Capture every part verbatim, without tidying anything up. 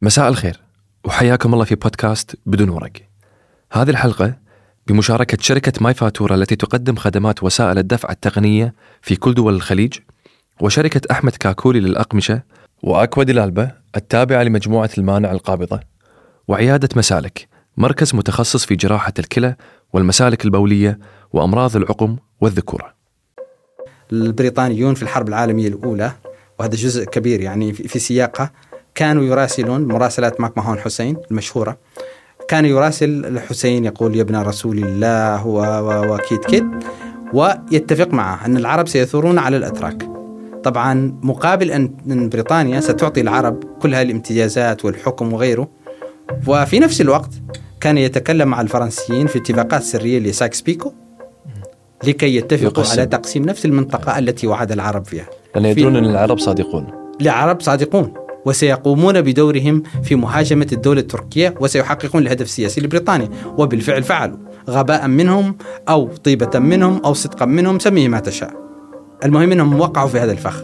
مساء الخير وحياكم الله في بودكاست بدون ورق. هذه الحلقة بمشاركة شركة ماي فاتورة التي تقدم خدمات وسائل الدفع التقنية في كل دول الخليج، وشركة أحمد كاكولي للأقمشة، وأكوا دلالبة التابعة لمجموعة المانع القابضة، وعيادة مسالك مركز متخصص في جراحة الكلى والمسالك البولية وأمراض العقم والذكورة. البريطانيون في الحرب العالمية الأولى، وهذا جزء كبير يعني في سياقه، كانوا يراسلون مراسلات ماك ماهون حسين المشهورة. كان يراسل الحسين يقول يا ابن رسول الله وكيد كيد، ويتفق معه أن العرب سيثورون على الأتراك. طبعا مقابل أن بريطانيا ستعطي العرب كل هذه الامتيازات والحكم وغيره. وفي نفس الوقت كان يتكلم مع الفرنسيين في اتفاقات سرية لسايكس بيكو لكي يتفقوا يقسم. على تقسيم نفس المنطقة التي وعد العرب فيها، لأن يدرون أن العرب صادقون العرب صادقون وسيقومون بدورهم في مهاجمة الدولة التركية وسيحققون الهدف السياسي لبريطانيا. وبالفعل فعلوا، غباء منهم أو طيبة منهم أو صدقا منهم، سميه ما تشاء، المهم أنهم وقعوا في هذا الفخ.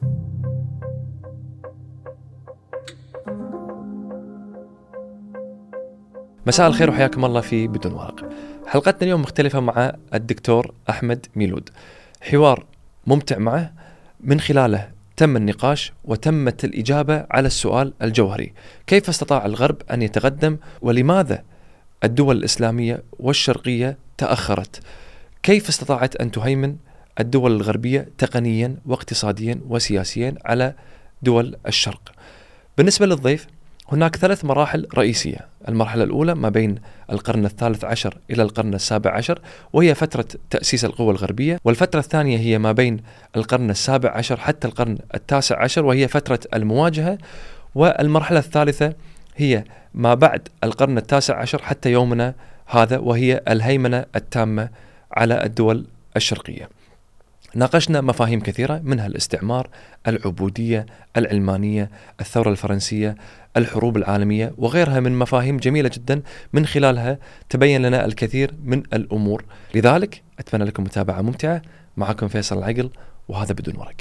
مساء الخير وحياكم الله في بدون ورق. حلقتنا اليوم مختلفة مع الدكتور أحمد ميلود، حوار ممتع معه من خلاله تم النقاش وتمت الإجابة على السؤال الجوهري: كيف استطاع الغرب أن يتقدم، ولماذا الدول الإسلامية والشرقية تأخرت؟ كيف استطاعت أن تهيمن الدول الغربية تقنيا واقتصاديا وسياسيا على دول الشرق؟ بالنسبة للضيف، هناك ثلاث مراحل رئيسية. المرحلة الأولى ما بين القرن الثالث عشر إلى القرن السابع عشر، وهي فترة تأسيس القوى الغربية. والفترة الثانية هي ما بين القرن السابع عشر حتى القرن التاسع عشر، وهي فترة المواجهة. والمرحلة الثالثة هي ما بعد القرن التاسع عشر حتى يومنا هذا، وهي الهيمنة التامة على الدول الشرقية. ناقشنا مفاهيم كثيرة، منها الاستعمار، العبودية، العلمانية، الثورة الفرنسية، الحروب العالمية، وغيرها من مفاهيم جميلة جدا من خلالها تبين لنا الكثير من الأمور. لذلك أتمنى لكم متابعة ممتعة. معكم فيصل العقل، وهذا بدون ورق.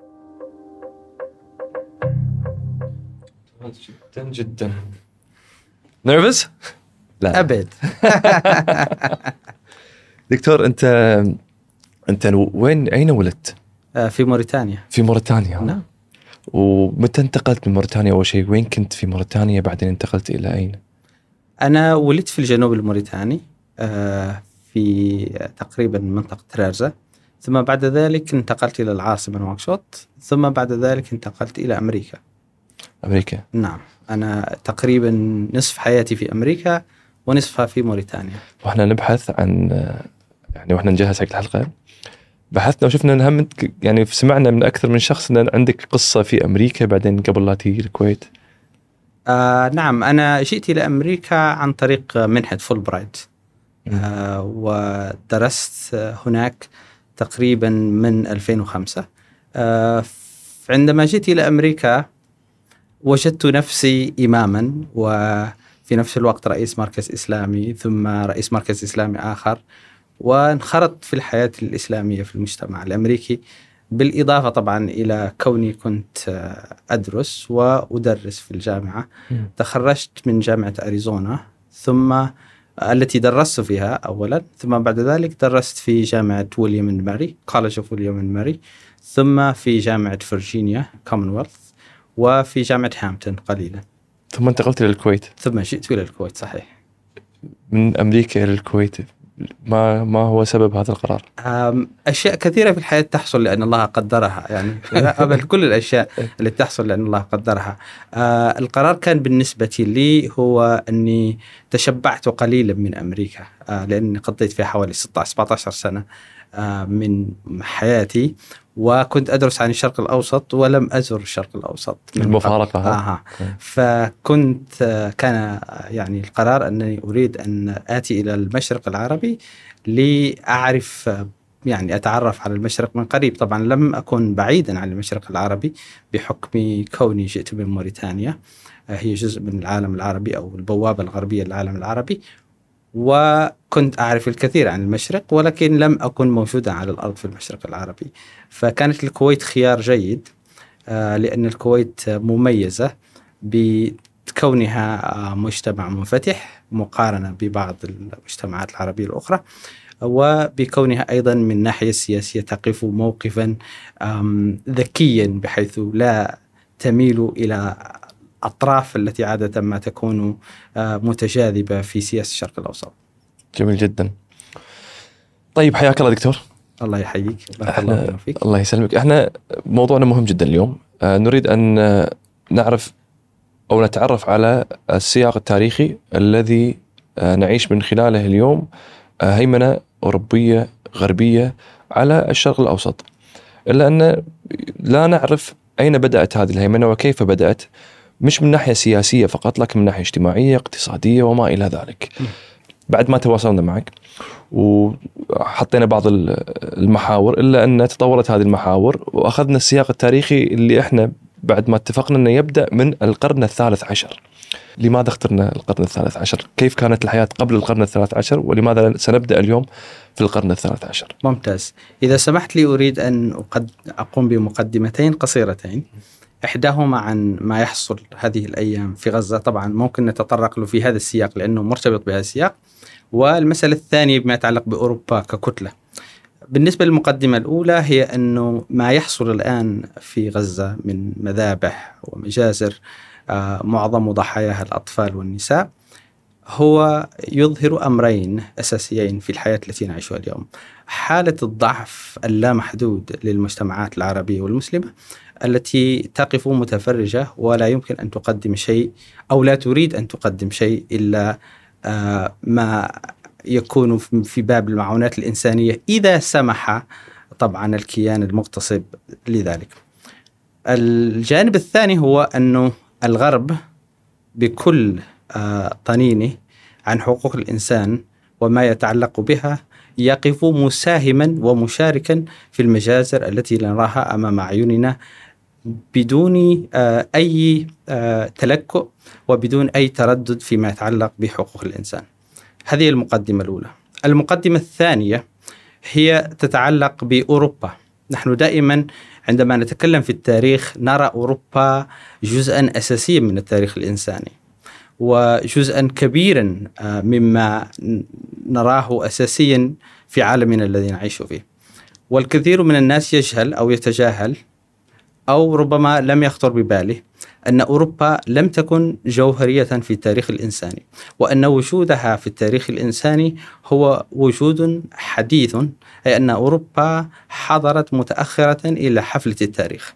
جدا جدا نيرفز؟ لا أبد. دكتور، أنت أنت وين أين ولدت؟ في موريتانيا. في موريتانيا. نعم. ومتى انتقلت من موريتانيا أول شيء؟ وين كنت في موريتانيا بعدين انتقلت إلى أين؟ أنا ولدت في الجنوب الموريتاني، في تقريبا منطقة رارزة، ثم بعد ذلك انتقلت إلى العاصمة نواكشوط، ثم بعد ذلك انتقلت إلى أمريكا. أمريكا؟ نعم، أنا تقريبا نصف حياتي في أمريكا ونصفها في موريتانيا. وإحنا نبحث عن يعني وإحنا نجهز حق الحلقة بحثنا وشفنا أنها من يعني سمعنا من أكثر من شخص أن عندك قصة في أمريكا بعدين قبل لا تيجي الكويت. آه نعم، أنا جئت إلى أمريكا عن طريق منحة فولبرايت، آه ودرست هناك تقريبا من ألفين وخمسة. آه عندما جئت إلى أمريكا وجدت نفسي إماما، وفي نفس الوقت رئيس مركز إسلامي، ثم رئيس مركز إسلامي آخر، وانخرطت في الحياة الإسلامية في المجتمع الأمريكي، بالإضافة طبعا إلى كوني كنت أدرس وأدرس في الجامعة. م. تخرجت من جامعة أريزونا، ثم التي درست فيها أولا، ثم بعد ذلك درست في جامعة ويليام اند ماري، كوليدج اوف ويليام اند ماري، ثم في جامعة فرجينيا كومنولث، وفي جامعة هامبتون قليلا. ثم انتقلت إلى الكويت. ثم جئت إلى الكويت. صحيح. من أمريكا إلى الكويت، ما ما هو سبب هذا القرار؟ أشياء كثيرة في الحياة تحصل لأن الله قدرها، يعني قبل كل الأشياء اللي تحصل لأن الله قدرها. آه القرار كان بالنسبة لي هو أني تشبعت قليلا من أمريكا، آه لأني قضيت فيها حوالي ستة عشر سبعة عشر سنة آه من حياتي، وكنت أدرس عن الشرق الأوسط ولم أزر الشرق الأوسط المفارقة. آه. فكنت آه كان يعني القرار أنني أريد أن آتي إلى المشرق العربي لأعرف آه يعني أتعرف على المشرق من قريب. طبعا لم أكن بعيدا عن المشرق العربي بحكم كوني جئت من موريتانيا، آه هي جزء من العالم العربي أو البوابة الغربية للعالم العربي، وكنت أعرف الكثير عن المشرق ولكن لم أكن موجودا على الأرض في المشرق العربي. فتكانت الكويت خيار جيد، لأن الكويت مميزة كونها مجتمع منفتح مقارنة ببعض المجتمعات العربية الأخرى، وبكونها أيضا من الناحية السياسية تقف موقفا ذكيا بحيث لا تميل إلى أطراف التي عادة ما تكون متجاذبة في سياسة الشرق الأوسط. جميل جدا. طيب حياك الله دكتور. الله يحييك. الله, الله يسلمك. احنا موضوعنا مهم جدا اليوم. آه نريد أن نعرف أو نتعرف على السياق التاريخي الذي آه نعيش من خلاله اليوم آه هيمنة أوروبية غربية على الشرق الأوسط، إلا أن لا نعرف أين بدأت هذه الهيمنة وكيف بدأت، مش من ناحية سياسية فقط لكن من ناحية اجتماعية اقتصادية وما إلى ذلك. بعد ما تواصلنا معك وحطينا بعض المحاور، إلا أن تطورت هذه المحاور وأخذنا السياق التاريخي اللي إحنا بعد ما اتفقنا أنه يبدأ من القرن الثالث عشر. لماذا اخترنا القرن الثالث عشر؟ كيف كانت الحياة قبل القرن الثالث عشر؟ ولماذا سنبدأ اليوم في القرن الثالث عشر؟ ممتاز. إذا سمحت لي أريد أن أقوم بمقدمتين قصيرتين، إحداهما عن ما يحصل هذه الأيام في غزة، طبعا ممكن نتطرق له في هذا السياق لأنه مرتبط بهذا السياق، والمسألة الثانية بما يتعلق بأوروبا ككتلة. بالنسبة للمقدمة الأولى هي أنه ما يحصل الآن في غزة من مذابح ومجازر آه معظم ضحاياها الأطفال والنساء هو يظهر أمرين أساسيين في الحياة التي نعيشها اليوم: حالة الضعف اللامحدود للمجتمعات العربية والمسلمة التي تقف متفرجة ولا يمكن أن تقدم شيء أو لا تريد أن تقدم شيء إلا آه ما يكون في باب المعونات الإنسانية إذا سمح طبعا الكيان المغتصب لذلك. الجانب الثاني هو أنه الغرب بكل آه طنينه عن حقوق الإنسان وما يتعلق بها يقف مساهما ومشاركا في المجازر التي نراها أمام أعيننا بدون آه أي آه تلكؤ وبدون أي تردد فيما يتعلق بحقوق الإنسان. هذه المقدمة الأولى. المقدمة الثانية هي تتعلق بأوروبا. نحن دائما عندما نتكلم في التاريخ نرى أوروبا جزءا أساسيا من التاريخ الإنساني وجزءا كبيرا مما نراه أساسيا في عالمنا الذي نعيش فيه، والكثير من الناس يجهل أو يتجاهل أو ربما لم يخطر بباله أن أوروبا لم تكن جوهرية في التاريخ الإنساني، وأن وجودها في التاريخ الإنساني هو وجود حديث، أي أن أوروبا حضرت متأخرة إلى حفلة التاريخ.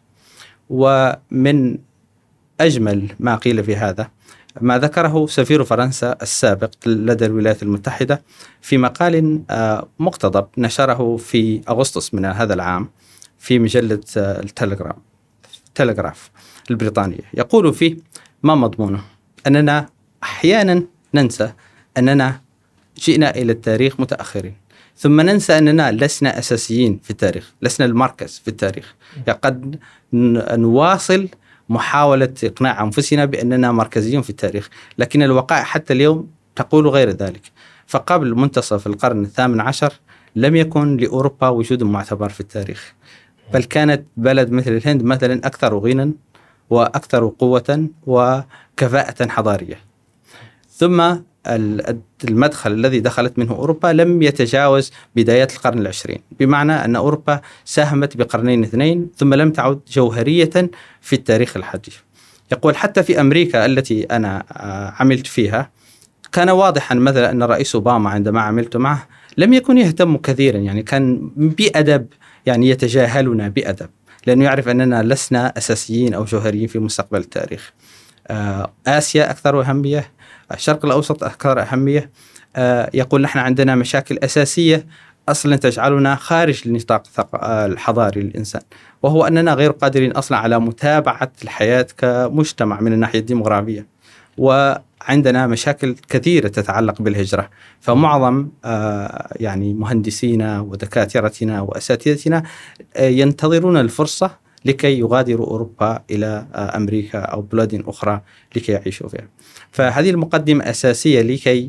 ومن أجمل ما قيل في هذا ما ذكره سفير فرنسا السابق لدى الولايات المتحدة في مقال مقتضب نشره في أغسطس من هذا العام في مجلة التلغرام تلغراف البريطانية. يقول فيه ما مضمونه: أننا أحيانا ننسى أننا جئنا إلى التاريخ متأخرين، ثم ننسى أننا لسنا أساسيين في التاريخ، لسنا المركز في التاريخ. قد نواصل محاولة إقناع أنفسنا بأننا مركزيون في التاريخ، لكن الوقائع حتى اليوم تقول غير ذلك. فقبل منتصف القرن الثامن عشر لم يكن لأوروبا وجود معتبر في التاريخ، بل كانت بلد مثل الهند مثلا أكثر غنى وأكثر قوة وكفاءة حضارية. ثم المدخل الذي دخلت منه أوروبا لم يتجاوز بدايات القرن العشرين، بمعنى أن أوروبا ساهمت بقرنين اثنين ثم لم تعد جوهرية في التاريخ الحديث. يقول حتى في أمريكا التي أنا عملت فيها كان واضحا مثلا أن الرئيس أوباما عندما عملت معه لم يكن يهتم كثيرا، يعني كان بأدب، يعني يتجاهلنا بأدب لأنه يعرف أننا لسنا أساسيين أو جوهريين في مستقبل التاريخ. آسيا أكثر أهمية، الشرق الأوسط أكثر أهمية. يقول نحن عندنا مشاكل أساسية أصلا تجعلنا خارج النطاق الحضاري للإنسان، وهو أننا غير قادرين أصلا على متابعة الحياة كمجتمع من الناحية الديمغرافية، وعندنا مشاكل كثيرة تتعلق بالهجرة. فمعظم يعني مهندسينا ودكاترتنا وأساتذتنا ينتظرون الفرصة لكي يغادروا أوروبا إلى أمريكا أو بلاد أخرى لكي يعيشوا فيها. فهذه المقدمة أساسية لكي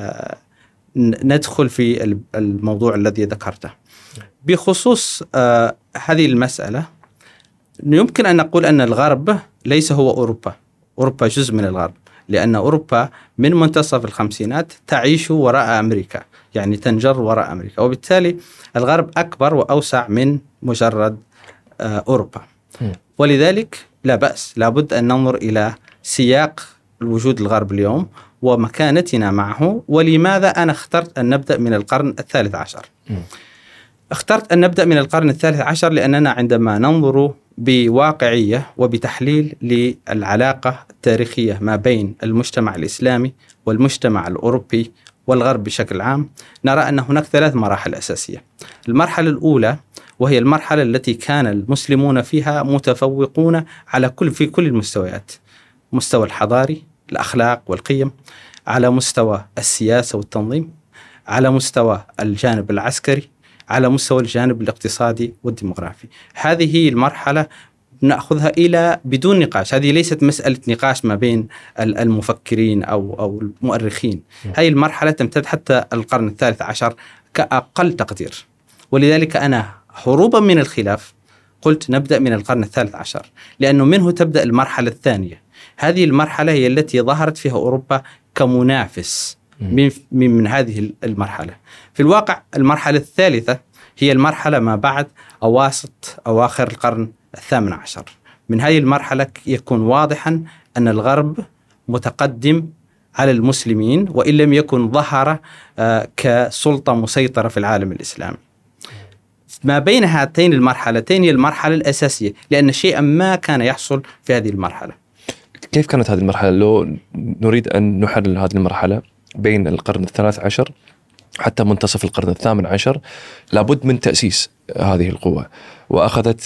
ندخل في الموضوع الذي ذكرته. بخصوص هذه المسألة يمكن أن نقول أن الغرب ليس هو أوروبا، أوروبا جزء من الغرب، لأن أوروبا من منتصف الخمسينات تعيش وراء أمريكا، يعني تنجر وراء أمريكا، وبالتالي الغرب أكبر وأوسع من مجرد أوروبا. ولذلك لا بأس، لابد أن ننظر إلى سياق الوجود الغرب اليوم ومكانتنا معه. ولماذا أنا اخترت أن نبدأ من القرن الثالث عشر؟ اخترت أن نبدأ من القرن الثالث عشر لأننا عندما ننظر بواقعية وبتحليل للعلاقة التاريخية ما بين المجتمع الإسلامي والمجتمع الأوروبي والغرب بشكل عام، نرى أن هناك ثلاث مراحل أساسية. المرحلة الأولى وهي المرحلة التي كان المسلمون فيها متفوقون على كل في كل المستويات، مستوى الحضاري، الأخلاق والقيم، على مستوى السياسة والتنظيم، على مستوى الجانب العسكري، على مستوى الجانب الاقتصادي والديمغرافي. هذه هي المرحلة نأخذها إلى بدون نقاش، هذه ليست مسألة نقاش ما بين المفكرين أو أو المؤرخين. هذه المرحلة تمتد حتى القرن الثالث عشر كأقل تقدير. ولذلك أنا هروبا من الخلاف قلت نبدأ من القرن الثالث عشر، لأنه منه تبدأ المرحلة الثانية. هذه المرحلة هي التي ظهرت فيها أوروبا كمنافس من, من هذه المرحلة. في الواقع المرحلة الثالثة هي المرحلة ما بعد أواسط أواخر القرن الثامن عشر. من هذه المرحلة يكون واضحا أن الغرب متقدم على المسلمين، وإن لم يكن ظهر كسلطة مسيطرة في العالم الإسلامي. ما بين هاتين المرحلتين هي المرحلة الأساسية، لأن شيئا ما كان يحصل في هذه المرحلة. كيف كانت هذه المرحلة؟ لو نريد أن نحلل هذه المرحلة بين القرن الثالث عشر حتى منتصف القرن الثامن عشر، لابد من تأسيس هذه القوة، وأخذت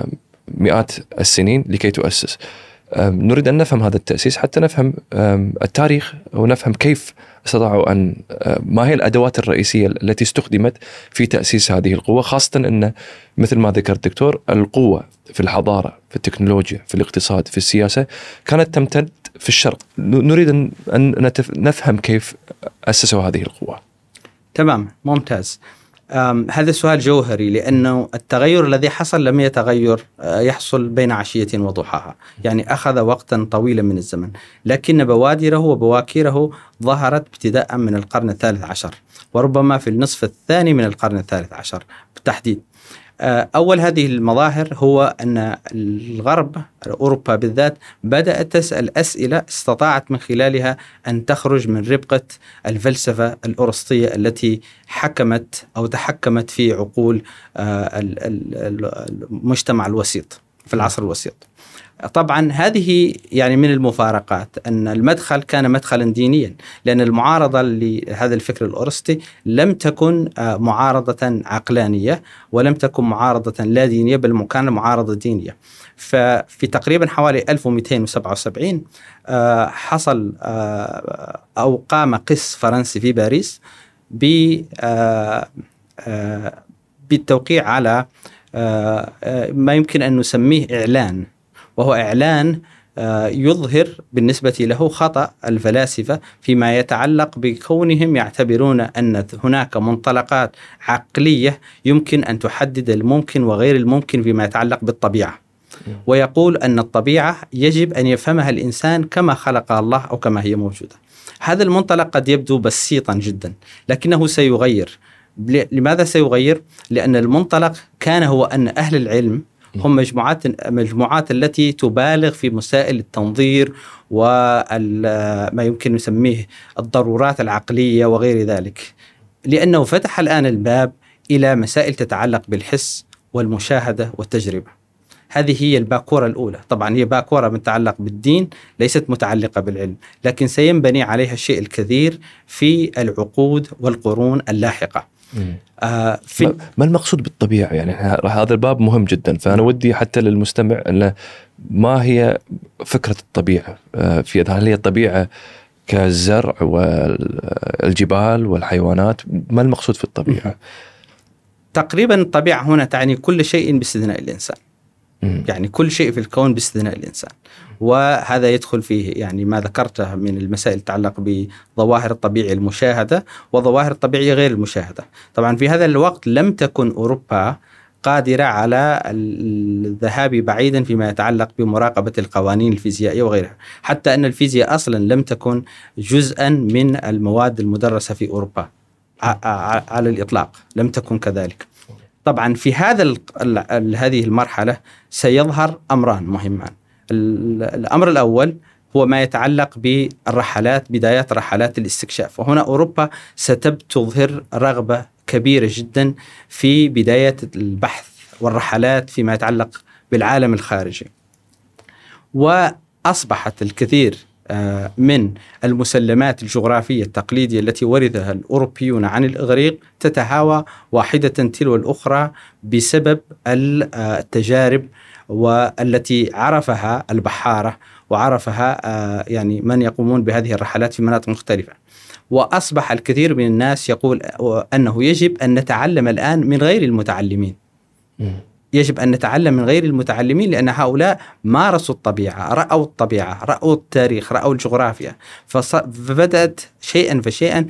مئات السنين لكي تؤسس. نريد أن نفهم هذا التأسيس حتى نفهم التاريخ ونفهم كيف استطاعوا أن ما هي الأدوات الرئيسية التي استخدمت في تأسيس هذه القوة، خاصة أن مثل ما ذكر الدكتور القوة في الحضارة، في التكنولوجيا، في الاقتصاد، في السياسة كانت تمتد في الشرق. نريد أن نفهم كيف أسسوا هذه القوة. تمام، ممتاز. هذا سؤال جوهري، لأنه التغير الذي حصل لم يتغير يحصل بين عشية وضحاها، يعني أخذ وقتا طويلا من الزمن، لكن بوادره وبواكيره ظهرت ابتداء من القرن الثالث عشر، وربما في النصف الثاني من القرن الثالث عشر بالتحديد. أول هذه المظاهر هو أن الغرب، أوروبا بالذات، بدأت تسأل أسئلة استطاعت من خلالها أن تخرج من ربقة الفلسفة الأرسطية التي حكمت أو تحكمت في عقول المجتمع الوسيط في العصر الوسيط. طبعا هذه يعني من المفارقات أن المدخل كان مدخلا دينيا، لأن المعارضة لهذا الفكر الأرسطي لم تكن معارضة عقلانية ولم تكن معارضة لا دينية، بل كان معارضة دينية. ففي تقريبا حوالي ألف ومئتين وسبعة وسبعين حصل أو قام قس فرنسي في باريس بالتوقيع على ما يمكن أن نسميه إعلان، وهو إعلان يظهر بالنسبة له خطأ الفلاسفة فيما يتعلق بكونهم يعتبرون أن هناك منطلقات عقلية يمكن أن تحدد الممكن وغير الممكن فيما يتعلق بالطبيعة، ويقول أن الطبيعة يجب أن يفهمها الإنسان كما خلق الله أو كما هي موجودة. هذا المنطلق قد يبدو بسيطا جدا، لكنه سيغير. لماذا سيغير؟ لأن المنطلق كان هو أن أهل العلم هم مجموعات مجموعات التي تبالغ في مسائل التنظير وما يمكن نسميه الضرورات العقلية وغير ذلك، لأنه فتح الآن الباب إلى مسائل تتعلق بالحس والمشاهدة والتجربة. هذه هي الباكورة الأولى. طبعا هي باكورة متعلق بالدين، ليست متعلقة بالعلم، لكن سينبني عليها الشيء الكثير في العقود والقرون اللاحقة. آه في ما المقصود بالطبيعة؟ يعني هذا الباب مهم جدا، فأنا ودي حتى للمستمع أن ما هي فكرة الطبيعة آه في هل هي الطبيعة كالزرع والجبال والحيوانات؟ ما المقصود في الطبيعة؟ تقريبا الطبيعة هنا تعني كل شيء باستثناء الإنسان، يعني كل شيء في الكون باستثناء الإنسان، وهذا يدخل فيه يعني ما ذكرته من المسائل تتعلق بظواهر الطبيعة المشاهدة وظواهر الطبيعة غير المشاهدة. طبعا في هذا الوقت لم تكن أوروبا قادرة على الذهاب بعيدا فيما يتعلق بمراقبة القوانين الفيزيائية وغيرها، حتى أن الفيزياء أصلا لم تكن جزءا من المواد المدرسة في أوروبا على الإطلاق، لم تكن كذلك. طبعا في هذا هذه المرحلة سيظهر أمران مهمان. الأمر الأول هو ما يتعلق بالرحلات، بدايات رحلات الاستكشاف، وهنا أوروبا ستظهر رغبة كبيرة جدا في بداية البحث والرحلات فيما يتعلق بالعالم الخارجي، وأصبحت الكثير من المسلمات الجغرافية التقليدية التي ورثها الأوروبيون عن الإغريق تتهاوى واحدة تلو الأخرى بسبب التجارب والتي عرفها البحارة وعرفها يعني من يقومون بهذه الرحلات في مناطق مختلفة. وأصبح الكثير من الناس يقول أنه يجب أن نتعلم الآن من غير المتعلمين. يجب أن نتعلم من غير المتعلمين، لأن هؤلاء مارسوا الطبيعة، رأوا الطبيعة، رأوا التاريخ، رأوا الجغرافيا، فبدأت شيئا فشيئا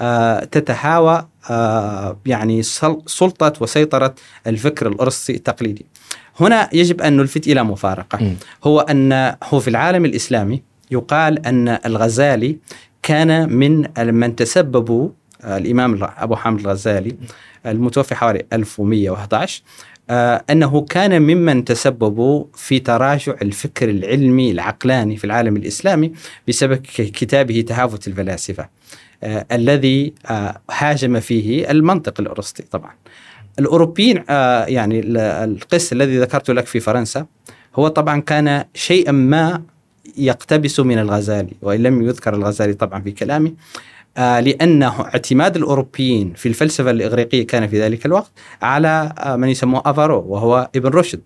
تتهاوى يعني سلطة وسيطرة الفكر الأرسطي التقليدي. هنا يجب أن نلفت إلى مفارقة، هو أن هو في العالم الإسلامي يقال أن الغزالي كان من من تسببوا، الإمام أبو حامد الغزالي المتوفى حوالي ألف ومئة وأحد عشر، آه أنه كان ممن تسببوا في تراجع الفكر العلمي العقلاني في العالم الإسلامي بسبب كتابه تهافت الفلاسفة، آه الذي آه هاجم فيه المنطق الأرسطي. طبعا الأوروبيين آه يعني القس الذي ذكرت لك في فرنسا هو طبعا كان شيئا ما يقتبس من الغزالي، وإن لم يذكر الغزالي طبعا في كلامه، آه لأنه اعتماد الأوروبيين في الفلسفة الإغريقية كان في ذلك الوقت على آه من يسموه أفارو، وهو ابن رشد،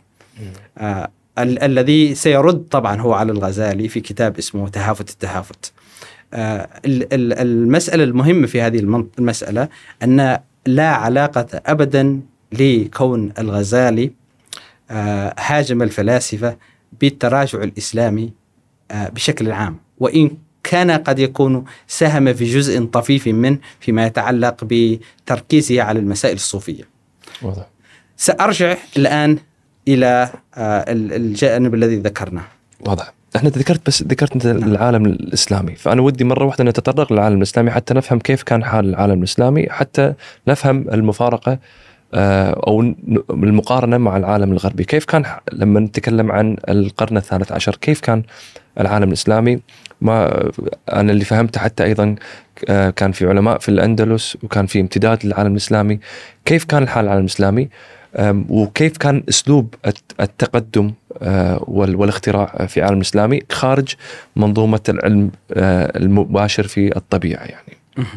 آه ال- الذي سيرد طبعا هو على الغزالي في كتاب اسمه تهافت التهافت. آه ال- المسألة المهمة في هذه المسألة أن لا علاقة أبدا لكون الغزالي آه هاجم الفلاسفة بالتراجع الإسلامي آه بشكل عام، وإن كان قد يكون ساهم في جزء طفيف منه فيما يتعلق بتركيزه على المسائل الصوفية. واضح. سأرجع الآن إلى الجانب الذي ذكرناه. واضح. احنا ذكرت بس ذكرت انت نعم. العالم الإسلامي، فأنا ودي مرة واحدة نتطرق للعالم الإسلامي حتى نفهم كيف كان حال العالم الإسلامي، حتى نفهم المفارقة أو المقارنة مع العالم الغربي. كيف كان لما نتكلم عن القرن الثالث عشر، كيف كان العالم الإسلامي؟ ما أنا اللي فهمته حتى أيضا كان في علماء في الأندلس وكان في امتداد للعالم الإسلامي. كيف كان الحال العالم الإسلامي وكيف كان أسلوب التقدم والاختراع في العالم الإسلامي خارج منظومة العلم المباشر في الطبيعة يعني؟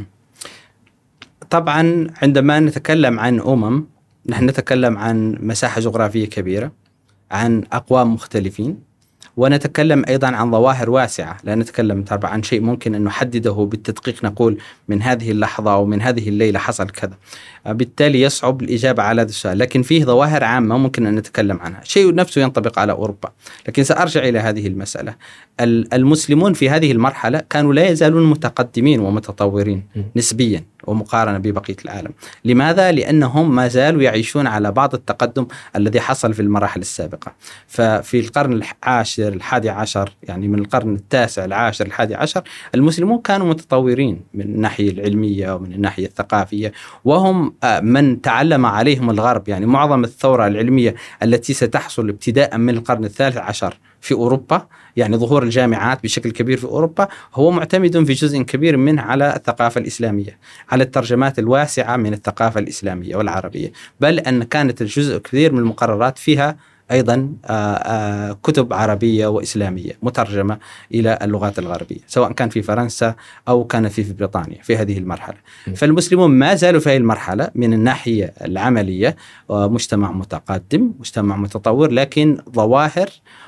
طبعا عندما نتكلم عن أمم نحن نتكلم عن مساحة جغرافية كبيرة، عن أقوام مختلفين، ونتكلم أيضا عن ظواهر واسعة. لا نتكلم طبعا عن شيء ممكن أن نحدده بالتدقيق، نقول من هذه اللحظة أو من هذه الليلة حصل كذا، بالتالي يصعب الإجابة على هذا السؤال. لكن فيه ظواهر عامة ممكن أن نتكلم عنها، شيء نفسه ينطبق على أوروبا. لكن سأرجع إلى هذه المسألة. المسلمون في هذه المرحلة كانوا لا يزالون متقدمين ومتطورين نسبيا ومقارنة ببقية العالم. لماذا؟ لأنهم ما زالوا يعيشون على بعض التقدم الذي حصل في المراحل السابقة. ففي القرن العاشر الحادي عشر، يعني من القرن التاسع العاشر الحادي عشر، المسلمون كانوا متطورين من الناحية العلمية ومن الناحية الثقافية، وهم من تعلم عليهم الغرب. يعني معظم الثورة العلمية التي ستحصل ابتداء من القرن الثالث عشر في أوروبا، يعني ظهور الجامعات بشكل كبير في أوروبا، هو معتمد في جزء كبير منه على الثقافة الإسلامية، على الترجمات الواسعة من الثقافة الإسلامية والعربية، بل أن كانت الجزء كبير من المقررات فيها أيضا آآ آآ كتب عربية وإسلامية مترجمة إلى اللغات الغربية، سواء كان في فرنسا أو كان في, في بريطانيا في هذه المرحلة. م. فالمسلمون ما زالوا في هذه المرحلة من الناحية العملية مجتمع متقدم، مجتمع متطور، لكن ظواهر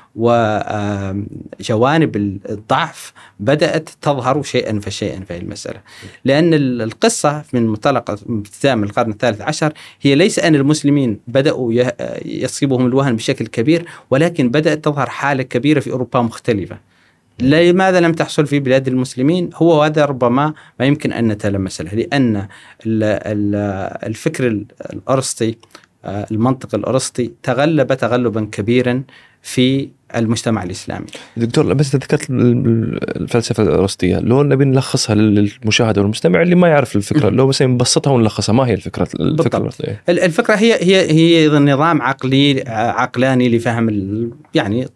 وجوانب الضعف بدأت تظهر شيئا فشيئا في المسألة. لأن القصة من منطلق ابتداء من القرن الثالث عشر هي ليس أن المسلمين بدأوا يصيبهم الوهن بشكل كبير، ولكن بدأت تظهر حالة كبيرة في أوروبا مختلفة. لماذا لم تحصل في بلاد المسلمين؟ هو هذا ربما ما يمكن أن نتلمس له، لأن الفكر الأرسطي المنطق الأرسطي تغلب تغلبا كبيرا في المجتمع الإسلامي. دكتور بس ذكرت الفلسفة الأرسطية، لو نبي نلخصها للمشاهد والمستمع اللي ما يعرف الفكرة، لو بس نبسطها ونلخصها، ما هي الفكرة؟ الفكرة, الفكرة هي هي هي نظام عقلي عقلاني لفهم يعني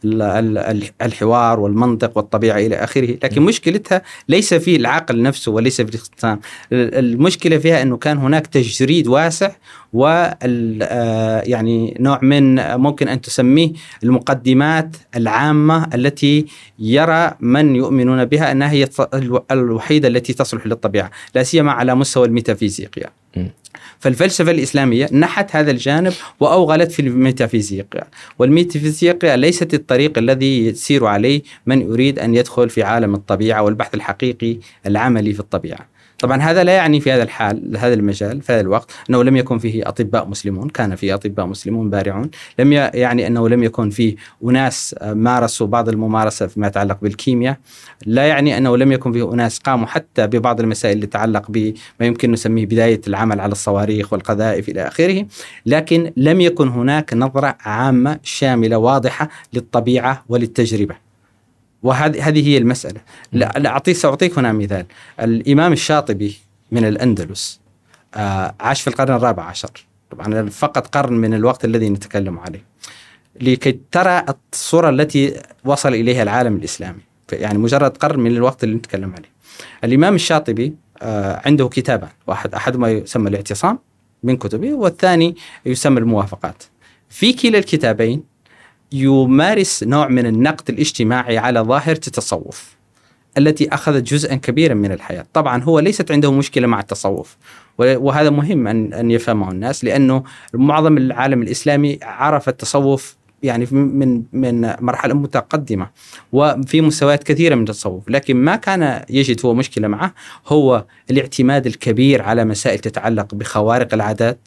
الحوار والمنطق والطبيعة إلى آخره، لكن مشكلتها ليس في العقل نفسه وليس في الاختصام. المشكلة فيها أنه كان هناك تجريد واسع وال يعني نوع من ممكن أن تسميه المقدمات العامة التي يرى من يؤمنون بها أنها هي الوحيدة التي تصلح للطبيعة، لا سيما على مستوى الميتافيزيقيا. فالفلسفة الإسلامية نحت هذا الجانب وأوغلت في الميتافيزيقيا، والميتافيزيقيا ليست الطريق الذي يسير عليه من يريد أن يدخل في عالم الطبيعة والبحث الحقيقي العملي في الطبيعة. طبعا هذا لا يعني في هذا الحال هذا المجال في هذا الوقت أنه لم يكن فيه أطباء مسلمون، كان فيه أطباء مسلمون بارعون، لم يعني أنه لم يكن فيه أناس مارسوا بعض الممارسة فيما يتعلق بالكيمياء، لا يعني أنه لم يكن فيه أناس قاموا حتى ببعض المسائل اللي تتعلق بما يمكن نسميه بداية العمل على الصواريخ والقذائف إلى آخره، لكن لم يكن هناك نظرة عامة شاملة واضحة للطبيعة وللتجربة. وهذه هذه هي المسألة. لا أعطيك سأعطيك هنا مثال. الإمام الشاطبي من الأندلس آه عاش في القرن الرابع عشر، طبعا فقط قرن من الوقت الذي نتكلم عليه، لكي ترى الصورة التي وصل إليها العالم الإسلامي، يعني مجرد قرن من الوقت اللي نتكلم عليه. الإمام الشاطبي آه عنده كتابان، واحد أحدهما يسمى الاعتصام من كتبه، والثاني يسمى الموافقات. في كلا الكتابين يمارس نوع من النقد الاجتماعي على ظاهرة التصوف التي أخذت جزءا كبيرا من الحياة. طبعا هو ليست عنده مشكلة مع التصوف، وهذا مهم أن أن يفهمه الناس، لأنه معظم العالم الإسلامي عرف التصوف يعني من من مرحلة متقدمة وفي مستويات كثيرة من التصوف، لكن ما كان يجد هو مشكلة معه هو الاعتماد الكبير على مسائل تتعلق بخوارق العادات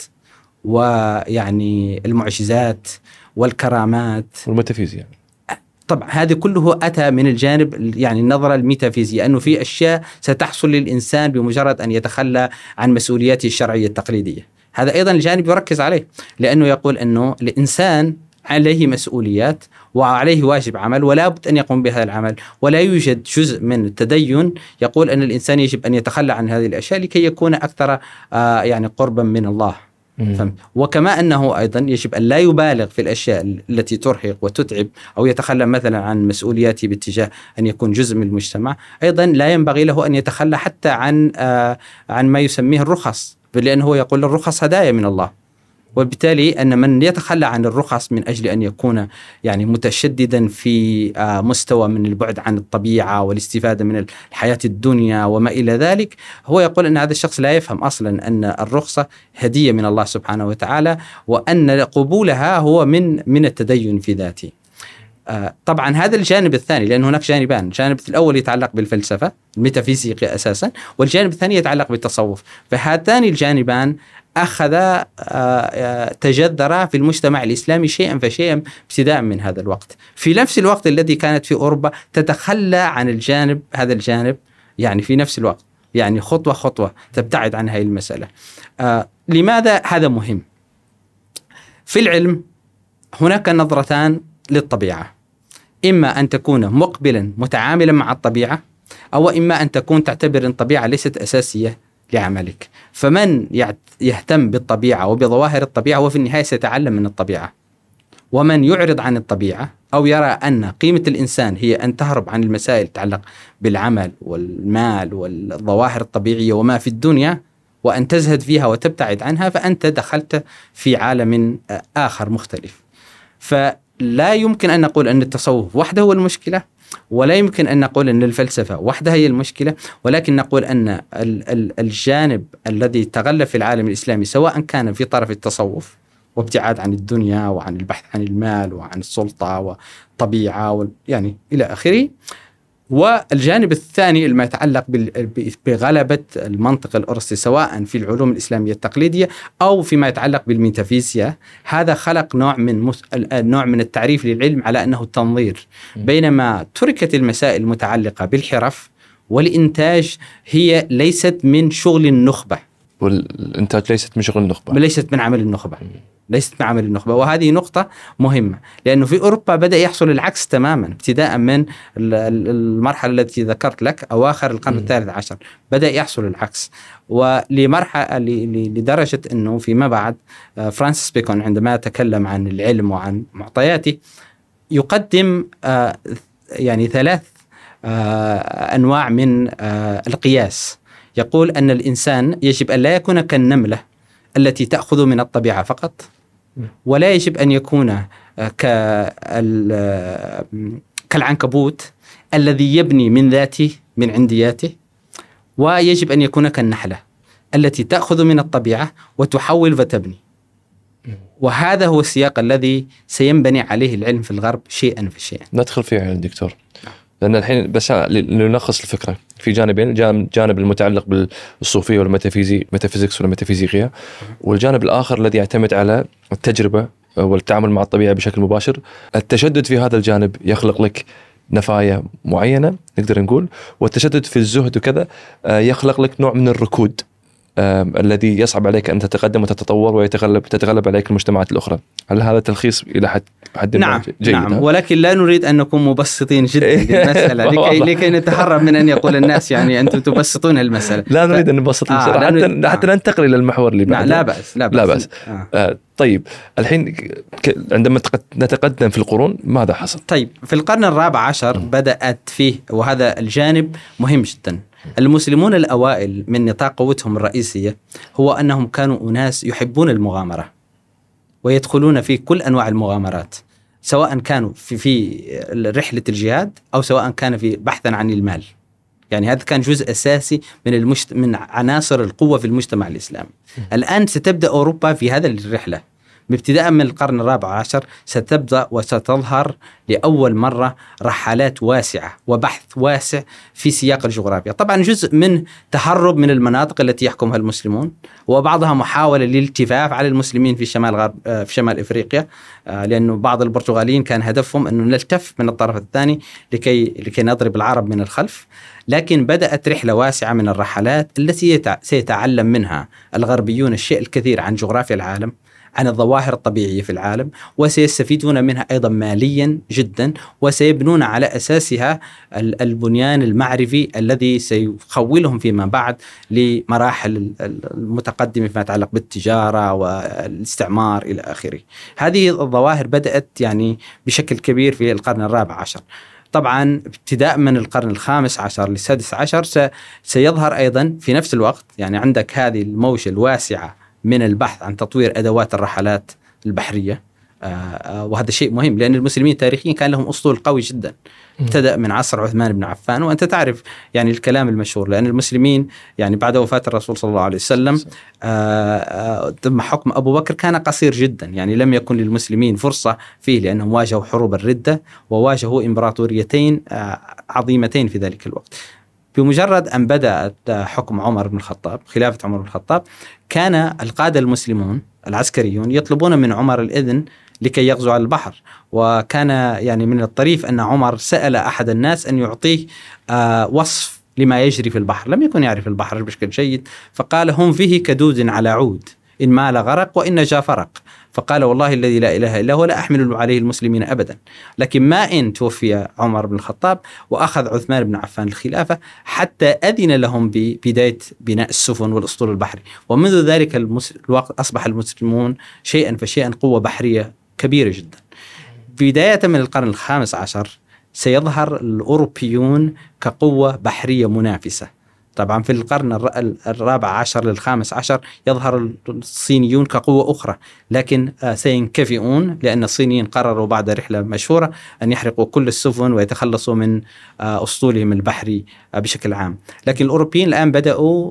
ويعني المعجزات والكرامات والميتافيزياء. طبعا هذا كله أتى من الجانب يعني النظرة الميتافيزية، أنه في أشياء ستحصل للإنسان بمجرد أن يتخلى عن مسؤولياته الشرعية التقليدية. هذا أيضا الجانب يركز عليه، لأنه يقول أنه الإنسان عليه مسؤوليات وعليه واجب عمل ولا بد أن يقوم بهذا العمل، ولا يوجد جزء من التدين يقول أن الإنسان يجب أن يتخلى عن هذه الأشياء لكي يكون أكثر آه يعني قربا من الله. وكما أنه أيضا يجب أن لا يبالغ في الأشياء التي ترهق وتتعب أو يتخلى مثلا عن مسؤولياته باتجاه أن يكون جزء من المجتمع، أيضا لا ينبغي له أن يتخلى حتى عن آه عن ما يسميه الرخص، لأنه يقول الرخص هدايا من الله. وبالتالي أن من يتخلى عن الرخص من أجل أن يكون يعني متشددا في مستوى من البعد عن الطبيعة والاستفادة من الحياة الدنيا وما إلى ذلك، هو يقول أن هذا الشخص لا يفهم أصلا أن الرخصة هدية من الله سبحانه وتعالى، وأن قبولها هو من من التدين في ذاته. طبعا هذا الجانب الثاني، لأن هناك جانبان، الجانب الأول يتعلق بالفلسفة الميتافيزيقية أساسا، والجانب الثاني يتعلق بالتصوف. فهاتان الجانبان أخذ تجذر في المجتمع الإسلامي شيئا فشيئا ابتداء من هذا الوقت، في نفس الوقت الذي كانت في أوروبا تتخلى عن الجانب هذا الجانب، يعني في نفس الوقت يعني خطوة خطوة تبتعد عن هذه المسألة. آه لماذا هذا مهم؟ في العلم هناك نظرتان للطبيعة، إما أن تكون مقبلا متعاملا مع الطبيعة، أو إما أن تكون تعتبر أن الطبيعة ليست أساسية لعملك. فمن يهتم بالطبيعة وبظواهر الطبيعة هو في النهاية سيتعلم من الطبيعة، ومن يعرض عن الطبيعة أو يرى أن قيمة الإنسان هي أن تهرب عن المسائل تتعلق بالعمل والمال والظواهر الطبيعية وما في الدنيا وأن تزهد فيها وتبتعد عنها، فأنت دخلت في عالم آخر مختلف. فلا يمكن أن نقول أن التصوف وحده هو المشكلة، ولا يمكن أن نقول أن الفلسفة وحدها هي المشكلة، ولكن نقول أن الجانب الذي تغلب في العالم الإسلامي سواء كان في طرف التصوف وابتعاد عن الدنيا وعن البحث عن المال وعن السلطة والطبيعة يعني إلى آخره، والجانب الثاني ما يتعلق بغلبة المنطق الأرسطي سواء في العلوم الإسلامية التقليدية أو فيما يتعلق بالميتافيزياء. هذا خلق نوع من مس... نوع من التعريف للعلم على أنه التنظير، بينما تركت المسائل المتعلقة بالحرف والإنتاج هي ليست من شغل النخبة، والإنتاج ليست من شغل النخبة، ليست من عمل النخبة. ليست معامل النخبة. وهذه نقطة مهمة، لأنه في أوروبا بدأ يحصل العكس تماما ابتداء من المرحلة التي ذكرت لك أواخر القرن الثالث عشر، بدأ يحصل العكس. ولمرحلة لدرجة أنه فيما بعد فرانسيس بيكون عندما تكلم عن العلم وعن معطياته يقدم يعني ثلاث أنواع من القياس. يقول أن الإنسان يجب أن لا يكون كالنملة التي تأخذ من الطبيعة فقط، ولا يجب أن يكون كالعنكبوت الذي يبني من ذاته من عندياته، ويجب أن يكون كالنحلة التي تأخذ من الطبيعة وتحول فتبني. وهذا هو السياق الذي سينبني عليه العلم في الغرب شيئا فشيئا. ندخل فيه يا دكتور، لأن الحين بس لنلخص الفكرة في جانبين: جانب المتعلق بالصوفية والميتافيزيكس والميتافيزيقية، والجانب الآخر الذي يعتمد على التجربة والتعامل مع الطبيعة بشكل مباشر. التشدد في هذا الجانب يخلق لك نفاية معينة نقدر نقول، والتشدد في الزهد وكذا يخلق لك نوع من الركود الذي يصعب عليك أن تتقدم وتتطور ويتغلب تتغلب عليك المجتمعات الأخرى. هل هذا تلخيص إلى حد حد نعم جيد؟ نعم، ولكن لا نريد أن نكون مبسطين جدا للمسألة لكي, لكي نتحرر من أن يقول الناس يعني أنتم تبسطون المسألة. لا نريد أن نبسط آه المسألة، حتى, نريد... حتى آه. ننتقل إلى المحور اللي بعده. لا بأس لا بأس, لا بأس. آه. آه طيب الحين عندما نتقدم في القرون ماذا حصل؟ طيب في القرن الرابع عشر م. بدأت فيه، وهذا الجانب مهم جدا، المسلمون الأوائل من نطاق قوتهم الرئيسية هو أنهم كانوا أناس يحبون المغامرة ويدخلون في كل أنواع المغامرات، سواء كانوا في في رحلة الجهاد أو سواء كان في بحثا عن المال. يعني هذا كان جزء أساسي من المجت... من عناصر القوة في المجتمع الإسلامي. الآن ستبدأ أوروبا في هذا الرحلة بابتداء من القرن الرابع عشر، ستبدأ وستظهر لأول مرة رحلات واسعة وبحث واسع في سياق الجغرافيا. طبعا جزء من تهرب من المناطق التي يحكمها المسلمون، وبعضها محاولة للالتفاف على المسلمين في شمال غرب في شمال إفريقيا، لأنه بعض البرتغاليين كان هدفهم أنه نلتف من الطرف الثاني لكي لكي نضرب العرب من الخلف. لكن بدأت رحلة واسعة من الرحلات التي سيتعلم منها الغربيون الشيء الكثير عن جغرافيا العالم، عن الظواهر الطبيعية في العالم، وسيستفيدون منها أيضا ماليا جدا، وسيبنون على أساسها البنيان المعرفي الذي سيخولهم فيما بعد لمراحل المتقدمة فيما يتعلق بالتجارة والاستعمار إلى آخره. هذه الظواهر بدأت يعني بشكل كبير في القرن الرابع عشر. طبعا ابتداء من القرن الخامس عشر للسادس عشر سيظهر أيضا في نفس الوقت، يعني عندك هذه الموجة الواسعة من البحث عن تطوير أدوات الرحلات البحرية. آه وهذا شيء مهم، لأن المسلمين تاريخيا كان لهم أسطول قوي جدا، ابتدأ من عصر عثمان بن عفان. وأنت تعرف يعني الكلام المشهور، لأن المسلمين يعني بعد وفاة الرسول صلى الله عليه وسلم ثم حكم أبو بكر كان قصير جدا، يعني لم يكن للمسلمين فرصة فيه، لأنهم واجهوا حروب الردة وواجهوا إمبراطوريتين آه عظيمتين في ذلك الوقت. بمجرد أن بدأ حكم عمر بن الخطاب، خلافة عمر بن الخطاب، كان القادة المسلمون العسكريون يطلبون من عمر الإذن لكي يغزو على البحر. وكان يعني من الطريف أن عمر سأل أحد الناس أن يعطيه آه وصف لما يجري في البحر، لم يكن يعرف البحر بشكل جيد، فقال: هم فيه كدود على عود، إن مال غرق وإن جاء فرق. فقال: والله الذي لا إله إلا هو لا أحمل عليه المسلمين أبدا. لكن ما إن توفي عمر بن الخطاب وأخذ عثمان بن عفان الخلافة حتى أذن لهم ببداية بناء السفن والأسطول البحري. ومنذ ذلك الوقت أصبح المسلمون شيئا فشيئا قوة بحرية كبيرة جدا. بداية من القرن الخامس عشر سيظهر الأوروبيون كقوة بحرية منافسة. طبعا في القرن الرابع عشر للخامس عشر يظهر الصينيون كقوة أخرى، لكن سينكفئون، لأن الصينيين قرروا بعد رحلة مشهورة أن يحرقوا كل السفن ويتخلصوا من أسطولهم البحري بشكل عام. لكن الأوروبيين الآن بدأوا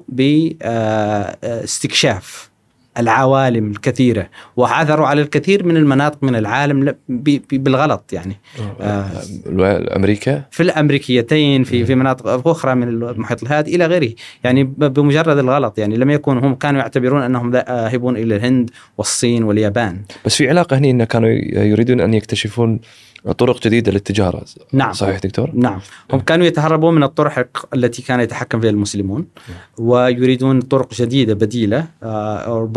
باستكشاف العوالم الكثيرة، وعثروا على الكثير من المناطق من العالم بالغلط. يعني آه أمريكا في الأمريكيتين في في مناطق أخرى من المحيط الهادي إلى غيره، يعني بمجرد الغلط. يعني لم يكن هم كانوا يعتبرون أنهم ذاهبون إلى الهند والصين واليابان. بس في علاقة هنا إن كانوا يريدون أن يكتشفون طرق جديدة للتجارة. نعم. صحيح دكتور؟ نعم. هم كانوا يتهربون من الطرق التي كان يتحكم فيها المسلمون، ويريدون طرق جديدة بديلة، ربما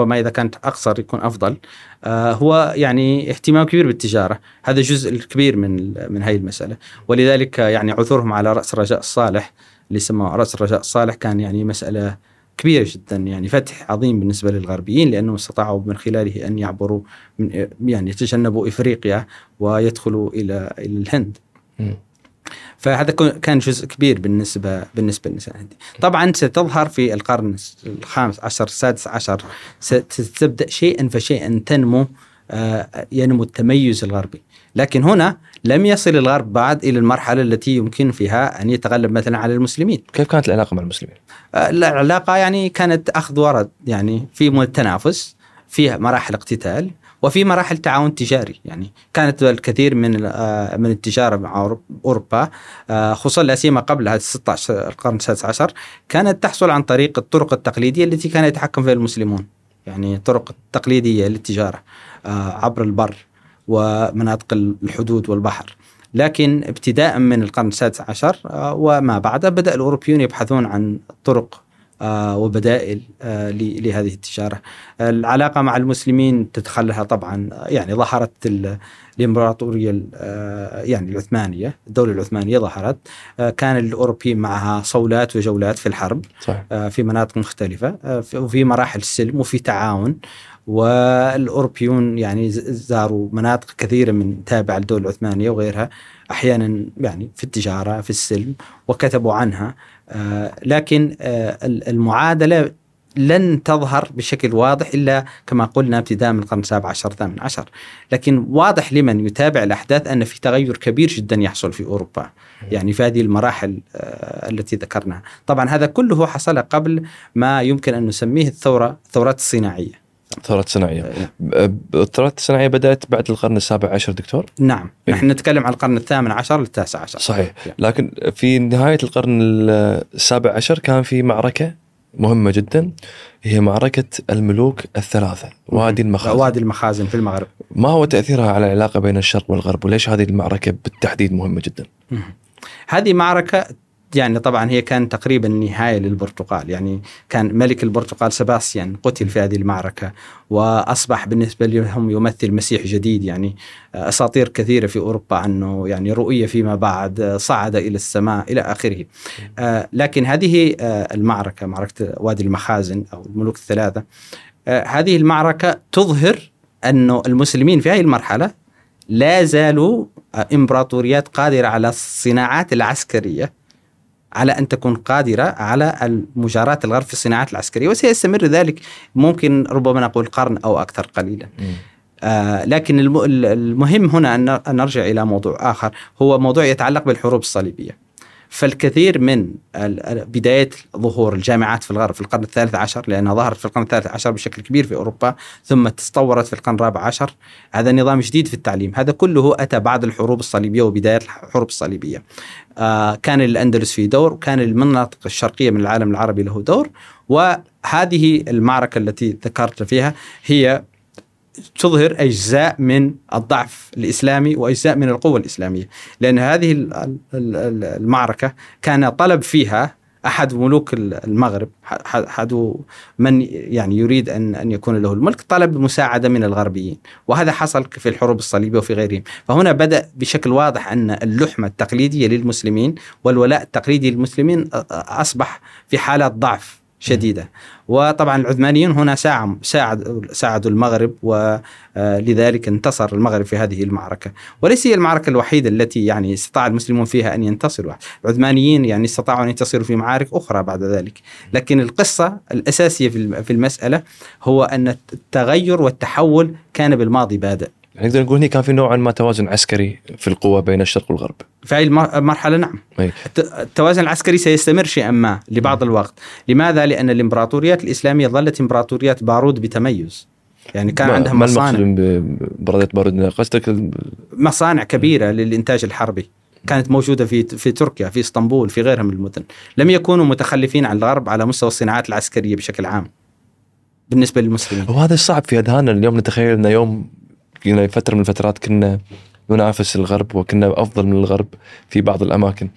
ربما إذا كانت أقصر يكون أفضل. هو يعني اهتمام كبير بالتجارة، هذا جزء الكبير من من هذه المسألة، ولذلك يعني عثورهم على رأس الرجاء الصالح اللي سموه رأس الرجاء الصالح كان يعني مسألة كبيرة جدا، يعني فتح عظيم بالنسبة للغربيين، لأنهم استطاعوا من خلاله أن يعبروا من يعني يتجنبوا إفريقيا ويدخلوا إلى إلى الهند. م. فهذا كان جزء كبير بالنسبة بالنسبة للنساء الهندي. طبعا ستظهر في القرن الخامس عشر السادس عشر، ستبدأ شيئا فشيئا تنمو ينمو التميز الغربي، لكن هنا لم يصل الغرب بعد إلى المرحلة التي يمكن فيها أن يتغلب مثلا على المسلمين. كيف كانت العلاقة مع المسلمين؟ العلاقة يعني كانت أخذ ورد، يعني في تنافس، فيها مراحل اقتتال، وفي مراحل تعاون تجاري. يعني كانت الكثير من من التجارة مع أوروبا، خصوصا لا سيما قبل هذا الستة عشر القرن السادس عشر، كانت تحصل عن طريق الطرق التقليدية التي كان يتحكم فيها المسلمون، يعني الطرق التقليدية للتجارة عبر البر ومناطق الحدود والبحر. لكن ابتداء من القرن السادس عشر وما بعد بدأ الأوروبيون يبحثون عن طرق وبدائل لهذه التجارة. العلاقة مع المسلمين تدخلها طبعا، يعني ظهرت الإمبراطورية يعني العثمانية، الدولة العثمانية ظهرت، كان الأوروبيين معها صولات وجولات في الحرب. صحيح. في مناطق مختلفة وفي مراحل السلم وفي تعاون، والأوروبيون يعني زاروا مناطق كثيرة من تابعة للدولة العثمانية وغيرها، أحيانا يعني في التجارة في السلم وكتبوا عنها. آه لكن آه المعادلة لن تظهر بشكل واضح إلا كما قلنا ابتداء من القرن السابع عشر الثامن عشر، لكن واضح لمن يتابع الأحداث أن في تغير كبير جدا يحصل في أوروبا، يعني في هذه المراحل آه التي ذكرناها. طبعا هذا كله حصل قبل ما يمكن أن نسميه الثورة الثورات الصناعية. الثورة الصناعية. الثورات الصناعية بدأت بعد القرن السابع عشر دكتور؟ نعم، إيه؟ نحن نتكلم عن القرن الثامن عشر للتاسع عشر. صحيح. لكن في نهاية القرن السابع عشر كان في معركة مهمة جدا، هي معركة الملوك الثلاثة، وادي المخازن. وادي المخازن في المغرب. ما هو تأثيرها على العلاقة بين الشرق والغرب، وليش هذه المعركة بالتحديد مهمة جدا؟ هذه معركة يعني طبعا هي كان تقريبا نهاية للبرتغال، يعني كان ملك البرتغال سباستيان قتل في هذه المعركة، وأصبح بالنسبة لهم يمثل مسيح جديد. يعني أساطير كثيرة في أوروبا عنه، يعني رؤية فيما بعد، صعد إلى السماء إلى آخره. آه لكن هذه آه المعركة، معركة وادي المخازن أو الملوك الثلاثة، آه هذه المعركة تظهر أنه المسلمين في هذه المرحلة لا زالوا إمبراطوريات قادرة على الصناعات العسكرية، على أن تكون قادرة على المجاراة الغرب في الصناعات العسكرية، وسيستمر ذلك ممكن ربما نقول قرن أو أكثر قليلا. آه لكن المهم هنا أن نرجع إلى موضوع آخر، هو موضوع يتعلق بالحروب الصليبية. فالكثير من بداية ظهور الجامعات في الغرب في القرن الثالث عشر، لأنها ظهرت في القرن الثالث عشر بشكل كبير في أوروبا، ثم تطورت في القرن الرابع عشر. هذا نظام جديد في التعليم، هذا كله أتى بعد الحروب الصليبية وبداية الحروب الصليبية. آه كان الأندلس فيه دور، وكان المناطق الشرقية من العالم العربي له دور. وهذه المعركة التي ذكرت فيها هي تظهر أجزاء من الضعف الإسلامي وأجزاء من القوة الإسلامية، لأن هذه المعركة كان طلب فيها أحد ملوك المغرب، أحد من يعني يريد أن أن يكون له الملك، طلب مساعدة من الغربيين، وهذا حصل في الحروب الصليبية وفي غيرهم. فهنا بدأ بشكل واضح أن اللحمة التقليدية للمسلمين والولاء التقليدي للمسلمين أصبح في حالة ضعف شديدة. وطبعا العثمانيين هنا ساعدوا ساعد ساعدوا المغرب، ولذلك انتصر المغرب في هذه المعركة. وليس هي المعركة الوحيدة التي يعني استطاع المسلمون فيها أن ينتصروا، العثمانيين يعني استطاعوا أن ينتصروا في معارك أخرى بعد ذلك. لكن القصة الأساسية في المسألة هو أن التغير والتحول كان بالماضي بادئ. نقدر نقول هنا كان في نوعا ما توازن عسكري في القوة بين الشرق والغرب في هذه المرحلة. نعم. أي. التوازن العسكري سيستمر شيئا ما لبعض الوقت. لماذا؟ لأن الإمبراطوريات الإسلامية ظلت إمبراطوريات بارود بتميز، يعني كان عندها مصانع بردة بارود، قصدك مصانع كبيرة للإنتاج الحربي كانت موجودة في في تركيا، في اسطنبول، في غيرها من المدن. لم يكونوا متخلفين عن الغرب على مستوى الصناعات العسكرية بشكل عام بالنسبة للمسلمين. وهذا الصعب في أذهاننا اليوم. نتخيل أن يوم كنا فترة من الفترات كنا ننافس الغرب وكنا أفضل من الغرب في بعض الأماكن.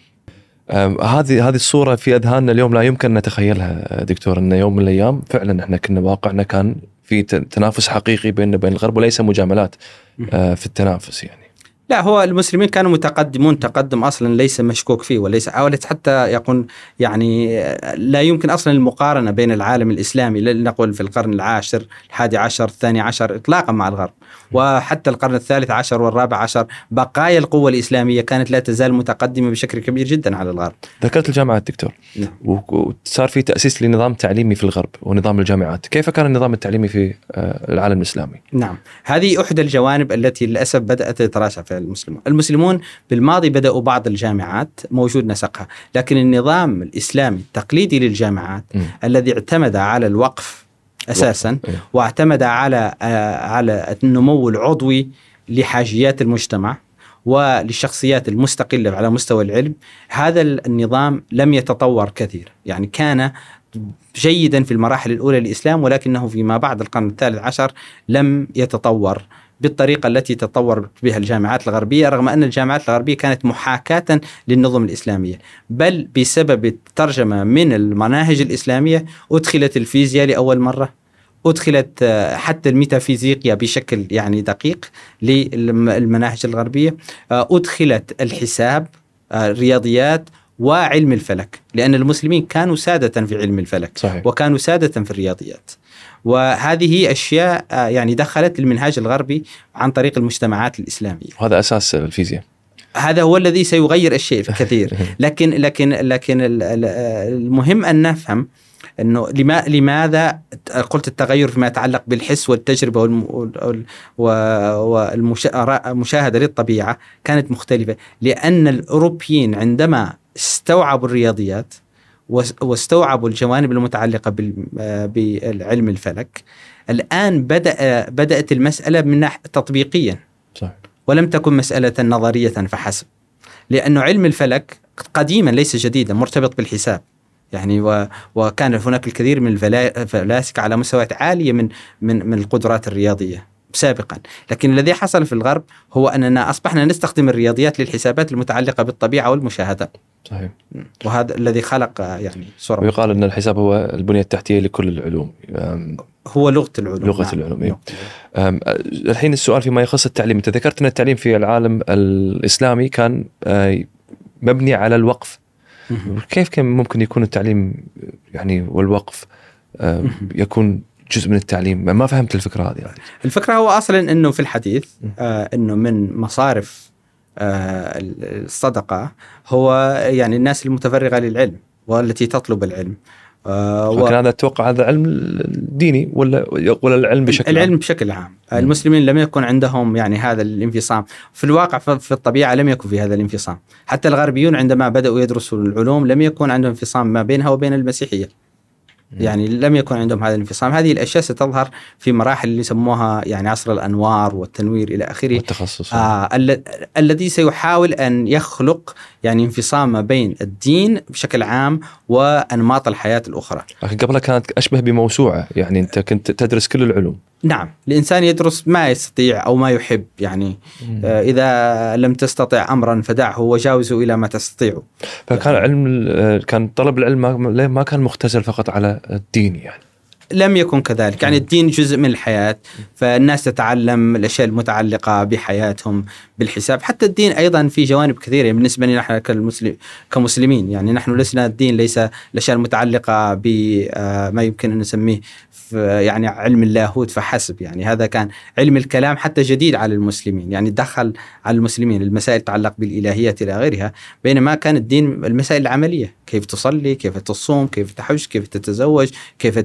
هذه هذه الصورة في أذهاننا اليوم لا يمكن نتخيلها دكتور، أن يوم من الأيام فعلا إحنا كنا واقعنا كان في تنافس حقيقي بين بين الغرب وليس مجاملات في التنافس يعني. لا، هو المسلمين كانوا متقدمون تقدم أصلا ليس مشكوك فيه، وليس حاولت حتى يكون يعني لا يمكن أصلا المقارنة بين العالم الإسلامي لنقول في القرن العاشر الحادي عشر الثاني عشر إطلاقا مع الغرب، وحتى القرن الثالث عشر والرابع عشر بقايا القوة الإسلامية كانت لا تزال متقدمة بشكل كبير جدا على الغرب. ذكرت الجامعات دكتور، نعم. وصار في تأسيس لنظام تعليمي في الغرب ونظام الجامعات، كيف كان النظام التعليمي في العالم الإسلامي؟ نعم، هذه أحد الجوانب التي للأسف بدأت تتراشح في المسلمون. المسلمون بالماضي بدأوا بعض الجامعات موجود نسقها، لكن النظام الإسلامي التقليدي للجامعات م. الذي اعتمد على الوقف أساسا م. واعتمد على على النمو العضوي لحاجيات المجتمع وللشخصيات المستقلة على مستوى العلم، هذا النظام لم يتطور كثير، يعني كان جيدا في المراحل الأولى للإسلام، ولكنه فيما بعد القرن الثالث عشر لم يتطور بالطريقة التي تطورت بها الجامعات الغربية، رغم أن الجامعات الغربية كانت محاكاة للنظم الإسلامية، بل بسبب الترجمة من المناهج الإسلامية أدخلت الفيزياء لأول مرة، أدخلت حتى الميتافيزيقيا بشكل يعني دقيق للمناهج الغربية، أدخلت الحساب، الرياضيات وعلم الفلك، لأن المسلمين كانوا سادة في علم الفلك صحيح. وكانوا سادة في الرياضيات، وهذه أشياء يعني دخلت المنهاج الغربي عن طريق المجتمعات الإسلامية. وهذا أساس الفيزياء، هذا هو الذي سيغير الشيء كثير. لكن لكن لكن المهم أن نفهم أنه لماذا قلت التغير فيما يتعلق بالحس والتجربة والمشاهدة للطبيعة كانت مختلفة، لأن الأوروبيين عندما استوعبوا الرياضيات واستوعبوا الجوانب المتعلقة بالعلم الفلك، الآن بدأ بدأت المسألة من ناحية تطبيقيا صح. ولم تكن مسألة نظرية فحسب، لأنه علم الفلك قديما ليس جديدا مرتبط بالحساب يعني، و... وكان هناك الكثير من الفلاسفة على مستويات عالية من من من القدرات الرياضية سابقا، لكن الذي حصل في الغرب هو أننا أصبحنا نستخدم الرياضيات للحسابات المتعلقة بالطبيعة والمشاهدة. صحيح. وهذا الذي خلق يعني صورة. ويقال أن الحساب هو البنية التحتية لكل العلوم، هو لغة العلوم. لغة نعم. العلوم. إيه. الحين السؤال فيما يخص التعليم، أنت ذكرت أن التعليم في العالم الإسلامي كان مبني على الوقف. كيف كان ممكن يكون التعليم يعني والوقف يكون جزء من التعليم؟ ما فهمت الفكرة هذه يعني. الفكرة هو أصلا أنه في الحديث آه أنه من مصارف آه الصدقة هو يعني الناس المتفرغة للعلم والتي تطلب العلم. آه و... هذا أتوقع هذا علم الديني ولا ولا العلم بشكل العلم عام؟ بشكل عام. المسلمين لم يكن عندهم يعني هذا الانفصام في الواقع، في الطبيعة لم يكن في هذا الانفصام. حتى الغربيون عندما بدأوا يدرسوا العلوم لم يكن عندهم انفصام ما بينها وبين المسيحية، يعني لم يكن عندهم هذا الانفصام. هذه الأشياء ستظهر في مراحل اللي يسموها يعني عصر الأنوار والتنوير إلى آخره، التخصص آه ال- الذي سيحاول أن يخلق يعني انفصام ما بين الدين بشكل عام وأنماط الحياة الأخرى. لكن قبلها كانت أشبه بموسوعة، يعني أنت كنت تدرس كل العلوم. نعم، الإنسان يدرس ما يستطيع أو ما يحب يعني. آه إذا لم تستطع أمرا فدعه وجاوزه إلى ما تستطيع. فكان يعني علم كان طلب العلم ما كان مختزل فقط على الدين يعني. لم يكن كذلك، يعني الدين جزء من الحياة، فالناس تتعلم الأشياء المتعلقة بحياتهم بالحساب. حتى الدين أيضا في جوانب كثيرة بالنسبة لنا نحن كمسلم كمسلمين، يعني نحن لسنا الدين ليس الأشياء المتعلقة بما يمكن أن نسميه يعني علم اللاهوت فحسب، يعني هذا كان علم الكلام حتى جديد على المسلمين، يعني دخل على المسلمين المسائل تتعلق بالإلهيات إلى غيرها، بينما كان الدين المسائل العملية، كيف تصلي، كيف تصوم، كيف تحج، كيف تتزوج، كيف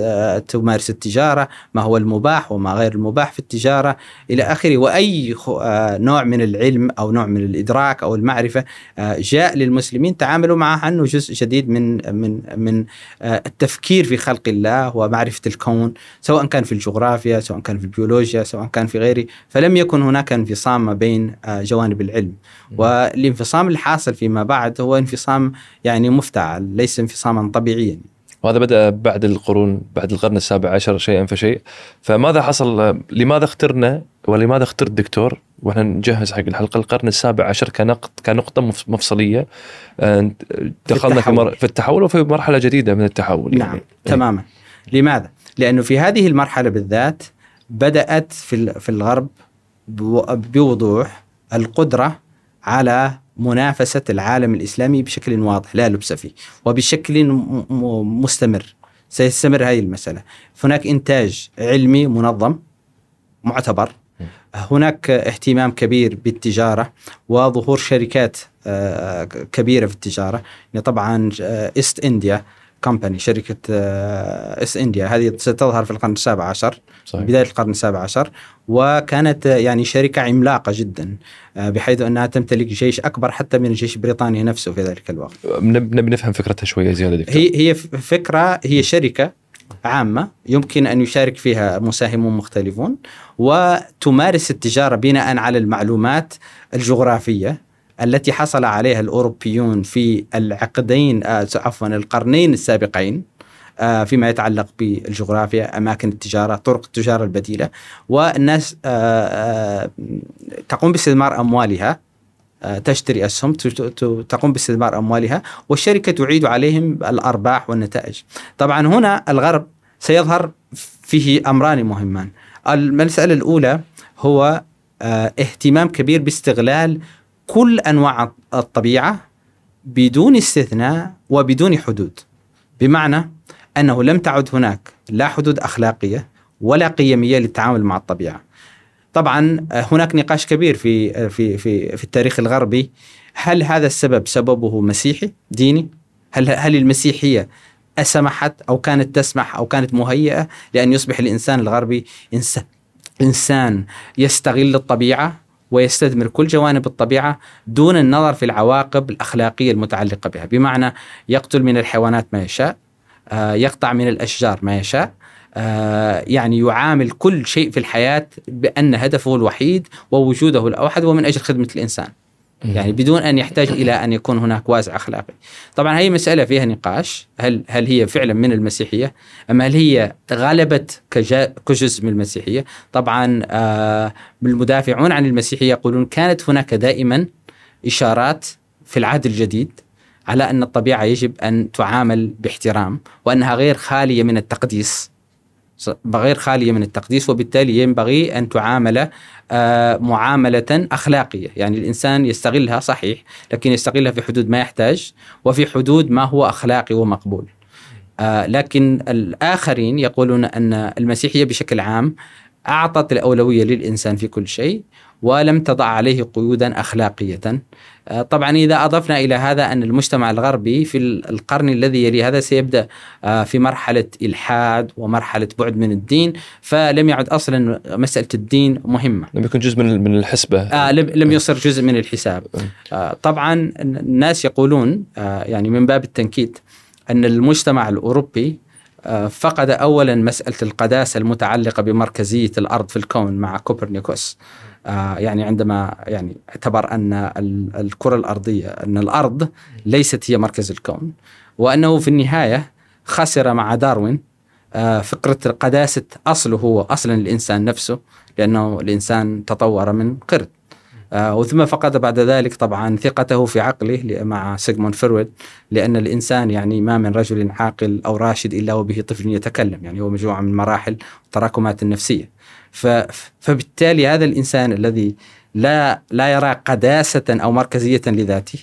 تمارس التجارة، ما هو المباح وما غير المباح في التجارة إلى آخره. وأي نوع من العلم أو نوع من الإدراك أو المعرفة جاء للمسلمين تعاملوا معه أنه جزء جديد من من من التفكير في خلق الله ومعرفة الكون، سواء كان في الجغرافيا، سواء كان في البيولوجيا، سواء كان في غيره. فلم يكن هناك انفصام ما بين جوانب العلم، والانفصام الحاصل فيما بعد هو انفصام يعني مفتعل، ليس انفصاما طبيعيا. وهذا بدأ بعد القرون، بعد القرن السابع عشر شيئا فشيء. فماذا حصل؟ لماذا اخترنا ولماذا اخترت الدكتور واحنا نجهز حق الحلقة القرن السابع عشر كنقط كنقطة مفصلية؟ دخلنا في, مر... في التحول وفي مرحلة جديدة من التحول. نعم يعني. تماما. لماذا؟ لأنه في هذه المرحلة بالذات بدأت في في الغرب بوضوح القدرة على منافسة العالم الإسلامي بشكل واضح لا لبس فيه وبشكل مستمر. سيستمر هذه المسألة. هناك إنتاج علمي منظم معتبر، هناك اهتمام كبير بالتجارة وظهور شركات كبيرة في التجارة. يعني طبعا إيست إنديا كومباني، شركة إيست إنديا هذه ستظهر في القرن السابع عشر، صحيح. بداية القرن السابع عشر، وكانت يعني شركة عملاقة جدا بحيث أنها تمتلك جيش أكبر حتى من الجيش البريطاني نفسه في ذلك الوقت. نبي نفهم فكرتها شوية زيادة دكتور. هي هي فكرة، هي شركة عامة يمكن أن يشارك فيها مساهمون مختلفون، وتمارس التجارة بناء على المعلومات الجغرافية التي حصل عليها الأوروبيون في العقدين آه عفوا القرنين السابقين آه فيما يتعلق بالجغرافيا، أماكن التجارة، طرق التجارة البديلة. والناس آه آه تقوم باستثمار أموالها، آه تشتري أسهم، تقوم باستثمار أموالها، والشركة تعيد عليهم الأرباح والنتائج. طبعا هنا الغرب سيظهر فيه أمران مهمان. المسألة الأولى هو آه اهتمام كبير باستغلال كل أنواع الطبيعة بدون استثناء وبدون حدود، بمعنى أنه لم تعد هناك لا حدود أخلاقية ولا قيمية للتعامل مع الطبيعة. طبعا هناك نقاش كبير في في في في التاريخ الغربي، هل هذا السبب سببه مسيحي ديني؟ هل هل المسيحية أسمحت أو كانت تسمح أو كانت مهيئة لأن يصبح الإنسان الغربي إنسان إنسان يستغل الطبيعة ويستثمر كل جوانب الطبيعة دون النظر في العواقب الأخلاقية المتعلقة بها، بمعنى يقتل من الحيوانات ما يشاء، يقطع من الأشجار ما يشاء، يعني يعامل كل شيء في الحياة بأن هدفه الوحيد ووجوده الأوحد ومن أجل خدمة الإنسان، يعني بدون أن يحتاج إلى أن يكون هناك وازع أخلاقي. طبعا هي مسألة فيها نقاش، هل هل هي فعلا من المسيحية أم هل هي غلبت كجزء من المسيحية؟ طبعا آه المدافعون عن المسيحية يقولون كانت هناك دائما إشارات في العهد الجديد على أن الطبيعة يجب أن تعامل باحترام، وأنها غير خالية من التقديس غير خالية من التقديس وبالتالي ينبغي أن تعامل آه معاملة أخلاقية. يعني الإنسان يستغلها صحيح، لكن يستغلها في حدود ما يحتاج وفي حدود ما هو أخلاقي ومقبول. آه لكن الآخرين يقولون أن المسيحية بشكل عام أعطت الأولوية للإنسان في كل شيء ولم تضع عليه قيودا أخلاقية. آه طبعا إذا أضفنا إلى هذا أن المجتمع الغربي في القرن الذي يلي هذا سيبدأ آه في مرحلة إلحاد ومرحلة بعد من الدين، فلم يعد أصلا مسألة الدين مهمة، لم يكن جزء من من الحسبة، آه لم يصير جزء من الحساب. آه طبعا الناس يقولون آه يعني من باب التنكيد أن المجتمع الأوروبي فقد أولا مسألة القداسة المتعلقة بمركزية الأرض في الكون مع كوبرنيكوس. آه يعني عندما يعني اعتبر أن الكرة الأرضية أن الأرض ليست هي مركز الكون، وأنه في النهاية خسر مع داروين آه فكرة قداسة أصله هو أصلا الإنسان نفسه، لأنه الإنسان تطور من قرد. آه وثم فقد بعد ذلك طبعا ثقته في عقله مع سيغموند فرويد، لأن الإنسان يعني ما من رجل عاقل أو راشد إلا وبه طفل يتكلم، يعني هو مجموعة من مراحل وتراكمات النفسية. فبالتالي هذا الإنسان الذي لا لا يرى قداسة أو مركزية لذاته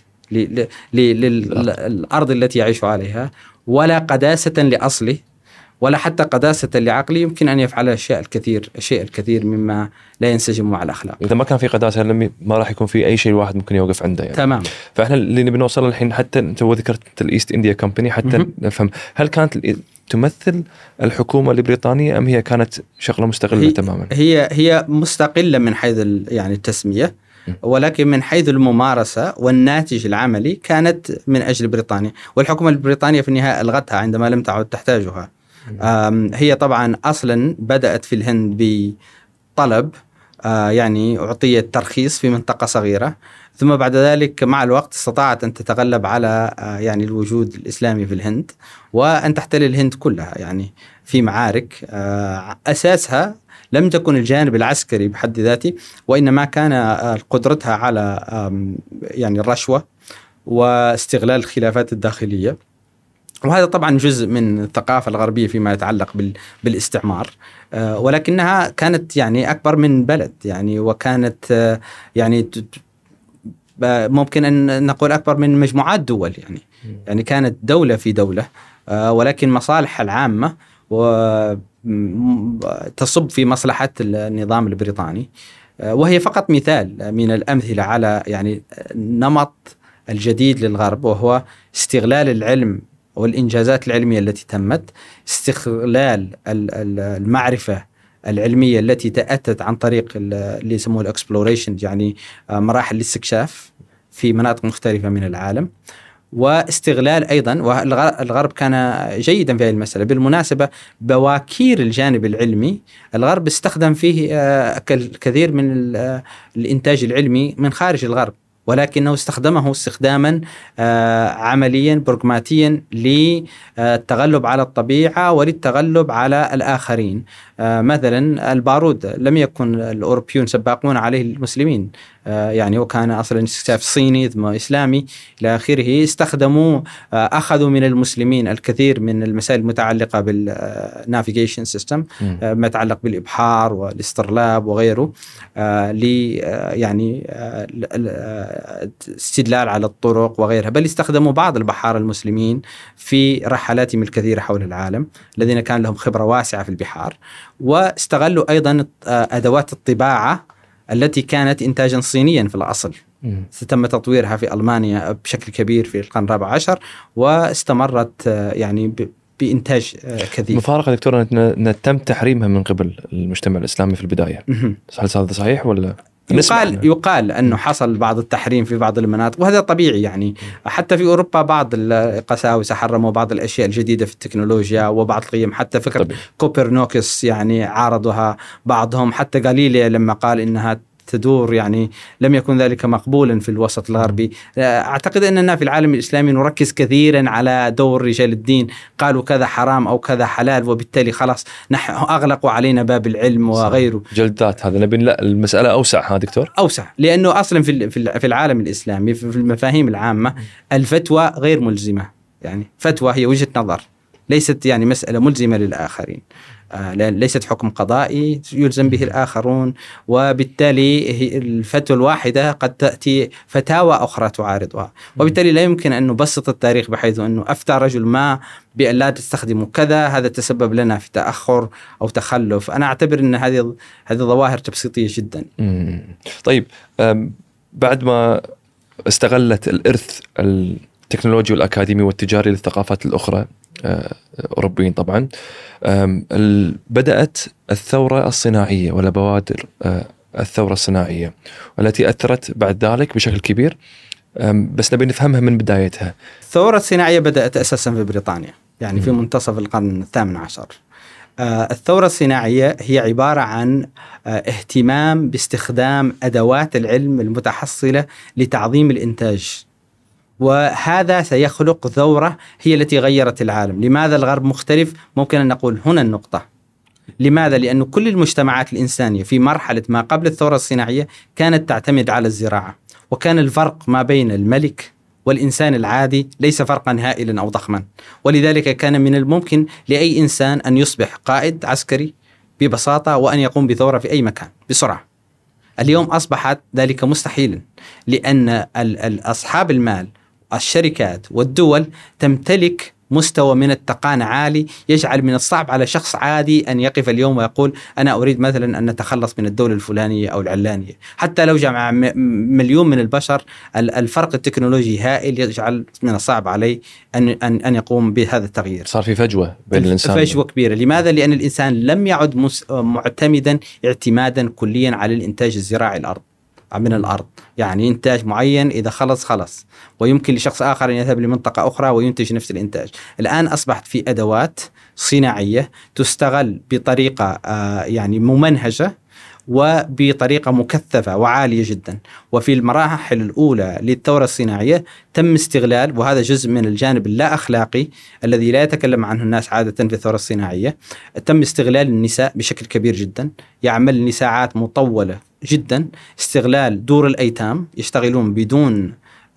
للأرض التي يعيش عليها، ولا قداسة لأصله، ولا حتى قداسة لعقله، يمكن أن يفعل الأشياء الكثير الشيء الكثير مما لا ينسجم مع الأخلاق. إذا ما كان في قداسة لم ما راح يكون في أي شيء الواحد ممكن يوقف عنده يعني. تمام. فإحنا اللي نبي نوصل الحين، حتى أنت ذكرت الإيست إنديا كومباني، حتى م- نفهم هل كانت تمثل الحكومة البريطانية أم هي كانت شغلة مستقلة هي تماما؟ هي هي مستقلة من حيث يعني التسمية، ولكن من حيث الممارسة والناتج العملي كانت من أجل بريطانيا، والحكومة البريطانية في النهاية ألغتها عندما لم تعد تحتاجها. هي طبعا أصلا بدأت في الهند بطلب يعني أعطيت ترخيص في منطقة صغيرة، ثم بعد ذلك مع الوقت استطاعت أن تتغلب على يعني الوجود الإسلامي في الهند وأن تحتل الهند كلها يعني في معارك أساسها لم تكن الجانب العسكري بحد ذاته، وإنما كان قدرتها على يعني الرشوة واستغلال الخلافات الداخلية وهذا طبعا جزء من الثقافة الغربية فيما يتعلق بالاستعمار، ولكنها كانت يعني أكبر من بلد يعني، وكانت يعني ممكن أن نقول أكبر من مجموعات دول يعني. يعني كانت دولة في دولة، ولكن مصالح العامة وتصب في مصلحة النظام البريطاني. وهي فقط مثال من الأمثلة على يعني نمط الجديد للغرب، وهو استغلال العلم والإنجازات العلمية التي تمت، استغلال المعرفة العلمية التي تأتت عن طريق اللي يسموه الإكسبلوريشن، يعني مراحل الاستكشاف في مناطق مختلفة من العالم، واستغلال أيضا، والغرب كان جيدا في هذه المسألة. بالمناسبة بواكير الجانب العلمي الغرب استخدم فيه الكثير من الإنتاج العلمي من خارج الغرب، ولكنه استخدمه استخداما عمليا براغماتيا للتغلب على الطبيعة وللتغلب على الآخرين. مثلا البارود لم يكن الأوروبيون سباقون عليه المسلمين يعني، وكان أصلا استكشاف صيني ثم إسلامي إلى آخره. استخدموا أخذوا من المسلمين الكثير من المسائل المتعلقة بالنافيجيشن سيستم، ما يتعلق بالإبحار والاسترلاب وغيره، لي يعني استدلال على الطرق وغيرها. بل استخدموا بعض البحار المسلمين في رحلاتهم الكثيرة حول العالم الذين كان لهم خبرة واسعة في البحار، واستغلوا أيضا أدوات الطباعة التي كانت إنتاجا صينيا في الأصل. تم تطويرها في ألمانيا بشكل كبير في القرن الرابع عشر، واستمرت يعني بإنتاج كثير. مفارقة دكتور أن تم تحريمها من قبل المجتمع الإسلامي في البداية، هل هذا صحيح ولا؟ يقال يقال أنه حصل بعض التحريم في بعض المناطق، وهذا طبيعي يعني. حتى في أوروبا بعض القساوسة حرموا بعض الأشياء الجديدة في التكنولوجيا وبعض القيم، حتى فكرة طبيعي. كوبرنيكوس يعني عارضها بعضهم، حتى غاليليو لما قال إنها تدور يعني لم يكن ذلك مقبولا في الوسط الغربي. أعتقد أننا في العالم الإسلامي نركز كثيرا على دور رجال الدين، قالوا كذا حرام أو كذا حلال، وبالتالي خلاص نحن أغلقوا علينا باب العلم وغيره. جلدات هذا نبي، لا المسألة أوسع. ها دكتور أوسع، لأنه أصلا في في العالم الإسلامي في المفاهيم العامة الفتوى غير ملزمة، يعني فتوى هي وجهة نظر، ليست يعني مسألة ملزمة للآخرين، ليست حكم قضائي يلزم به الآخرون، وبالتالي الفتوى الواحدة قد تأتي فتاوى أخرى تعارضها، وبالتالي لا يمكن أن نبسط التاريخ بحيث أنه أفتى رجل ما بأن لا تستخدموا كذا، هذا تسبب لنا في تأخر أو تخلف. أنا أعتبر أن هذه هذه ظواهر تبسيطية جدا. طيب بعد ما استغلت الإرث التكنولوجي والأكاديمي والتجاري للثقافات الأخرى أوروبيين طبعا، بدأت الثورة الصناعية ولا بوادر الثورة الصناعية والتي أثرت بعد ذلك بشكل كبير، بس نبي نفهمها من بدايتها. الثورة الصناعية بدأت أساسا في بريطانيا يعني في منتصف القرن الثامن عشر. الثورة الصناعية هي عبارة عن اهتمام باستخدام أدوات العلم المتحصلة لتعظيم الإنتاج، وهذا سيخلق ثورة هي التي غيرت العالم. لماذا الغرب مختلف؟ ممكن أن نقول هنا النقطة. لماذا؟ لأن كل المجتمعات الإنسانية في مرحلة ما قبل الثورة الصناعية كانت تعتمد على الزراعة، وكان الفرق ما بين الملك والإنسان العادي ليس فرقا هائلا أو ضخما، ولذلك كان من الممكن لأي إنسان أن يصبح قائد عسكري ببساطة وأن يقوم بثورة في أي مكان بسرعة. اليوم أصبحت ذلك مستحيلا، لأن أصحاب المال الشركات والدول تمتلك مستوى من التقان عالي يجعل من الصعب على شخص عادي أن يقف اليوم ويقول أنا أريد مثلا أن نتخلص من الدولة الفلانية أو العلانية. حتى لو جمع مليون من البشر الفرق التكنولوجي هائل يجعل من الصعب عليه أن أن أن يقوم بهذا التغيير. صار في فجوة بين الإنسان، فجوة كبيرة. لماذا؟ لأن الإنسان لم يعد معتمدا اعتمادا كليا على الإنتاج الزراعي الأرض من الأرض، يعني إنتاج معين إذا خلص خلص، ويمكن لشخص آخر أن يذهب لمنطقة أخرى وينتج نفس الإنتاج. الآن أصبحت في أدوات صناعية تستغل بطريقة يعني ممنهجة وبطريقة مكثفة وعالية جدا. وفي المراحل الأولى للثورة الصناعية تم استغلال، وهذا جزء من الجانب اللا أخلاقي الذي لا يتكلم عنه الناس عادة في الثورة الصناعية، تم استغلال النساء بشكل كبير جدا، يعمل ساعات مطولة جدا، استغلال دور الأيتام يشتغلون بدون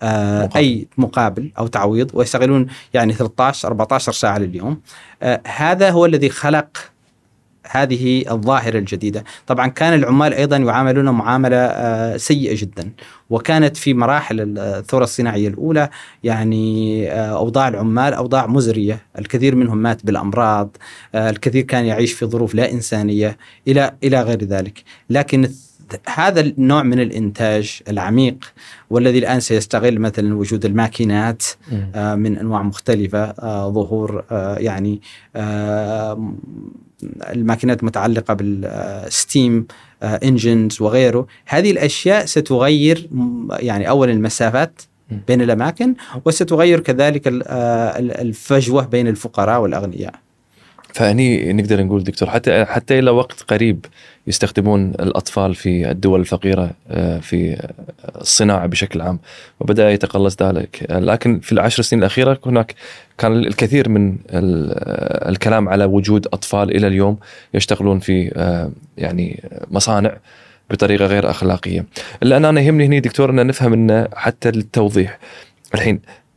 آه أي مقابل أو تعويض، ويشتغلون يعني ثلاثة عشر أربعة عشر ساعة لليوم. آه هذا هو الذي خلق هذه الظاهرة الجديدة. طبعا كان العمال أيضا يعاملون معاملة آه سيئة جدا، وكانت في مراحل الثورة الصناعية الأولى يعني آه أوضاع العمال أوضاع مزرية، الكثير منهم مات بالأمراض، آه الكثير كان يعيش في ظروف لا إنسانية إلى إلى غير ذلك. لكن هذا النوع من الإنتاج العميق والذي الآن سيستغل مثلا وجود الماكينات آه من أنواع مختلفة، آه ظهور آه يعني آه الماكينات متعلقة بالستيم انجنز وغيره، هذه الأشياء ستغير يعني أولا المسافات بين الأماكن، وستغير كذلك الفجوة بين الفقراء والأغنياء. فهني نقدر نقول دكتور حتى حتى إلى وقت قريب يستخدمون الأطفال في الدول الفقيرة في الصناعة بشكل عام، وبدأ يتقلص ذلك. لكن في العشر سنين الأخيرة هناك كان الكثير من الكلام على وجود أطفال إلى اليوم يشتغلون في يعني مصانع بطريقة غير أخلاقية. اللي أنا يهمني هنا دكتور أن نفهم أن حتى للتوضيح الحين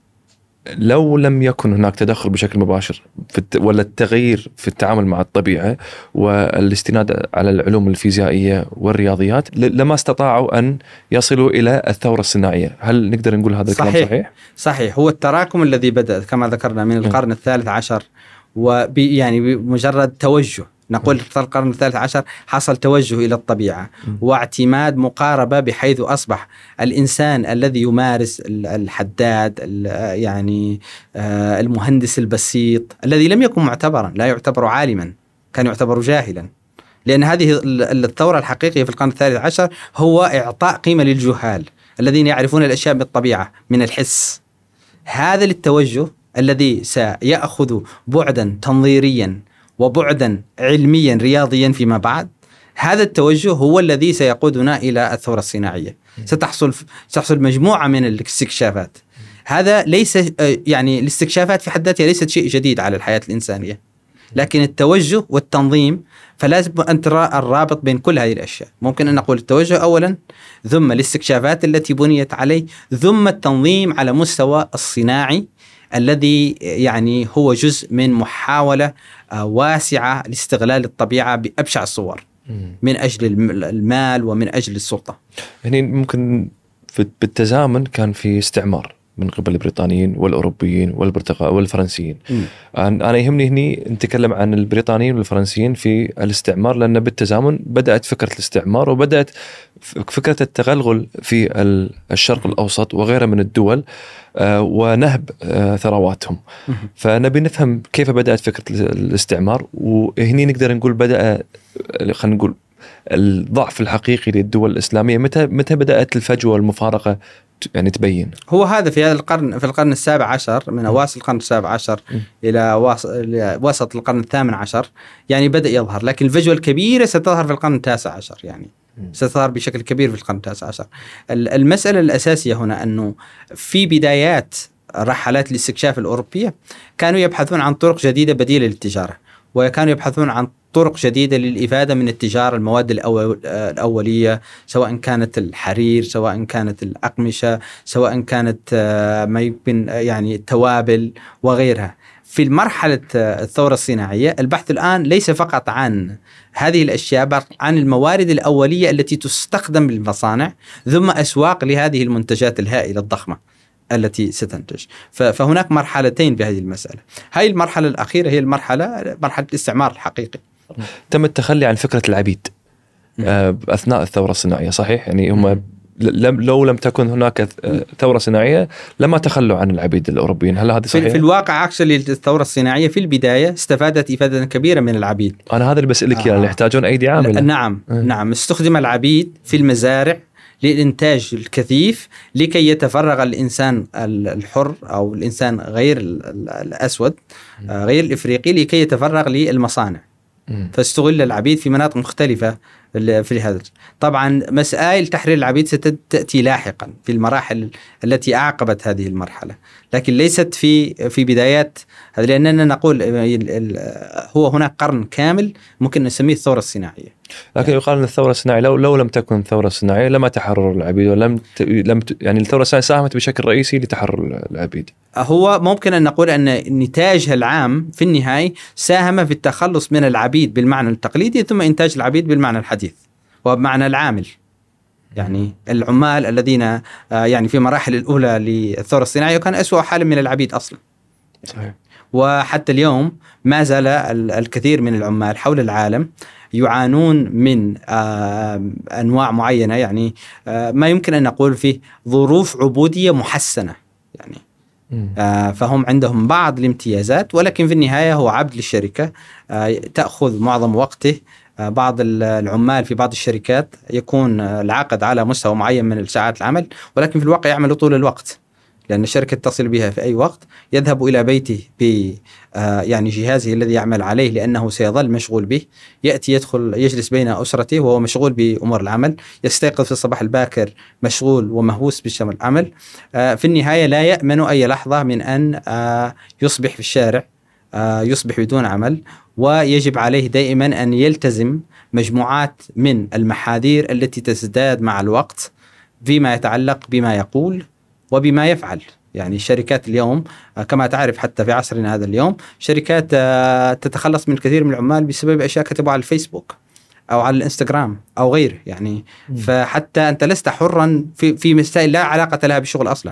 لو لم يكن هناك تدخل بشكل مباشر في الت... ولا التغيير في التعامل مع الطبيعة والاستناد على العلوم الفيزيائية والرياضيات ل... لما استطاعوا أن يصلوا إلى الثورة الصناعية. هل نقدر نقول هذا الكلام صحيح؟ صحيح؟ صحيح. هو التراكم الذي بدأ كما ذكرنا من القرن الثالث عشر، وبي يعني بمجرد توجه نقول في القرن الثالث عشر حصل توجه إلى الطبيعة واعتماد مقاربة، بحيث أصبح الإنسان الذي يمارس الحداد يعني المهندس البسيط الذي لم يكن معتبرا، لا يعتبر عالما، كان يعتبر جاهلا، لأن هذه الثورة الحقيقية في القرن الثالث عشر هو إعطاء قيمة للجهال الذين يعرفون الأشياء بالطبيعة من الحس. هذا التوجه الذي سيأخذ بعدا تنظيريا وبعدا علميا رياضيا فيما بعد، هذا التوجه هو الذي سيقودنا إلى الثورة الصناعية. ستحصل ستحصل مجموعة من الاستكشافات. هذا ليس يعني الاستكشافات في حد ذاتها ليست شيء جديد على الحياة الإنسانية، لكن التوجه والتنظيم فلازم أن ترى الرابط بين كل هذه الأشياء. ممكن أن نقول التوجه أولا، ثم الاستكشافات التي بنيت عليه، ثم التنظيم على مستوى الصناعي الذي يعني هو جزء من محاولة واسعة لاستغلال الطبيعة بأبشع الصور من أجل المال ومن أجل السلطة. يعني ممكن بالتزامن كان في استعمار من قبل البريطانيين والأوروبيين والبرتغال والفرنسيين. م. أنا يهمني هني نتكلم عن البريطانيين والفرنسيين في الاستعمار، لأن بالتزامن بدأت فكرة الاستعمار وبدأت فكرة التغلغل في الشرق الأوسط وغيره من الدول ونهب ثرواتهم. م. فنبي نفهم كيف بدأت فكرة الاستعمار، وهني نقدر نقول بدأ خلينا نقول الضعف الحقيقي للدول الإسلامية. متى متى بدأت الفجوة والمفارقة يعني تبين؟ هو هذا في هذا القرن، في القرن السابع عشر، من أواسط القرن السابع عشر م. إلى وسط القرن الثامن عشر يعني بدأ يظهر، لكن الفجوة الكبيرة ستظهر في القرن التاسع عشر، يعني م. ستظهر بشكل كبير في القرن التاسع عشر. المسألة الأساسية هنا أنه في بدايات رحلات الاستكشاف الأوروبية كانوا يبحثون عن طرق جديدة بديلة للتجارة، وكانوا يبحثون عن طرق جديدة للإفادة من التجارة، المواد الأول الأولية، سواء كانت الحرير، سواء كانت الأقمشة، سواء كانت ما يمكن يعني التوابل وغيرها. في المرحلة الثورة الصناعية البحث الآن ليس فقط عن هذه الأشياء، بل عن الموارد الأولية التي تستخدم بالمصانع، ثم أسواق لهذه المنتجات الهائلة الضخمة التي ستنتج. فهناك مرحلتين في هذه المسألة. هذه المرحلة الأخيرة هي المرحلة مرحلة الاستعمار الحقيقي. تم التخلي عن فكرة العبيد أثناء الثورة الصناعية، صحيح؟ يعني هم لو لم تكن هناك ثورة صناعية لما تخلوا عن العبيد الأوروبيين. هل هذا صحيح؟ في الواقع أكشلي الثورة الصناعية في البداية استفادت إفادة كبيرة من العبيد. أنا هذا اللي بسألك يعني آه. يحتاجون أيدي عاملة. نعم آه. نعم استخدم العبيد في المزارع للإنتاج الكثيف لكي يتفرغ الإنسان الحر أو الإنسان غير الأسود غير الإفريقي لكي يتفرغ للمصانع. فاستغل العبيد في مناطق مختلفة في هذا. طبعا مسائل تحرير العبيد ستأتي لاحقا في المراحل التي أعقبت هذه المرحلة، لكن ليست في في بدايات هذا، لأننا نقول هو هناك قرن كامل ممكن نسميه الثورة الصناعية. لكن يقال أن الثورة الصناعية لو لو لم تكن الثورة الصناعية لما تحرر العبيد، ولم ت... لم ت... يعني الثورة الصناعية ساهمت بشكل رئيسي لتحرر العبيد. هو ممكن أن نقول أن نتاجها العام في النهاية ساهم في التخلص من العبيد بالمعنى التقليدي، ثم إنتاج العبيد بالمعنى الحديث وبمعنى العامل، يعني العمال الذين يعني في مراحل الأولى للثورة الصناعية كان أسوأ حال من العبيد أصلا. صحيح. وحتى اليوم ما زال الكثير من العمال حول العالم يعانون من أنواع معينة، يعني ما يمكن أن نقول فيه ظروف عبودية محسنة، يعني فهم عندهم بعض الامتيازات، ولكن في النهاية هو عبد للشركة، تأخذ معظم وقته. بعض العمال في بعض الشركات يكون العقد على مستوى معين من ساعات العمل، ولكن في الواقع يعمل طول الوقت، لأن الشركة تتصل بها في أي وقت، يذهب إلى بيته ب يعني جهازه الذي يعمل عليه لأنه سيظل مشغول به، يأتي يدخل يجلس بين أسرته وهو مشغول بأمور العمل، يستيقظ في الصباح الباكر مشغول ومهووس بشغل العمل. في النهاية لا يأمن أي لحظة من أن يصبح في الشارع، يصبح بدون عمل، ويجب عليه دائما أن يلتزم مجموعات من المحاذير التي تزداد مع الوقت فيما يتعلق بما يقول وبما يفعل. يعني الشركات اليوم كما تعرف حتى في عصرنا هذا اليوم شركات تتخلص من الكثير من العمال بسبب أشياء كتبوا على الفيسبوك أو على الإنستغرام أو غيره، يعني م. فحتى أنت لست حرا في في مسائل لا علاقة لها بالشغل أصلا.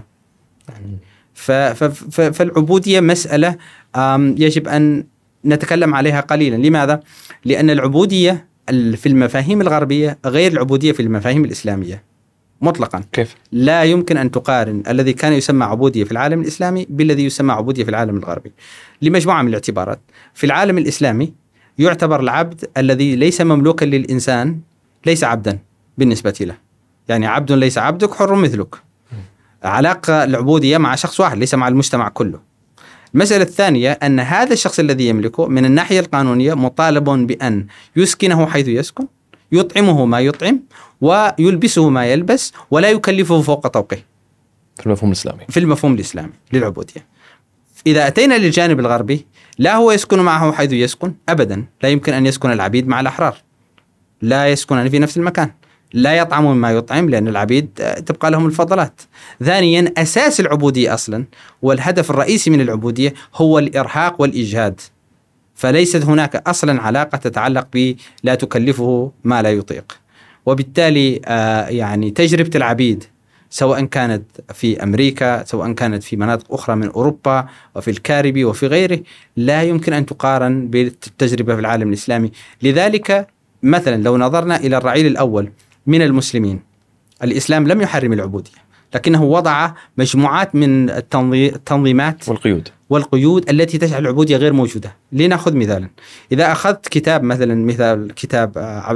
فالعبودية مسألة يجب أن نتكلم عليها قليلا. لماذا؟ لأن العبودية في المفاهيم الغربية غير العبودية في المفاهيم الإسلامية مطلقا. كيف؟ لا يمكن أن تقارن الذي كان يسمى عبودية في العالم الإسلامي بالذي يسمى عبودية في العالم الغربي لمجموعة من الاعتبارات. في العالم الإسلامي يعتبر العبد الذي ليس مملوكا للإنسان ليس عبدا بالنسبة له، يعني عبد ليس عبدك حر مثلك. علاقة العبودية مع شخص واحد ليس مع المجتمع كله. المسألة الثانية أن هذا الشخص الذي يملكه من الناحية القانونية مطالب بأن يسكنه حيث يسكن، يطعمه ما يطعم، ويلبسه ما يلبس، ولا يكلفه فوق طوقه في المفهوم الإسلامي. في المفهوم الإسلامي للعبودية. إذا أتينا للجانب الغربي لا هو يسكن معه حيث يسكن أبدا، لا يمكن أن يسكن العبيد مع الأحرار، لا يسكنان في نفس المكان، لا يطعمون ما يطعم لأن العبيد تبقى لهم الفضلات. ثانيا أساس العبودية أصلا والهدف الرئيسي من العبودية هو الإرهاق والإجهاد، فليست هناك أصلا علاقة تتعلق ب لا تكلفه ما لا يطيق. وبالتالي آه يعني تجربة العبيد سواء كانت في أمريكا سواء كانت في مناطق أخرى من أوروبا وفي الكاريبي وفي غيره لا يمكن أن تقارن بالتجربة في العالم الإسلامي. لذلك مثلا لو نظرنا إلى الرعيل الأول من المسلمين، الإسلام لم يحرم العبودية، لكنه وضع مجموعات من التنظيمات والقيود والقيود التي تجعل العبودية غير موجودة. لنأخذ مثالا، إذا أخذت كتاب مثلا مثال كتاب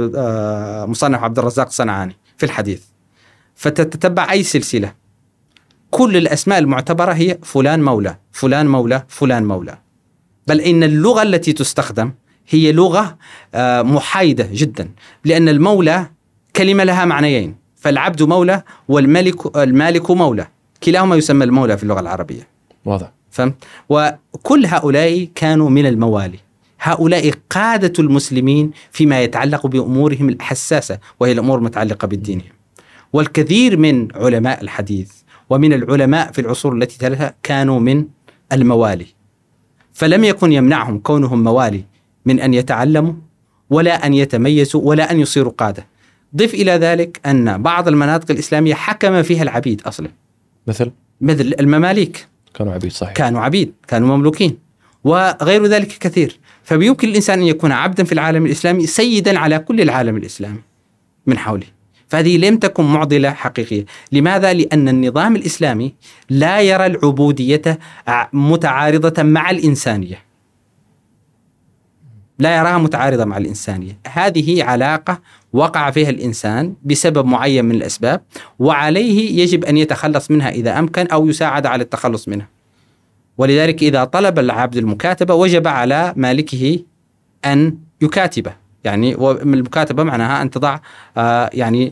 مصنف عبد الرزاق الصنعاني في الحديث، فتتتبع أي سلسلة كل الأسماء المعتبرة هي فلان مولى فلان مولى فلان مولى، بل إن اللغة التي تستخدم هي لغة محايدة جدا، لأن المولى كلمة لها معنيين، فالعبد مولى والملك المالك مولى، كلاهما يسمى المولى في اللغة العربية. واضح. فهمت؟ وكل هؤلاء كانوا من الموالي، هؤلاء قادة المسلمين فيما يتعلق بأمورهم الحساسة وهي الأمور المتعلقة بالدين. والكثير من علماء الحديث ومن العلماء في العصور التي تلتها كانوا من الموالي، فلم يكن يمنعهم كونهم موالي من أن يتعلموا ولا أن يتميزوا ولا أن يصيروا قادة. ضف إلى ذلك أن بعض المناطق الإسلامية حكم فيها العبيد أصلا، مثل مثل المماليك كانوا عبيد. صحيح، كانوا عبيد، كانوا مملوكين، وغير ذلك كثير. فبيمكن الإنسان أن يكون عبدا في العالم الإسلامي سيدا على كل العالم الإسلامي من حوله. فهذه لم تكن معضلة حقيقية. لماذا؟ لأن النظام الإسلامي لا يرى العبودية متعارضة مع الإنسانية، لا يراها متعارضة مع الإنسانية. هذه علاقة وقع فيها الإنسان بسبب معين من الأسباب، وعليه يجب أن يتخلص منها إذا أمكن أو يساعد على التخلص منها. ولذلك إذا طلب العبد المكاتبة وجب على مالكه أن يكاتبه يعني والمكاتبة معناها أن تضع آه يعني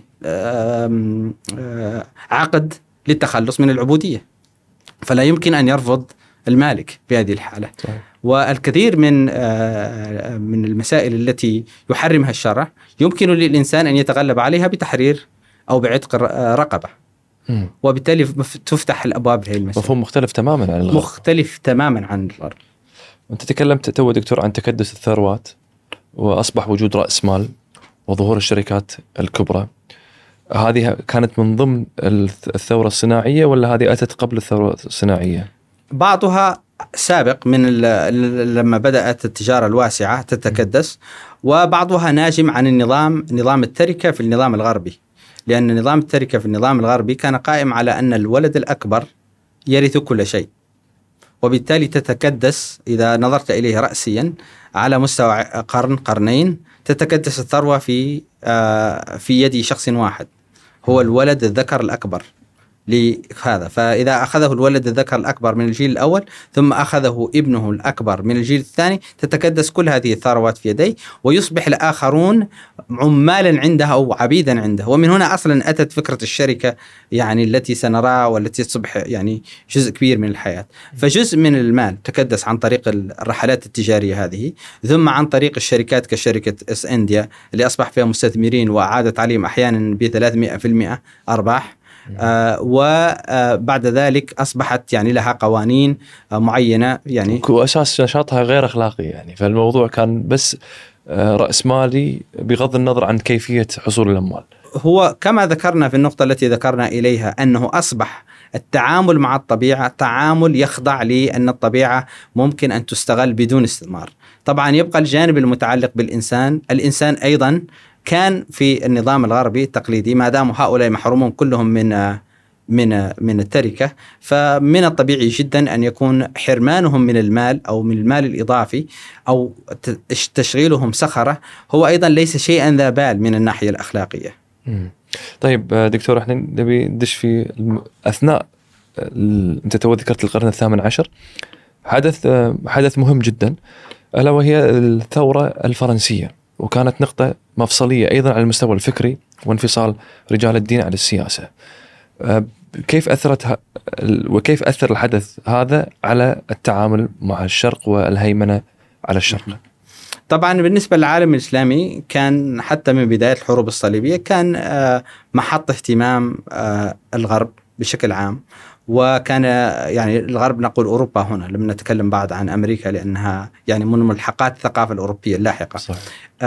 آه آه عقد للتخلص من العبودية، فلا يمكن أن يرفض المالك في هذه الحالة. صحيح. والكثير من آه من المسائل التي يحرمها الشرع يمكن للإنسان أن يتغلب عليها بتحرير أو بعتق رقبة، م. وبالتالي تفتح الأبواب لهذه المسائل. مفهوم مختلف تماما عن الغرب. مختلف تماما عن الغرب. أنت تكلمت تو دكتور عن تكدس الثروات، وأصبح وجود رأس مال وظهور الشركات الكبرى. هذه كانت من ضمن الثورة الصناعية ولا هذه أتت قبل الثورة الصناعية؟ بعضها سابق من لما بدأت التجارة الواسعة تتكدس، وبعضها ناجم عن النظام نظام التركة في النظام الغربي، لأن نظام التركة في النظام الغربي كان قائم على أن الولد الأكبر يرث كل شيء، وبالتالي تتكدس إذا نظرت إليه رأسيا على مستوى قرن قرنين، تتكدس الثروة في في يد شخص واحد هو الولد الذكر الأكبر لهذا. فإذا أخذه الولد الذكر الأكبر من الجيل الأول ثم أخذه ابنه الأكبر من الجيل الثاني، تتكدس كل هذه الثروات في يديه، ويصبح الآخرون عمالا عنده أو عبيدا عنده. ومن هنا أصلا أتت فكرة الشركة يعني التي سنراها والتي تصبح يعني جزء كبير من الحياة. فجزء من المال تكدس عن طريق الرحلات التجارية هذه، ثم عن طريق الشركات كشركة اس انديا اللي أصبح فيها مستثمرين وأعادت عليهم أحيانا ب ثلاثمائة بالمئة أرباح. آه وبعد ذلك أصبحت يعني لها قوانين آه معينة، يعني وأساس نشاطها غير أخلاقي يعني. فالموضوع كان بس آه رأس مالي بغض النظر عن كيفية حصول الأموال. هو كما ذكرنا في النقطة التي ذكرنا إليها أنه أصبح التعامل مع الطبيعة تعامل يخضع لأن الطبيعة ممكن أن تستغل بدون استثمار. طبعا يبقى الجانب المتعلق بالإنسان. الإنسان أيضا كان في النظام الغربي التقليدي ما دام هؤلاء محرومون كلهم من من من التركة، فمن الطبيعي جدا أن يكون حرمانهم من المال أو من المال الإضافي أو تشغيلهم سخرة هو أيضا ليس شيئا ذا بال من الناحية الأخلاقية. طيب دكتور، احنا نبي ندش في أثناء أنت تو ذكرت القرن الثامن عشر حدث حدث مهم جدا، ألا وهي الثورة الفرنسية، وكانت نقطة مفصلية أيضا على المستوى الفكري وانفصال رجال الدين عن السياسة. كيف أثرت وكيف أثر الحدث هذا على التعامل مع الشرق والهيمنة على الشرق؟ طبعا بالنسبة للعالم الإسلامي كان حتى من بداية الحروب الصليبية كان محط اهتمام الغرب بشكل عام، وكان يعني الغرب نقول أوروبا هنا لم نتكلم بعد عن أمريكا لأنها يعني من ملحقات الثقافة الأوروبية اللاحقة. صحيح.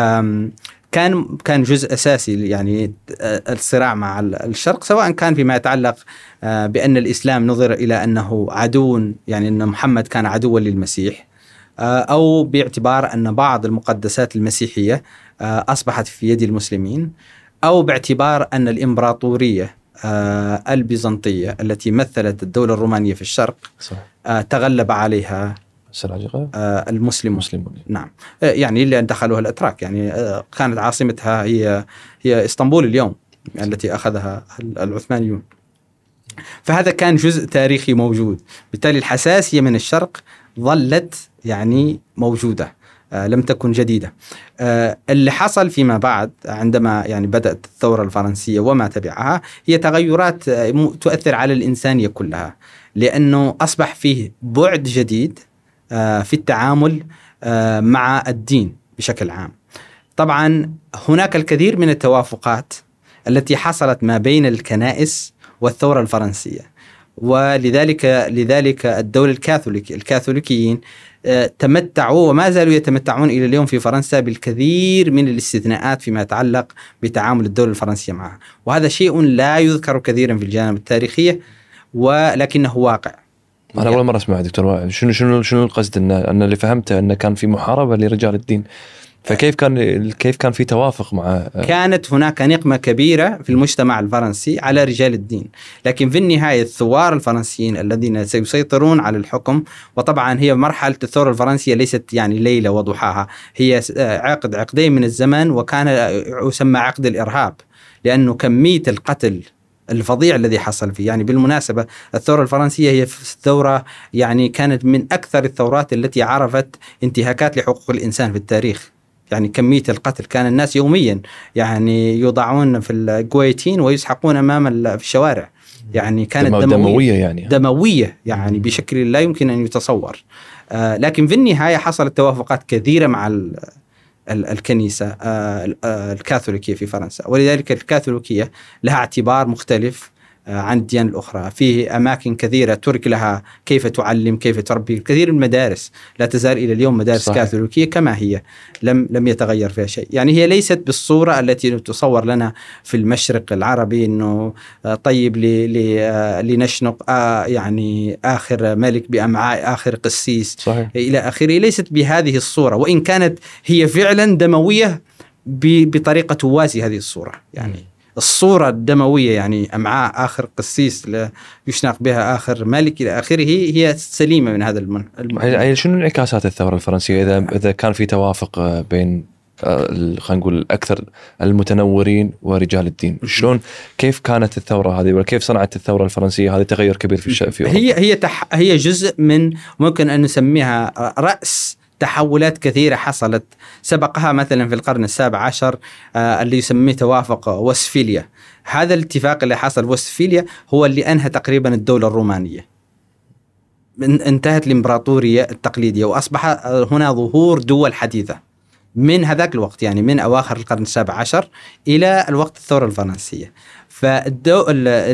كان كان جزء أساسي يعني الصراع مع الشرق، سواء كان فيما يتعلق بأن الإسلام نظر إلى أنه عدو، يعني أن محمد كان عدوا للمسيح، أو باعتبار أن بعض المقدسات المسيحية أصبحت في يد المسلمين، أو باعتبار أن الإمبراطورية البيزنطية التي مثلت الدولة الرومانية في الشرق صحيح. تغلب عليها المسلمون. مسلمون. نعم، يعني لأن دخلوها الأتراك، يعني كانت عاصمتها هي هي اسطنبول اليوم التي أخذها العثمانيون. فهذا كان جزء تاريخي موجود، بالتالي الحساسية من الشرق ظلت يعني موجودة، آه لم تكن جديدة. آه اللي حصل فيما بعد عندما يعني بدأت الثورة الفرنسية وما تبعها هي تغيرات آه تؤثر على الإنسانية كلها، لأنه أصبح فيه بعد جديد آه في التعامل آه مع الدين بشكل عام. طبعا هناك الكثير من التوافقات التي حصلت ما بين الكنائس والثورة الفرنسية، ولذلك لذلك الدولة الكاثوليك الكاثوليكيين تمتعوا وما زالوا يتمتعون إلى اليوم في فرنسا بالكثير من الاستثناءات فيما يتعلق بتعامل الدولة الفرنسية معها، وهذا شيء لا يذكر كثيرا في الجانب التاريخية ولكنه واقع. أنا أول مرة أسمع دكتور، شنو شنو شنو القصد؟ إن أن اللي فهمته أن كان في محاربة لرجال الدين، فكيف كان كيف كان في توافق مع؟ كانت هناك نقمة كبيرة في المجتمع الفرنسي على رجال الدين، لكن في النهاية الثوار الفرنسيين الذين سيسيطرون على الحكم، وطبعا هي مرحلة الثورة الفرنسية ليست يعني ليلة وضحاها، هي عقد عقدين من الزمن، وكان يسمى عقد الإرهاب لأنه كمية القتل الفظيع الذي حصل فيه. يعني بالمناسبة الثورة الفرنسية هي الثورة يعني كانت من أكثر الثورات التي عرفت انتهاكات لحقوق الإنسان في التاريخ يعني كمية القتل كان الناس يوميا يعني يوضعون في الجويتين ويسحقون أمام في الشوارع، يعني كانت دموية, دموية يعني دموية يعني بشكل لا يمكن أن يتصور. آه لكن في النهاية حصلت توافقات كثيرة مع ال ال الكنيسة آه الكاثوليكية في فرنسا، ولذلك الكاثوليكية لها اعتبار مختلف عن الديانة الأخرى. فيه أماكن كثيرة ترك لها كيف تعلم كيف تربي. كثير من المدارس لا تزال إلى اليوم مدارس صحيح. كاثوليكية كما هي، لم لم يتغير فيها شيء. يعني هي ليست بالصورة التي تصور لنا في المشرق العربي إنه طيب لنشنق يعني آخر ملك بأمعاء آخر قسيس صحيح. إلى آخره. ليست بهذه الصورة، وإن كانت هي فعلا دموية بطريقة توازي هذه الصورة. يعني م. الصورة الدموية يعني أمعاء آخر قسيس يشنق بها آخر ملك إلى آخره هي سليمة من هذا المن... يعني شنو انعكاسات الثورة الفرنسية إذا إذا كان في توافق بين خلينا نقول أكثر المتنورين ورجال الدين؟ شلون كيف كانت الثورة هذه، ولا كيف صنعت الثورة الفرنسية هذه تغير كبير في الشأن في أوروبا؟ هي هي تح... هي جزء من ممكن أن نسميها رأس تحولات كثيرة حصلت سبقها، مثلا في القرن السابع عشر آه اللي يسميه توافق وستفاليا. هذا الاتفاق اللي حصل وستفاليا هو اللي أنهى تقريبا الدولة الرومانية، انتهت الإمبراطورية التقليدية وأصبح هنا ظهور دول حديثة من هذاك الوقت، يعني من أواخر القرن السابع عشر إلى الوقت الثورة الفرنسية. فالدولة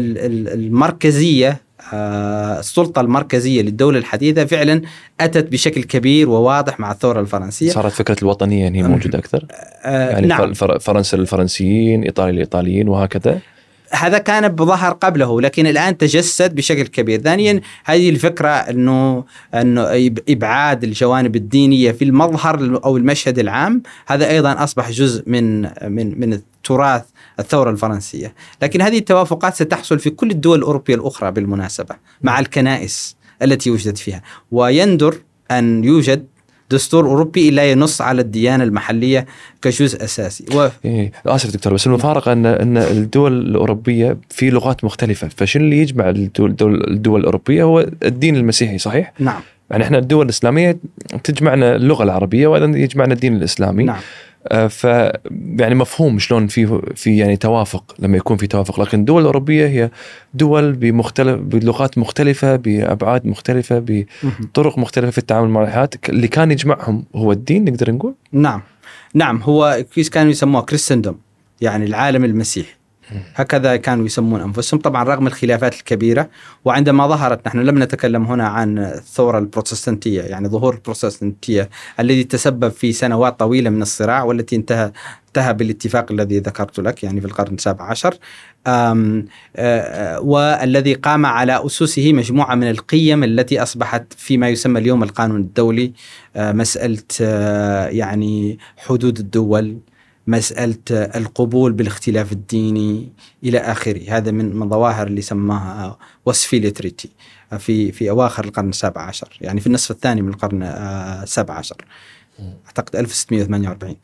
المركزية السلطة المركزية للدولة الحديثة فعلا أتت بشكل كبير وواضح مع الثورة الفرنسية. صارت فكرة الوطنية هي موجودة أكثر، يعني نعم. فرنسا للفرنسيين، إيطاليا للإيطاليين وهكذا. هذا كان بظهر قبله، لكن الآن تجسد بشكل كبير. ثانيا هذه الفكرة أنه أنه إبعاد الجوانب الدينية في المظهر أو المشهد العام، هذا أيضا أصبح جزء من من من تراث الثورة الفرنسية. لكن هذه التوافقات ستحصل في كل الدول الأوروبية الأخرى بالمناسبة مع الكنائس التي وجدت فيها، ويندر أن يوجد دستور أوروبي إلا ينص على الديانة المحلية كجزء أساسي. و... إيه آسف دكتور، بس المفارقة أن أن الدول الأوروبية في لغات مختلفة، فشنو اللي يجمع الدول الدول الأوروبية هو الدين المسيحي صحيح؟ نعم. يعني إحنا الدول الإسلامية تجمعنا اللغة العربية وأيضا يجمعنا الدين الإسلامي. نعم. ف يعني مفهوم شلون في في يعني توافق لما يكون في توافق. لكن الدول الأوروبية هي دول بمختلف بلغات مختلفة بأبعاد مختلفة بطرق مختلفة في التعامل مع الحياة. اللي كان يجمعهم هو الدين نقدر نقول. نعم نعم هو كيس كانوا يسموها كريستندوم، يعني العالم المسيحي، هكذا كانوا يسمون أنفسهم طبعا رغم الخلافات الكبيرة. وعندما ظهرت، نحن لم نتكلم هنا عن الثورة البروتستانتية، يعني ظهور البروتستانتية الذي تسبب في سنوات طويلة من الصراع والتي انتهى انتهى بالاتفاق الذي ذكرت لك يعني في القرن السابع عشر، آم آه والذي قام على أسسه مجموعة من القيم التي أصبحت فيما يسمى اليوم القانون الدولي. آه مسألة آه يعني حدود الدول، مسألة القبول بالاختلاف الديني إلى آخره. هذا من من ظواهر اللي سماها وستفاليا تريتي في في أواخر القرن السابع عشر، يعني في النصف الثاني من القرن السابع عشر، أعتقد ألف وستمائة وثمانية وأربعين.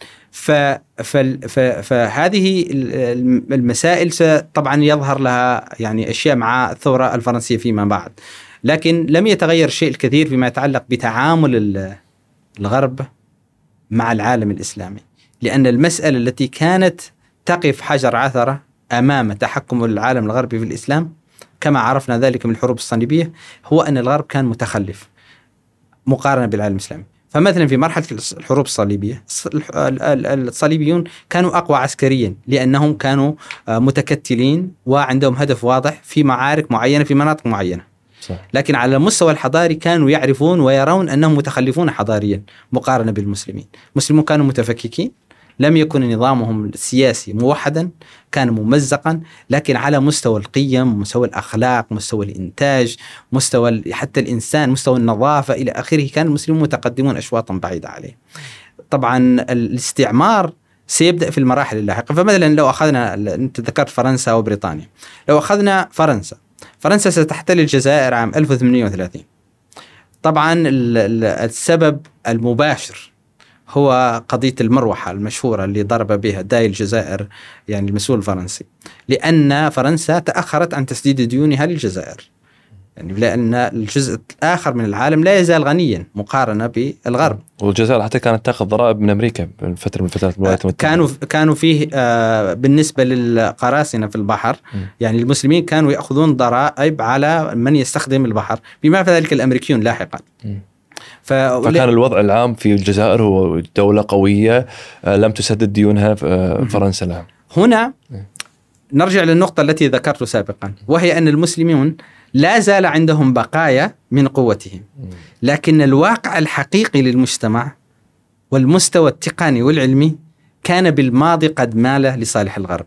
فهذه المسائل طبعا يظهر لها يعني أشياء مع الثورة الفرنسية فيما بعد، لكن لم يتغير شيء الكثير فيما يتعلق بتعامل الغرب مع العالم الإسلامي. لأن المسألة التي كانت تقف حجر عثرة أمام تحكم العالم الغربي في الإسلام كما عرفنا ذلك من الحروب الصليبية هو أن الغرب كان متخلف مقارنة بالعالم الإسلامي. فمثلا في مرحلة الحروب الصليبية الصليبيون كانوا أقوى عسكريا لأنهم كانوا متكتلين وعندهم هدف واضح في معارك معينة في مناطق معينة. صح. لكن على المستوى الحضاري كانوا يعرفون ويرون أنهم متخلفون حضاريا مقارنة بالمسلمين. المسلمون كانوا متفككين، لم يكن نظامهم السياسي موحدا، كان ممزقا، لكن على مستوى القيم، مستوى الأخلاق، مستوى الإنتاج، مستوى حتى الإنسان، مستوى النظافة إلى آخره، كان المسلمون متقدمون أشواطا بعيدة عليه. طبعا الاستعمار سيبدأ في المراحل اللاحقة. فمثلا لو أخذنا، أنت ذكرت فرنسا وبريطانيا، لو أخذنا فرنسا فرنسا ستحتل الجزائر عام ألف وثمانمائة وثلاثين. طبعا السبب المباشر هو قضية المروحة المشهورة اللي ضرب بها داي الجزائر يعني المسؤول الفرنسي، لأن فرنسا تأخرت عن تسديد ديونها للجزائر. يعني لأن الجزء الآخر من العالم لا يزال غنيا مقارنة بالغرب. والجزائر حتى كانت تأخذ ضرائب من أمريكا في فترة من فترات الولايات المتحدة. كانوا كانوا فيه آه بالنسبة للقراصنة في البحر م. يعني المسلمين كانوا يأخذون ضرائب على من يستخدم البحر، بما في ذلك الأمريكيون لاحقا. ف... فكان الوضع العام في الجزائر هو دولة قوية لم تسدد ديونها فرنسا لها. هنا نرجع للنقطة التي ذكرت سابقا، وهي أن المسلمون لا زال عندهم بقايا من قوتهم، لكن الواقع الحقيقي للمجتمع والمستوى التقني والعلمي كان بالماضي قد مال لصالح الغرب.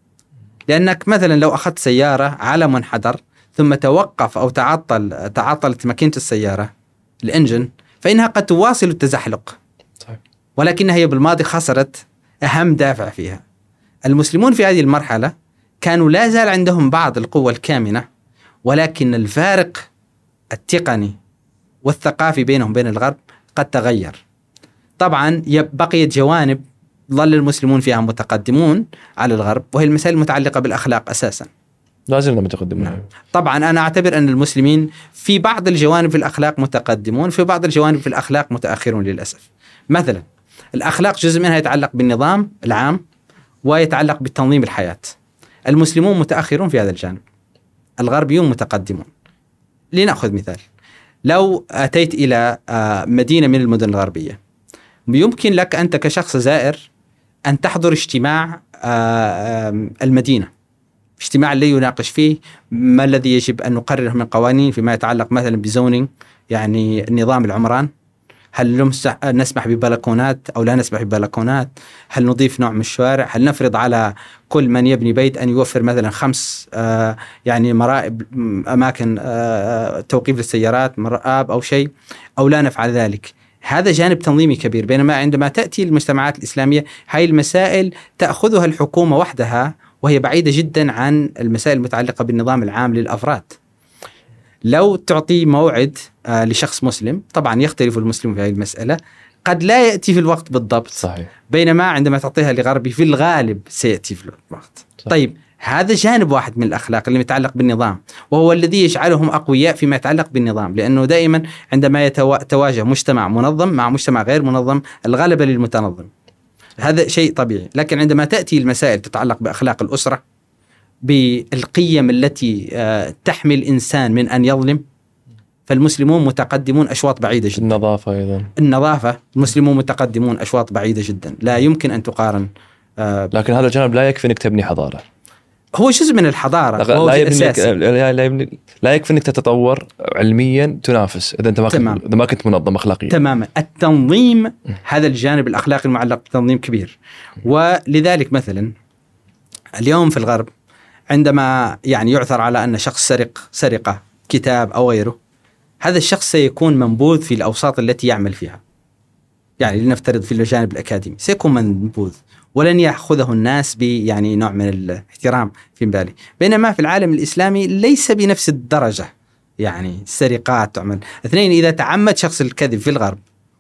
لأنك مثلا لو أخذت سيارة على منحدر ثم توقف أو تعطل تعطلت ماكينة السيارة الإنجن، فإنها قد تواصل التزحلق، ولكنها هي بالماضي خسرت أهم دافع فيها. المسلمون في هذه المرحلة كانوا لا زال عندهم بعض القوة الكامنة، ولكن الفارق التقني والثقافي بينهم بين الغرب قد تغير. طبعا بقيت جوانب ظل المسلمون فيها متقدمون على الغرب، وهي المسائل المتعلقة بالأخلاق أساسا. لازلنا متقدمون. نعم. طبعا أنا أعتبر أن المسلمين في بعض الجوانب في الأخلاق متقدمون، في بعض الجوانب في الأخلاق متأخرون للأسف. مثلا الأخلاق جزء منها يتعلق بالنظام العام ويتعلق بالتنظيم الحياة. المسلمون متأخرون في هذا الجانب، الغربيون متقدمون. لنأخذ مثال، لو أتيت إلى مدينة من المدن الغربية، يمكن لك أنت كشخص زائر أن تحضر اجتماع المدينة، اجتماع اللي يناقش فيه ما الذي يجب أن نقرره من قوانين فيما يتعلق مثلا بزونينج، يعني النظام العمران، هل نسمح ببلكونات أو لا نسمح ببلكونات، هل نضيف نوع من الشوارع، هل نفرض على كل من يبني بيت أن يوفر مثلا خمس آه يعني مرائب أماكن آه توقيف للسيارات مرآب أو شيء، أو لا نفعل ذلك. هذا جانب تنظيمي كبير. بينما عندما تأتي المجتمعات الإسلامية هاي المسائل تأخذها الحكومة وحدها، وهي بعيدة جدا عن المسائل المتعلقة بالنظام العام للأفراد. لو تعطي موعد آه لشخص مسلم، طبعا يختلف المسلم في هذه المسألة، قد لا يأتي في الوقت بالضبط. صحيح. بينما عندما تعطيها لغربي في الغالب سيأتي في الوقت. صحيح. طيب هذا جانب واحد من الأخلاق اللي يتعلق بالنظام، وهو الذي يجعلهم أقوياء فيما يتعلق بالنظام، لأنه دائما عندما يتواجه مجتمع منظم مع مجتمع غير منظم الغلبة للمتنظم. هذا شيء طبيعي. لكن عندما تأتي المسائل تتعلق بأخلاق الأسرة، بالقيم التي تحمي الإنسان من أن يظلم، فالمسلمون متقدمون أشواط بعيدة جدا. النظافة أيضا، النظافة المسلمون متقدمون أشواط بعيدة جدا، لا يمكن أن تقارن. لكن هذا الجانب لا يكفي أنك تبني حضارة، هو جزء من الحضارة. لا, لا, يبني لا, لا, يبني لا يكفي أنك تتطور علميا تنافس إذا أنت ما كنت, إذا ما كنت منظم أخلاقيا. تماما. التنظيم هذا الجانب الأخلاقي المعلق بالتنظيم كبير. ولذلك مثلا اليوم في الغرب عندما يعني يعثر على أن شخص سرق سرقة كتاب أو غيره، هذا الشخص سيكون منبوذ في الأوساط التي يعمل فيها. يعني لنفترض في الجانب الأكاديمي سيكون منبوذ ولن يأخذه الناس يعني نوع من الاحترام في بالي. بينما في العالم الإسلامي ليس بنفس الدرجة، يعني السرقات تعمل. اثنين، إذا تعمد شخص الكذب في الغرب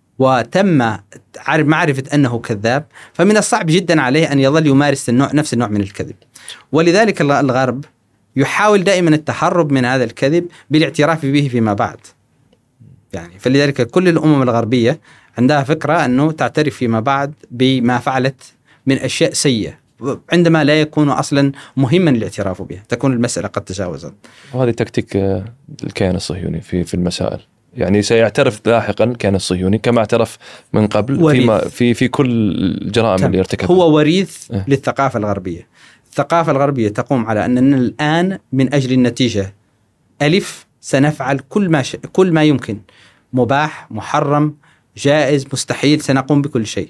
وتم معرفة أنه كذاب، فمن الصعب جدا عليه أن يظل يمارس النوع نفس النوع من الكذب. ولذلك الغرب يحاول دائما التهرب من هذا الكذب بالاعتراف به فيما بعد. يعني فلذلك كل الأمم الغربية عندها فكرة أنه تعترف فيما بعد بما فعلت من أشياء سيئة، عندما لا يكون أصلا مهما الاعتراف بها، تكون المسألة قد تجاوزت. وهذه تكتيك الكيان الصهيوني في في المسائل، يعني سيعترف لاحقا الكيان الصهيوني كما اعترف من قبل في في في كل الجرائم اللي ارتكبها. هو وريث اه. للثقافة الغربية. الثقافة الغربية تقوم على أننا الآن من أجل النتيجة ألف سنفعل كل ما ش... كل ما يمكن، مباح، محرم، جائز، مستحيل، سنقوم بكل شيء.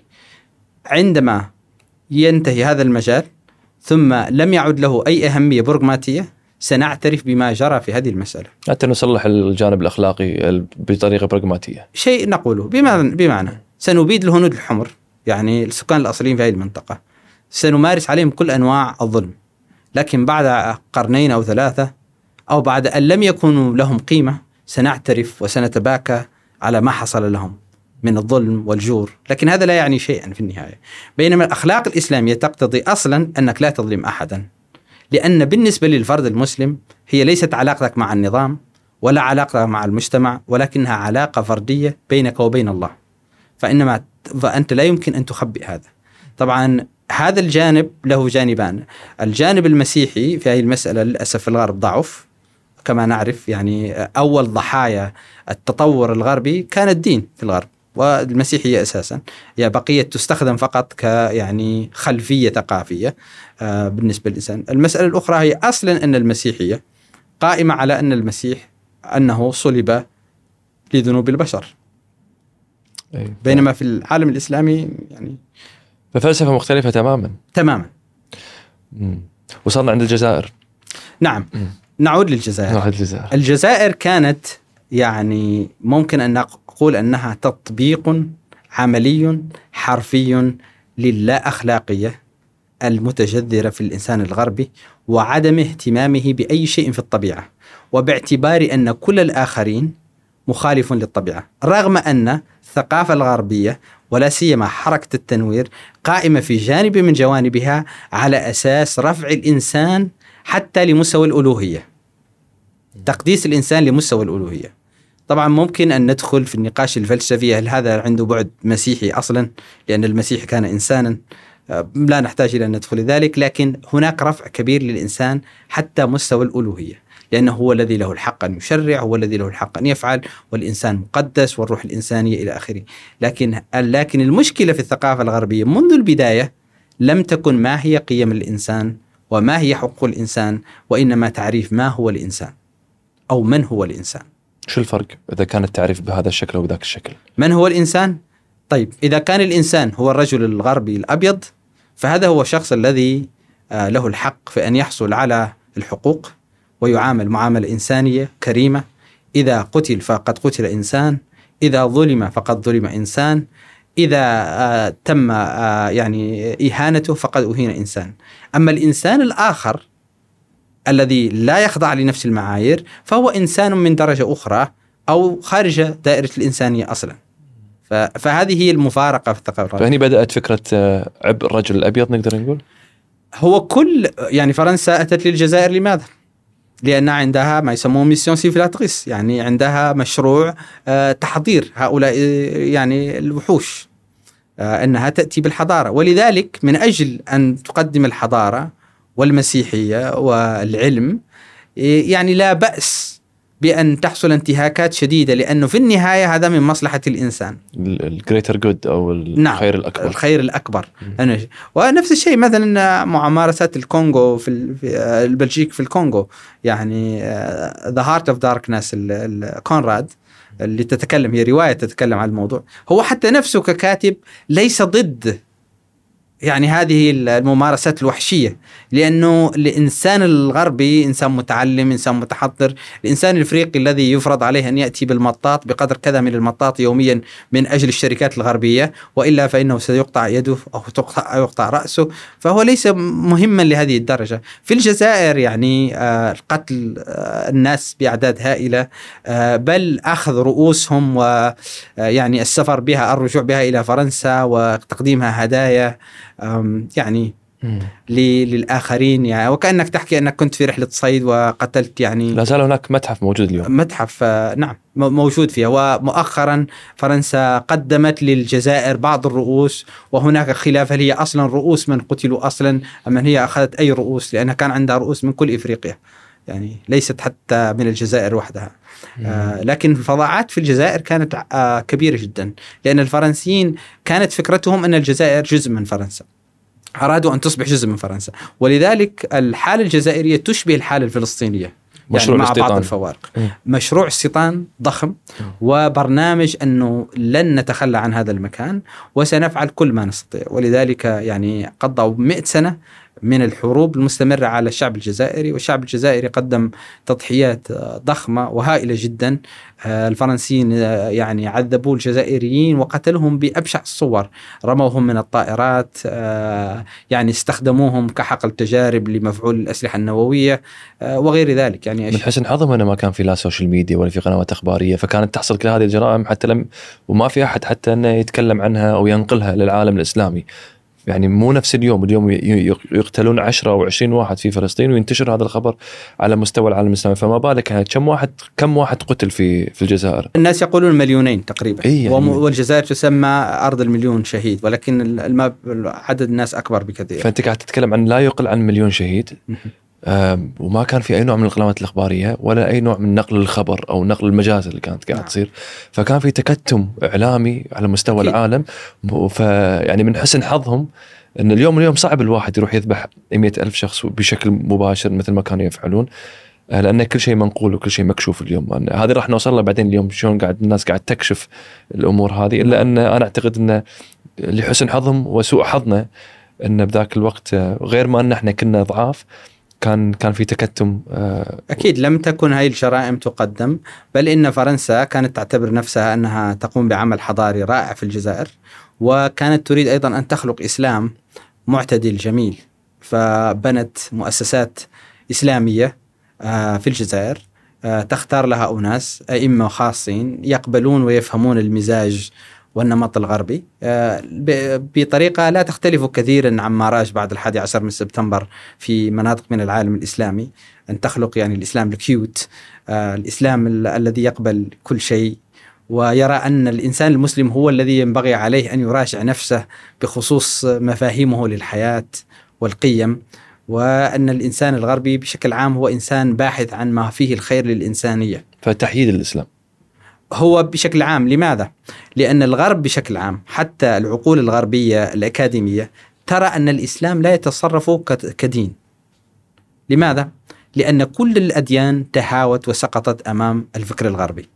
عندما ينتهي هذا المجال ثم لم يعد له أي أهمية برغماتية، سنعترف بما جرى في هذه المسألة حتى نصلح الجانب الأخلاقي بطريقة برغماتية. شيء نقوله بمعنى, بمعنى سنبيد الهنود الحمر، يعني السكان الأصليين في هذه المنطقة، سنمارس عليهم كل أنواع الظلم. لكن بعد قرنين أو ثلاثة أو بعد أن لم يكونوا لهم قيمة سنعترف وسنتباكى على ما حصل لهم من الظلم والجور. لكن هذا لا يعني شيئا في النهاية. بينما الأخلاق الإسلامية تقتضي أصلا أنك لا تظلم أحدا، لأن بالنسبة للفرد المسلم هي ليست علاقتك مع النظام ولا علاقة مع المجتمع، ولكنها علاقة فردية بينك وبين الله. فإنما فأنت لا يمكن أن تخبئ هذا. طبعا هذا الجانب له جانبان. الجانب المسيحي في هذه المسألة للأسف في الغرب ضعف كما نعرف. يعني أول ضحايا التطور الغربي كان الدين في الغرب، والمسيحية أساسا هي بقية تستخدم فقط ك يعني خلفية ثقافية آه بالنسبة للإنسان. المسألة الأخرى هي أصلا أن المسيحية قائمة على أن المسيح أنه صلب لذنوب البشر، بينما في العالم الإسلامي يعني ففلسفة مختلفة تماما تماما. مم. وصلنا عند الجزائر. نعم. مم. نعود للجزائر. نعود للجزائر. الجزائر كانت يعني ممكن أن نقول أنها تطبيق عملي حرفي للا أخلاقية المتجذرة في الإنسان الغربي، وعدم اهتمامه بأي شيء في الطبيعة، وباعتبار أن كل الآخرين مخالف للطبيعة، رغم أن الثقافة الغربية ولا سيما حركة التنوير قائمة في جانب من جوانبها على أساس رفع الإنسان حتى لمستوى الألوهية، تقديس الإنسان لمستوى الألوهية. طبعا ممكن أن ندخل في النقاش الفلسفي، هل هذا عنده بعد مسيحي أصلا لأن المسيح كان إنسانا؟ لا نحتاج إلى أن ندخل ذلك، لكن هناك رفع كبير للإنسان حتى مستوى الألوهية، لأنه هو الذي له الحق أن يشرع، هو الذي له الحق أن يفعل، والإنسان مقدس والروح الإنسانية إلى آخره. لكن لكن المشكلة في الثقافة الغربية منذ البداية لم تكن ما هي قيم الإنسان وما هي حقوق الإنسان، وإنما تعريف ما هو الإنسان أو من هو الإنسان. شو الفرق إذا كان التعريف بهذا الشكل أو بذاك الشكل؟ من هو الإنسان؟ طيب إذا كان الإنسان هو الرجل الغربي الأبيض، فهذا هو الشخص الذي له الحق في أن يحصل على الحقوق ويعامل معاملة إنسانية كريمة. إذا قتل فقد قتل إنسان، إذا ظلم فقد ظلم إنسان، إذا آه تم آه يعني إهانته فقد أهين إنسان. أما الإنسان الآخر الذي لا يخضع لنفس المعايير فهو إنسان من درجة أخرى أو خارج دائرة الإنسانية أصلا. فهذه هي المفارقة في الثقافة. فهني بدأت فكرة عبء الرجل الأبيض نقدر نقول. هو كل يعني فرنسا أتت للجزائر لماذا؟ لأن عندها ما يسموه ميسيون سيفيلاتريس، يعني عندها مشروع تحضير هؤلاء يعني الوحوش، أنها تأتي بالحضارة. ولذلك من أجل أن تقدم الحضارة والمسيحية والعلم يعني لا بأس بأن تحصل انتهاكات شديدة، لأنه في النهاية هذا من مصلحة الإنسان، الجريتر جود أو الخير الأكبر. نعم الخير الأكبر. ونفس الشيء مثلا ممارسات الكونغو في البلجيك في الكونغو، يعني The Heart of Darkness الكونراد اللي تتكلم، هي رواية تتكلم عن الموضوع. هو حتى نفسه ككاتب ليس ضد يعني هذه الممارسات الوحشية، لأنه الإنسان الغربي إنسان متعلم، إنسان متحضر. الإنسان الإفريقي الذي يفرض عليه أن يأتي بالمطاط بقدر كذا من المطاط يوميا من أجل الشركات الغربية، وإلا فإنه سيقطع يده أو تقطع يقطع رأسه، فهو ليس مهما لهذه الدرجة. في الجزائر يعني آه قتل آه الناس بأعداد هائلة، آه بل أخذ رؤوسهم ويعني السفر بها، الرجوع بها إلى فرنسا وتقديمها هدايا يعني للآخرين، يعني وكأنك تحكي أنك كنت في رحلة صيد وقتلت. يعني لا زال هناك متحف موجود اليوم، متحف نعم موجود فيها. ومؤخرا فرنسا قدمت للجزائر بعض الرؤوس، وهناك خلاف هل هي أصلا رؤوس من قتلوا أصلا أم هي أخذت أي رؤوس، لأنها كان عندها رؤوس من كل إفريقيا، يعني ليست حتى من الجزائر وحدها. آه لكن الفظاعات في الجزائر كانت آه كبيرة جدا، لأن الفرنسيين كانت فكرتهم أن الجزائر جزء من فرنسا، أرادوا أن تصبح جزء من فرنسا، ولذلك الحالة الجزائرية تشبه الحالة الفلسطينية يعني مع بعض الفوارق. م. مشروع استيطان ضخم، م. وبرنامج أنه لن نتخلى عن هذا المكان وسنفعل كل ما نستطيع. ولذلك يعني قضوا مئة سنة من الحروب المستمرة على الشعب الجزائري، والشعب الجزائري قدم تضحيات ضخمة وهائلة جدا. الفرنسيين يعني عذبوا الجزائريين وقتلهم بأبشع الصور، رموهم من الطائرات، يعني استخدموهم كحقل تجارب لمفعول الأسلحة النووية وغير ذلك. يعني من حسن حظهم أنه ما كان في لا سوشيال ميديا ولا في قنوات أخبارية، فكانت تحصل كل هذه الجرائم حتى لم وما في أحد حتى أنه يتكلم عنها أو ينقلها للعالم الإسلامي. يعني مو نفس اليوم، اليوم يقتلون عشرة أو عشرين واحد في فلسطين وينتشر هذا الخبر على مستوى العالم الإسلامي، فما بالك يعني كم واحد كم واحد قتل في في الجزائر؟ الناس يقولون مليونين تقريبا. إيه يعني والجزائر تسمى أرض المليون شهيد، ولكن عدد الناس أكبر بكثير. فأنت قاعد تتكلم عن لا يقل عن مليون شهيد، وما كان في أي نوع من القنوات الإخبارية ولا أي نوع من نقل الخبر أو نقل المجازر اللي كانت قاعد تصير. فكان في تكتم إعلامي على مستوى أكيد. العالم. فيعني من حسن حظهم أن اليوم اليوم صعب الواحد يروح يذبح مئة ألف شخص بشكل مباشر مثل ما كانوا يفعلون، لأن كل شيء منقول وكل شيء مكشوف اليوم. هذه راح نوصل له بعدين اليوم شلون قاعد الناس قاعد تكشف الأمور هذه، إلا أن أنا أعتقد أن لحسن حظهم وسوء حظنا أن بذاك الوقت غير ما أن احنا كنا ضعاف كان كان في تكتم. أكيد لم تكن هاي الجرائم تقدم، بل إن فرنسا كانت تعتبر نفسها أنها تقوم بعمل حضاري رائع في الجزائر، وكانت تريد أيضا أن تخلق إسلام معتدل جميل، فبنت مؤسسات إسلامية في الجزائر تختار لها أناس أئمة خاصين يقبلون ويفهمون المزاج والنمط الغربي بطريقة لا تختلف كثيرا عما راج بعد الحادي عشر من سبتمبر في مناطق من العالم الإسلامي، أن تخلق يعني الإسلام الكيوت، الإسلام الذي يقبل كل شيء ويرى أن الإنسان المسلم هو الذي ينبغي عليه أن يراجع نفسه بخصوص مفاهيمه للحياة والقيم، وأن الإنسان الغربي بشكل عام هو إنسان باحث عن ما فيه الخير للإنسانية. فتحييد الإسلام هو بشكل عام. لماذا؟ لأن الغرب بشكل عام حتى العقول الغربية الأكاديمية ترى أن الإسلام لا يتصرف كدين. لماذا؟ لأن كل الأديان تهاوت وسقطت أمام الفكر الغربي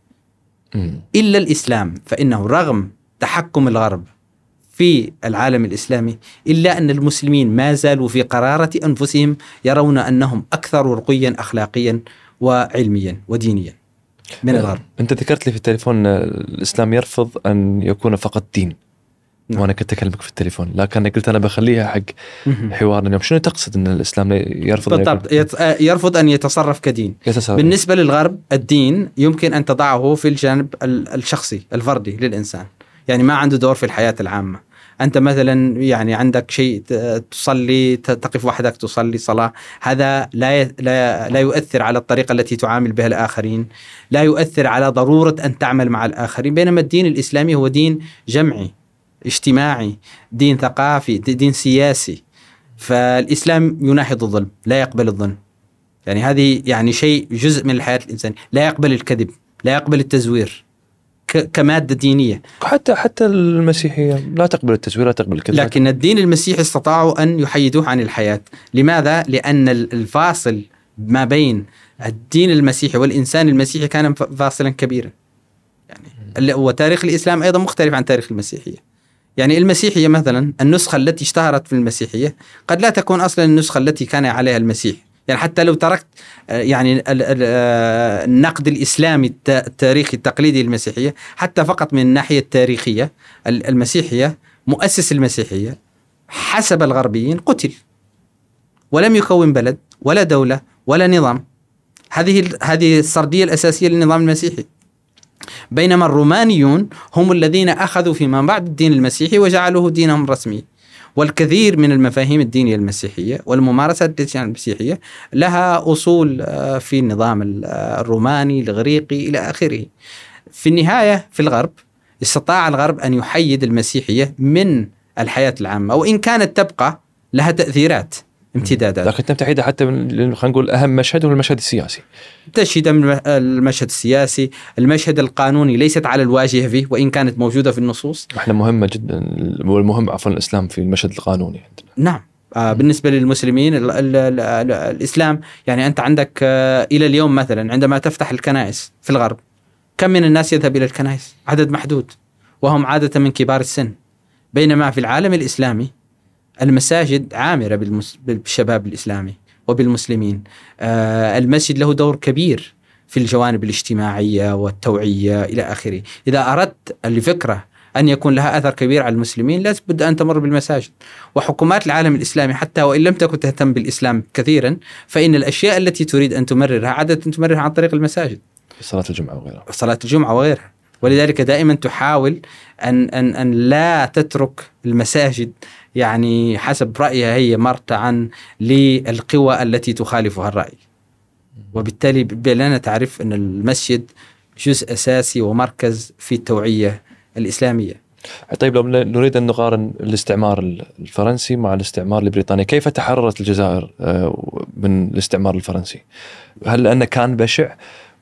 إلا الإسلام، فإنه رغم تحكم الغرب في العالم الإسلامي إلا أن المسلمين ما زالوا في قرارة أنفسهم يرون أنهم أكثر رقيا أخلاقيا وعلميا ودينيا من الغرب. أنت ذكرت لي في التليفون الإسلام يرفض أن يكون فقط دين. نعم. وأنا كنت أكلمك في التليفون، لكن قلت أنا بخليها حق حوارنا اليوم. شنو تقصد أن الإسلام يرفض؟ بالضبط، يرفض أن يتصرف كدين. يتصرف. بالنسبة للغرب الدين يمكن أن تضعه في الجانب الشخصي الفردي للإنسان، يعني ما عنده دور في الحياة العامة. أنت مثلا يعني عندك شيء تصلي، تقف وحدك تصلي صلاة، هذا لا لا لا يؤثر على الطريقة التي تعامل بها الآخرين، لا يؤثر على ضرورة أن تعمل مع الآخرين. بينما الدين الإسلامي هو دين جمعي اجتماعي، دين ثقافي، دين سياسي. فالإسلام يناهض الظلم، لا يقبل الظلم، يعني هذه يعني شيء جزء من الحياة الإنسانية. لا يقبل الكذب، لا يقبل التزوير كمادة دينية. حتى حتى المسيحية لا تقبل التزوير، لا تقبل الكذب. لكن الدين المسيحي استطاعوا أن يحيدوه عن الحياة. لماذا؟ لأن الفاصل ما بين الدين المسيحي والإنسان المسيحي كان فاصلا كبيرا، يعني وتاريخ الإسلام أيضا مختلف عن تاريخ المسيحية. يعني المسيحية مثلا النسخة التي اشتهرت في المسيحية قد لا تكون أصلا النسخة التي كان عليها المسيح. يعني حتى لو تركت يعني النقد الإسلامي التاريخي التقليدي للمسيحية، حتى فقط من الناحية التاريخية المسيحية، مؤسس المسيحية حسب الغربيين قتل ولم يكون بلد ولا دولة ولا نظام. هذه هذه السردية الأساسية للنظام المسيحي. بينما الرومانيون هم الذين أخذوا فيما بعد الدين المسيحي وجعلوه دينهم الرسمي. والكثير من المفاهيم الدينية المسيحية والممارسات المسيحية لها أصول في النظام الروماني الإغريقي إلى آخره. في النهاية في الغرب استطاع الغرب أن يحيد المسيحية من الحياة العامة، وإن كانت تبقى لها تأثيرات امتدادات. لكن تم تحديدها حتى من خلينا نقول أهم مشهد هو المشهد السياسي. تشهد من المشهد السياسي، المشهد القانوني ليست على الواجهة فيه وإن كانت موجودة في النصوص. احنا مهمة جدا، والمهم عفوا الإسلام في المشهد القانوني عندنا. نعم. آه بالنسبة للمسلمين ال ال ال ال الإسلام، يعني أنت عندك آه إلى اليوم مثلا عندما تفتح الكنائس في الغرب، كم من الناس يذهب إلى الكنائس؟ عدد محدود، وهم عادة من كبار السن. بينما في العالم الإسلامي المساجد عامرة بالشباب الإسلامي وبالمسلمين. آه المسجد له دور كبير في الجوانب الاجتماعية والتوعية إلى آخره. إذا أردت لفكرة أن يكون لها أثر كبير على المسلمين لابد أن تمر بالمساجد. وحكومات العالم الإسلامي حتى وإن لم تكن تهتم بالإسلام كثيرا، فإن الأشياء التي تريد أن تمررها عادة تمررها عن طريق المساجد، صلاة الجمعة وغيرها. صلاة الجمعة وغيرها. ولذلك دائما تحاول أن, أن, أن لا تترك المساجد يعني حسب رأيها هي مرتعا للقوى التي تخالفها الرأي. وبالتالي بلنا تعرف أن المسجد جزء أساسي ومركز في التوعية الإسلامية. طيب لو نريد أن نقارن الاستعمار الفرنسي مع الاستعمار البريطاني، كيف تحررت الجزائر من الاستعمار الفرنسي؟ هل أنه كان بشع؟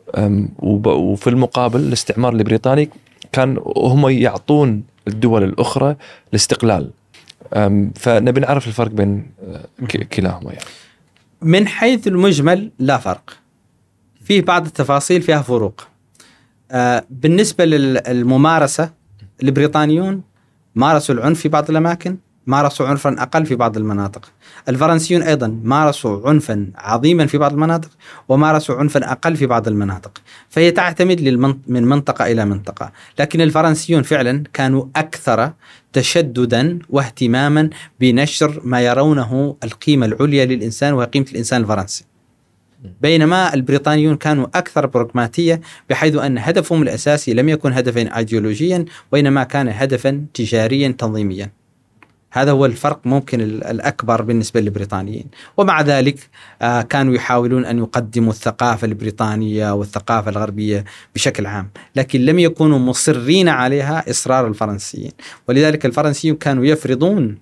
وفي المقابل الاستعمار البريطاني كان هم يعطون الدول الأخرى الاستقلال، فنبي نعرف الفرق بين كلاهما. يعني من حيث المجمل لا فرق، فيه بعض التفاصيل فيها فروق. بالنسبة للممارسة البريطانيون مارسوا العنف في بعض الأماكن، مارسوا عنفا أقل في بعض المناطق. الفرنسيون أيضا مارسوا عنفا عظيما في بعض المناطق ومارسوا عنفا أقل في بعض المناطق، فهي تعتمد من منطقة إلى منطقة. لكن الفرنسيون فعلا كانوا أكثر تشددا واهتماما بنشر ما يرونه القيمة العليا للإنسان وهي قيمة الإنسان الفرنسي، بينما البريطانيون كانوا أكثر براغماتية، بحيث أن هدفهم الأساسي لم يكن هدفا أيديولوجيا وإنما كان هدفا تجاريا تنظيميا. هذا هو الفرق ممكن الأكبر بالنسبة للبريطانيين. ومع ذلك كانوا يحاولون أن يقدموا الثقافة البريطانية والثقافة الغربية بشكل عام، لكن لم يكونوا مصرين عليها إصرار الفرنسيين. ولذلك الفرنسيين كانوا يفرضون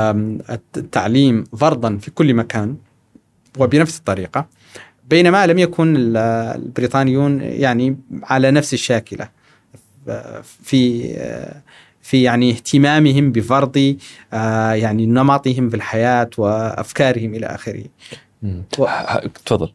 التعليم فرضا في كل مكان وبنفس الطريقة، بينما لم يكن البريطانيون يعني على نفس الشاكلة في في يعني اهتمامهم بفرض يعني نمطهم في الحياة وأفكارهم إلى آخره. و... تفضل.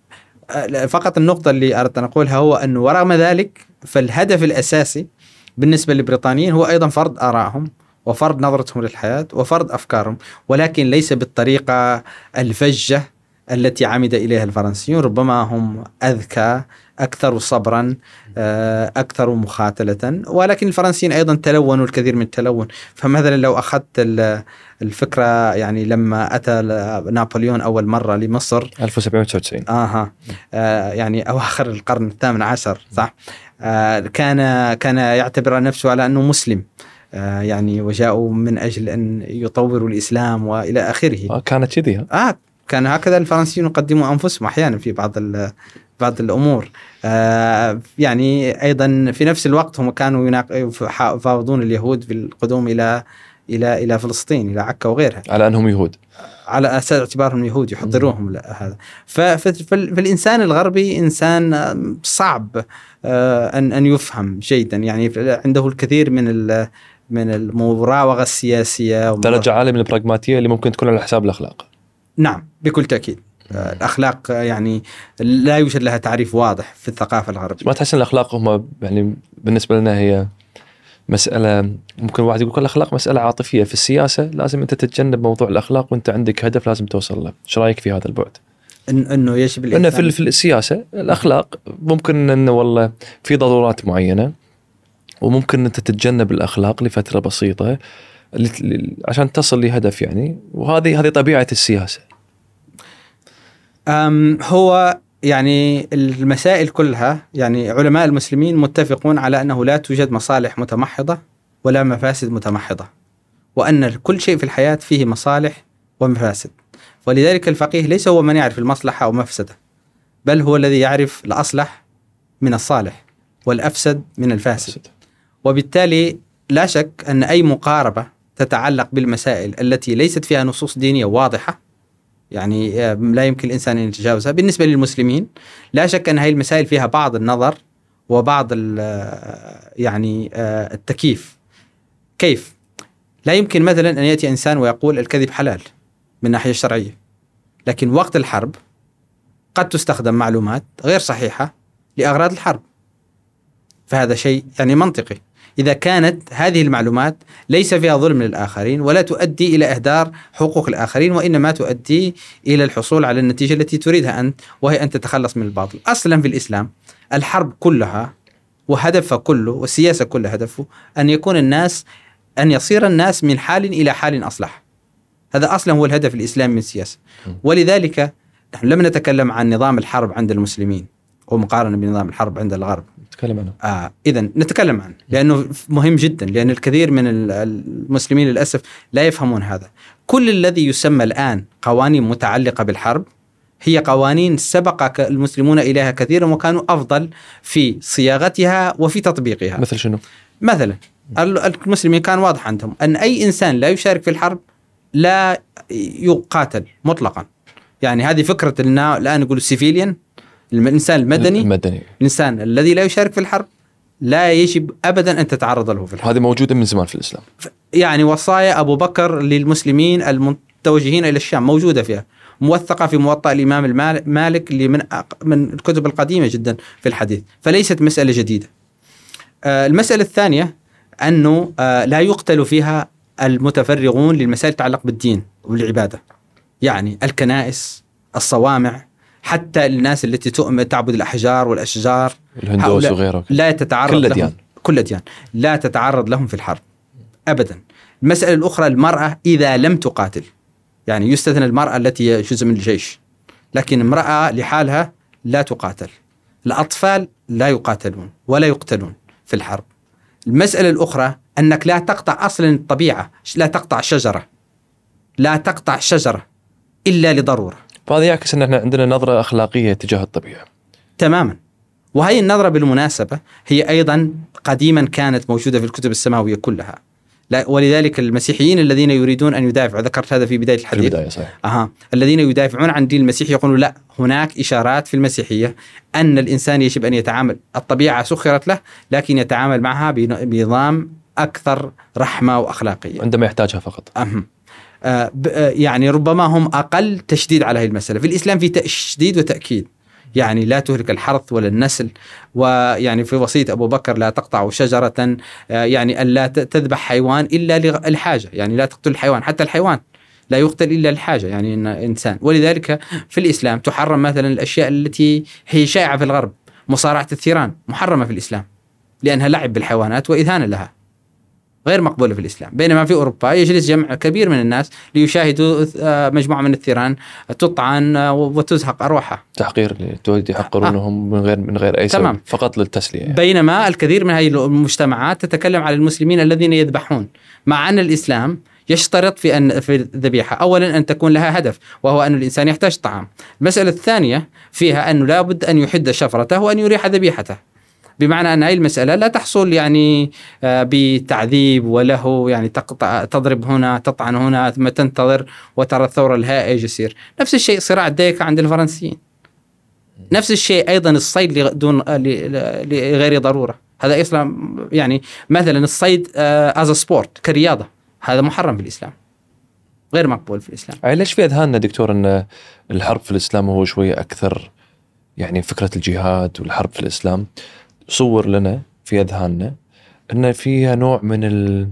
فقط النقطة اللي أردت أن أقولها هو أنه ورغم ذلك فالهدف الأساسي بالنسبة للبريطانيين هو أيضا فرض آرائهم وفرض نظرتهم للحياة وفرض أفكارهم، ولكن ليس بالطريقة الفجة التي عمد إليها الفرنسيون. ربما هم أذكى، أكثر صبرا، أكثر مخاتلة، ولكن الفرنسيين أيضا تلونوا الكثير من التلون. فمثلا لو أخذت الفكرة يعني لما أتى نابليون أول مرة لمصر ألف وسبعمائة وتسعة وتسعين آه يعني أواخر القرن الثامن عشر صح، آه كان كان يعتبر نفسه على أنه مسلم، آه يعني وجاءوا من أجل أن يطوروا الإسلام وإلى آخره. آه كانت كذي. آه كان هكذا الفرنسيين يقدموا أنفسهم أحيانا في بعض بعض الأمور. آه يعني أيضا في نفس الوقت هم كانوا يفاوضون اليهود بالقدوم إلى إلى إلى فلسطين، إلى عكا وغيرها، على أنهم يهود، على أساس اعتبارهم يهود يحضروهم هذا. فالإنسان الغربي إنسان صعب آه أن أن يفهم جيدا، يعني عنده الكثير من من المراوغة السياسية، درجة عالية من البراغماتية اللي ممكن تكون على حساب الأخلاق. نعم بكل تأكيد. الأخلاق يعني لا يوجد لها تعريف واضح في الثقافة الغربية. ما تحس أن الأخلاق هم يعني بالنسبة لنا هي مسألة، ممكن واحد يقول الأخلاق مسألة عاطفية، في السياسة لازم أنت تتجنب موضوع الأخلاق وأنت عندك هدف لازم توصل له. إيش رأيك في هذا البعد؟ إن إنه يجب إنه في في السياسة الأخلاق ممكن إنه والله في ضرورات معينة وممكن أنت تتجنب الأخلاق لفترة بسيطة عشان تصل لهدف يعني، وهذه هذه طبيعة السياسة. أم هو يعني المسائل كلها يعني علماء المسلمين متفقون على أنه لا توجد مصالح متمحضة ولا مفاسد متمحضة، وأن كل شيء في الحياة فيه مصالح ومفاسد. ولذلك الفقيه ليس هو من يعرف المصلحة أو مفسدة، بل هو الذي يعرف الأصلح من الصالح والأفسد من الفاسد. وبالتالي لا شك أن أي مقاربة تتعلق بالمسائل التي ليست فيها نصوص دينية واضحة يعني لا يمكن الإنسان أن يتجاوزها. بالنسبة للمسلمين لا شك أن هذه المسائل فيها بعض النظر وبعض يعني التكييف. كيف؟ لا يمكن مثلا أن يأتي إنسان ويقول الكذب حلال من الناحية الشرعية، لكن وقت الحرب قد تستخدم معلومات غير صحيحة لأغراض الحرب، فهذا شيء يعني منطقي إذا كانت هذه المعلومات ليس فيها ظلم للآخرين ولا تؤدي إلى إهدار حقوق الآخرين، وإنما تؤدي إلى الحصول على النتيجة التي تريدها أنت، وهي أن تتخلص من الباطل. أصلا في الإسلام الحرب كلها وهدفها كله والسياسة كلها هدفه أن يكون الناس أن يصير الناس من حال إلى حال أصلح. هذا أصلا هو الهدف الإسلامي من السياسة. ولذلك نحن لم نتكلم عن نظام الحرب عند المسلمين، ومقارنة بنظام الحرب عند الغرب. نتكلم عنه. آه إذن نتكلم عنه لأنه مهم جدا، لأن الكثير من المسلمين للأسف لا يفهمون هذا. كل الذي يسمى الآن قوانين متعلقة بالحرب هي قوانين سبق المسلمون إليها كثيرا وكانوا أفضل في صياغتها وفي تطبيقها. مثل شنو؟ مثلا المسلمين كان واضح عندهم أن أي إنسان لا يشارك في الحرب لا يقاتل مطلقا. يعني هذه فكرة لنا الآن نقول السيفيليان، الإنسان المدني. المدني الإنسان الذي لا يشارك في الحرب لا يجب أبدا أن تتعرض له في الحرب. هذه موجودة من زمان في الإسلام. يعني وصايا أبو بكر للمسلمين المتوجهين إلى الشام موجودة فيها، موثقة في موطأ الإمام مالك اللي من من الكتب القديمة جدا في الحديث، فليست مسألة جديدة. آه المسألة الثانية أنه آه لا يقتل فيها المتفرغون للمسائل تتعلق بالدين والعبادة، يعني الكنائس، الصوامع، حتى الناس التي تؤمن تعبد الأحجار والأشجار، الهندوس وغيره، لا تتعرض كل لهم ديان. كل ديان لا تتعرض لهم في الحرب أبدا. المسألة الأخرى المرأة إذا لم تقاتل، يعني يستثنى المرأة التي هي جزء من الجيش، لكن امرأة لحالها لا تقاتل. الأطفال لا يقاتلون ولا يقتلون في الحرب. المسألة الأخرى أنك لا تقطع أصلا الطبيعة، لا تقطع شجرة، لا تقطع شجرة إلا لضرورة. فهذا يعكس أن احنا عندنا نظرة أخلاقية تجاه الطبيعة تماما. وهي النظرة بالمناسبة هي أيضا قديما كانت موجودة في الكتب السماوية كلها، ولذلك المسيحيين الذين يريدون أن يدافعوا، ذكرت هذا في بداية الحديث، في البداية صحيح. أها. الذين يدافعون عن دين المسيح يقولون لا، هناك إشارات في المسيحية أن الإنسان يجب أن يتعامل، الطبيعة سخرت له لكن يتعامل معها بنظام أكثر رحمة وأخلاقية عندما يحتاجها فقط. أهم. آه يعني ربما هم أقل تشديد على هذه المسألة. في الإسلام في تشديد وتأكيد، يعني لا تهلك الحرث ولا النسل، ويعني في وصية أبو بكر لا تقطع شجرة، يعني ألا تذبح حيوان إلا للحاجة، يعني لا تقتل الحيوان، حتى الحيوان لا يقتل إلا للحاجة، يعني إن إنسان. ولذلك في الإسلام تحرم مثلا الأشياء التي هي شائعة في الغرب، مصارعة الثيران محرمة في الإسلام لأنها لعب بالحيوانات وإذهان لها، غير مقبولة في الإسلام. بينما في أوروبا يجلس جمع كبير من الناس ليشاهدوا مجموعة من الثيران تطعن وتزهق أرواحها، تحقير، يحقرونهم من غير من غير أي سبب، فقط للتسلية يعني. بينما الكثير من هذه المجتمعات تتكلم على المسلمين الذين يذبحون، مع أن الإسلام يشترط في أن في الذبيحة أولا أن تكون لها هدف، وهو أن الإنسان يحتاج طعام. المسألة الثانية فيها أنه لا بد أن يحد شفرته وأن يريح ذبيحته، بمعنى أن هذه المسألة لا تحصل يعني بتعذيب وله يعني تقطع تضرب هنا تطعن هنا ثم تنتظر وترى الثورة الهائج يصير. نفس الشيء صراع الديكا عند الفرنسيين، نفس الشيء أيضا الصيد دون لغير ضرورة، هذا إسلام. يعني مثلا الصيد از سبورت كرياضة، هذا محرم في الإسلام، غير مقبول في الإسلام. ليش في أذهاننا دكتور أن الحرب في الإسلام هو شوية أكثر، يعني فكرة الجهاد والحرب في الإسلام صور لنا في أذهاننا أن فيها نوع من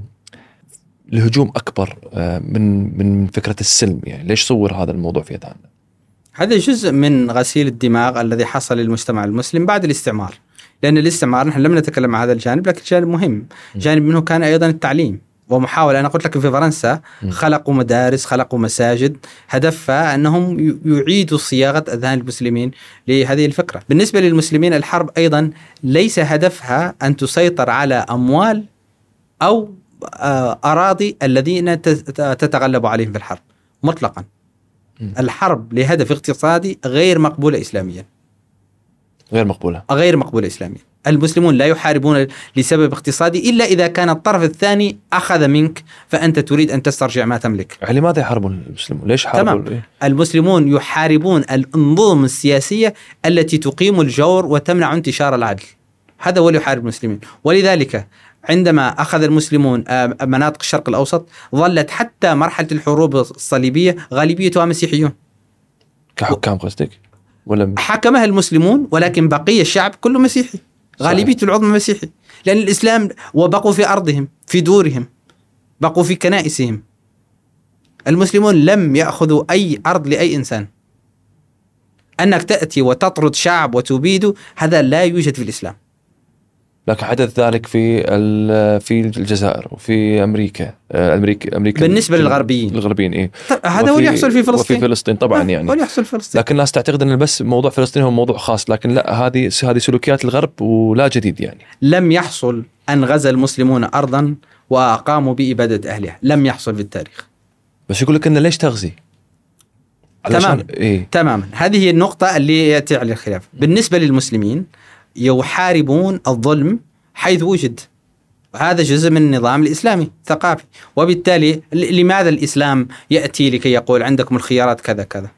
الهجوم أكبر من من فكرة السلم؟ يعني ليش صور هذا الموضوع في أذهاننا؟ هذا جزء من غسيل الدماغ الذي حصل للمجتمع المسلم بعد الاستعمار، لأن الاستعمار نحن لم نتكلم عن هذا الجانب، لكن جانب مهم، جانب منه كان أيضا التعليم ومحاولة. أنا قلت لك في فرنسا خلقوا مدارس، خلقوا مساجد، هدفها أنهم يعيدوا صياغة أذهان المسلمين لهذه الفكرة. بالنسبة للمسلمين الحرب أيضا ليس هدفها أن تسيطر على أموال أو أراضي الذين تتغلب عليهم في الحرب مطلقا. الحرب لهدف اقتصادي غير مقبولة إسلاميا، غير مقبولة غير مقبولة إسلاميا. المسلمون لا يحاربون لسبب اقتصادي إلا إذا كان الطرف الثاني أخذ منك فأنت تريد أن تسترجع ما تملك. يعني لماذا يحاربون المسلمون؟ ليش حاربون؟ تمام. المسلمون يحاربون الأنظمة السياسية التي تقيم الجور وتمنع انتشار العدل، هذا هو اللي يحارب المسلمين. ولذلك عندما أخذ المسلمون مناطق الشرق الأوسط ظلت حتى مرحلة الحروب الصليبية غالبيتها مسيحيون كحكام قصدك؟ ولا حكمها المسلمون ولكن بقي الشعب كله مسيحي، غالبية العظمى مسيحي، لأن الإسلام وبقوا في أرضهم في دورهم، بقوا في كنائسهم. المسلمون لم يأخذوا أي أرض لأي إنسان. أنك تأتي وتطرد شعب وتبيده هذا لا يوجد في الإسلام. لكن حدث ذلك في في الجزائر وفي أمريكا أمريكا أمريكا بالنسبة للغربيين الغربيين إيه هذا هو اللي يحصل في فلسطين وفي فلسطين طبعا يعني هو اللي يحصل في فلسطين. لكن الناس تعتقد أن بس موضوع فلسطين هو موضوع خاص، لكن لا، هذه هذه سلوكيات الغرب ولا جديد يعني. لم يحصل أن غزا المسلمون أرضا وأقاموا بإبادة أهلها، لم يحصل في التاريخ. بس يقول لك إنه ليش تغزي؟ تمام إيه؟ تماما، هذه هي النقطة اللي يأتي على الخلاف. بالنسبة للمسلمين يحاربون الظلم حيث وجد، هذا جزء من النظام الإسلامي الثقافي، وبالتالي لماذا الإسلام يأتي لكي يقول عندكم الخيارات كذا كذا؟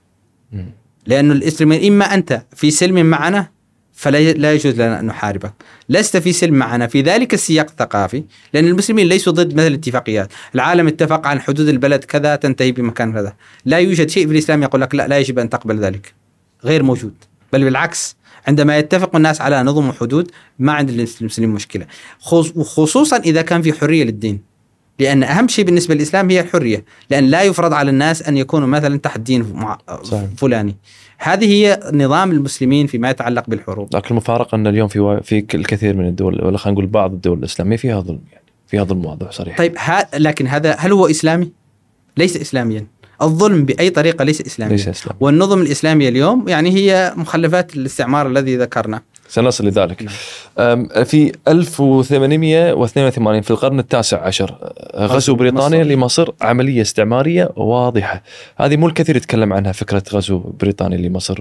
لأن الإسلاميين إما أنت في سلم معنا فلا لا يجوز لنا أن نحاربك، لست في سلم معنا في ذلك السياق الثقافي، لأن المسلمين ليسوا ضد مثل الاتفاقيات، العالم اتفق عن حدود البلد كذا تنتهي بمكان كذا، لا يوجد شيء في الإسلام يقول لك لا لا يجب أن تقبل ذلك، غير موجود، بل بالعكس عندما يتفق الناس على نظم وحدود ما عند المسلمين مشكلة، وخصوصا إذا كان في حرية للدين، لأن أهم شيء بالنسبة للإسلام هي الحرية، لأن لا يفرض على الناس أن يكونوا مثلا تحت دين فلاني. هذه هي نظام المسلمين فيما يتعلق بالحروب. لكن المفارقة أن اليوم في في الكثير من الدول، ولا خلينا نقول بعض الدول الإسلامية فيها ظلم، يعني فيها ظلم واضح صريح. طيب ها لكن هذا هل هو إسلامي؟ ليس إسلاميا. الظلم بأي طريقة ليس إسلاميا. ليس إسلامي. والنظم الإسلامية اليوم يعني هي مخلفات الاستعمار الذي ذكرنا. سنصل لذلك. في ألف وثمانمئة واثنين وثمانين في القرن التاسع عشر غزو بريطانيا لمصر عملية استعمارية واضحة. هذه مو الكثير يتكلم عنها، فكرة غزو بريطانيا لمصر.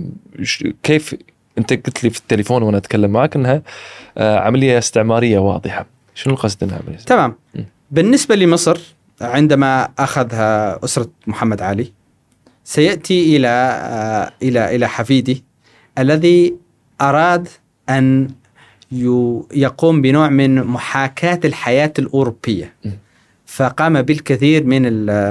كيف أنت قلت لي في التليفون وأنا أتكلم معك أنها عملية استعمارية واضحة، شنو القصد أنها عملية؟ تمام. بالنسبة لمصر عندما أخذها أسرة محمد علي سيأتي إلى إلى إلى حفيدي الذي أراد أن يقوم بنوع من محاكاة الحياة الأوروبية، فقام بالكثير من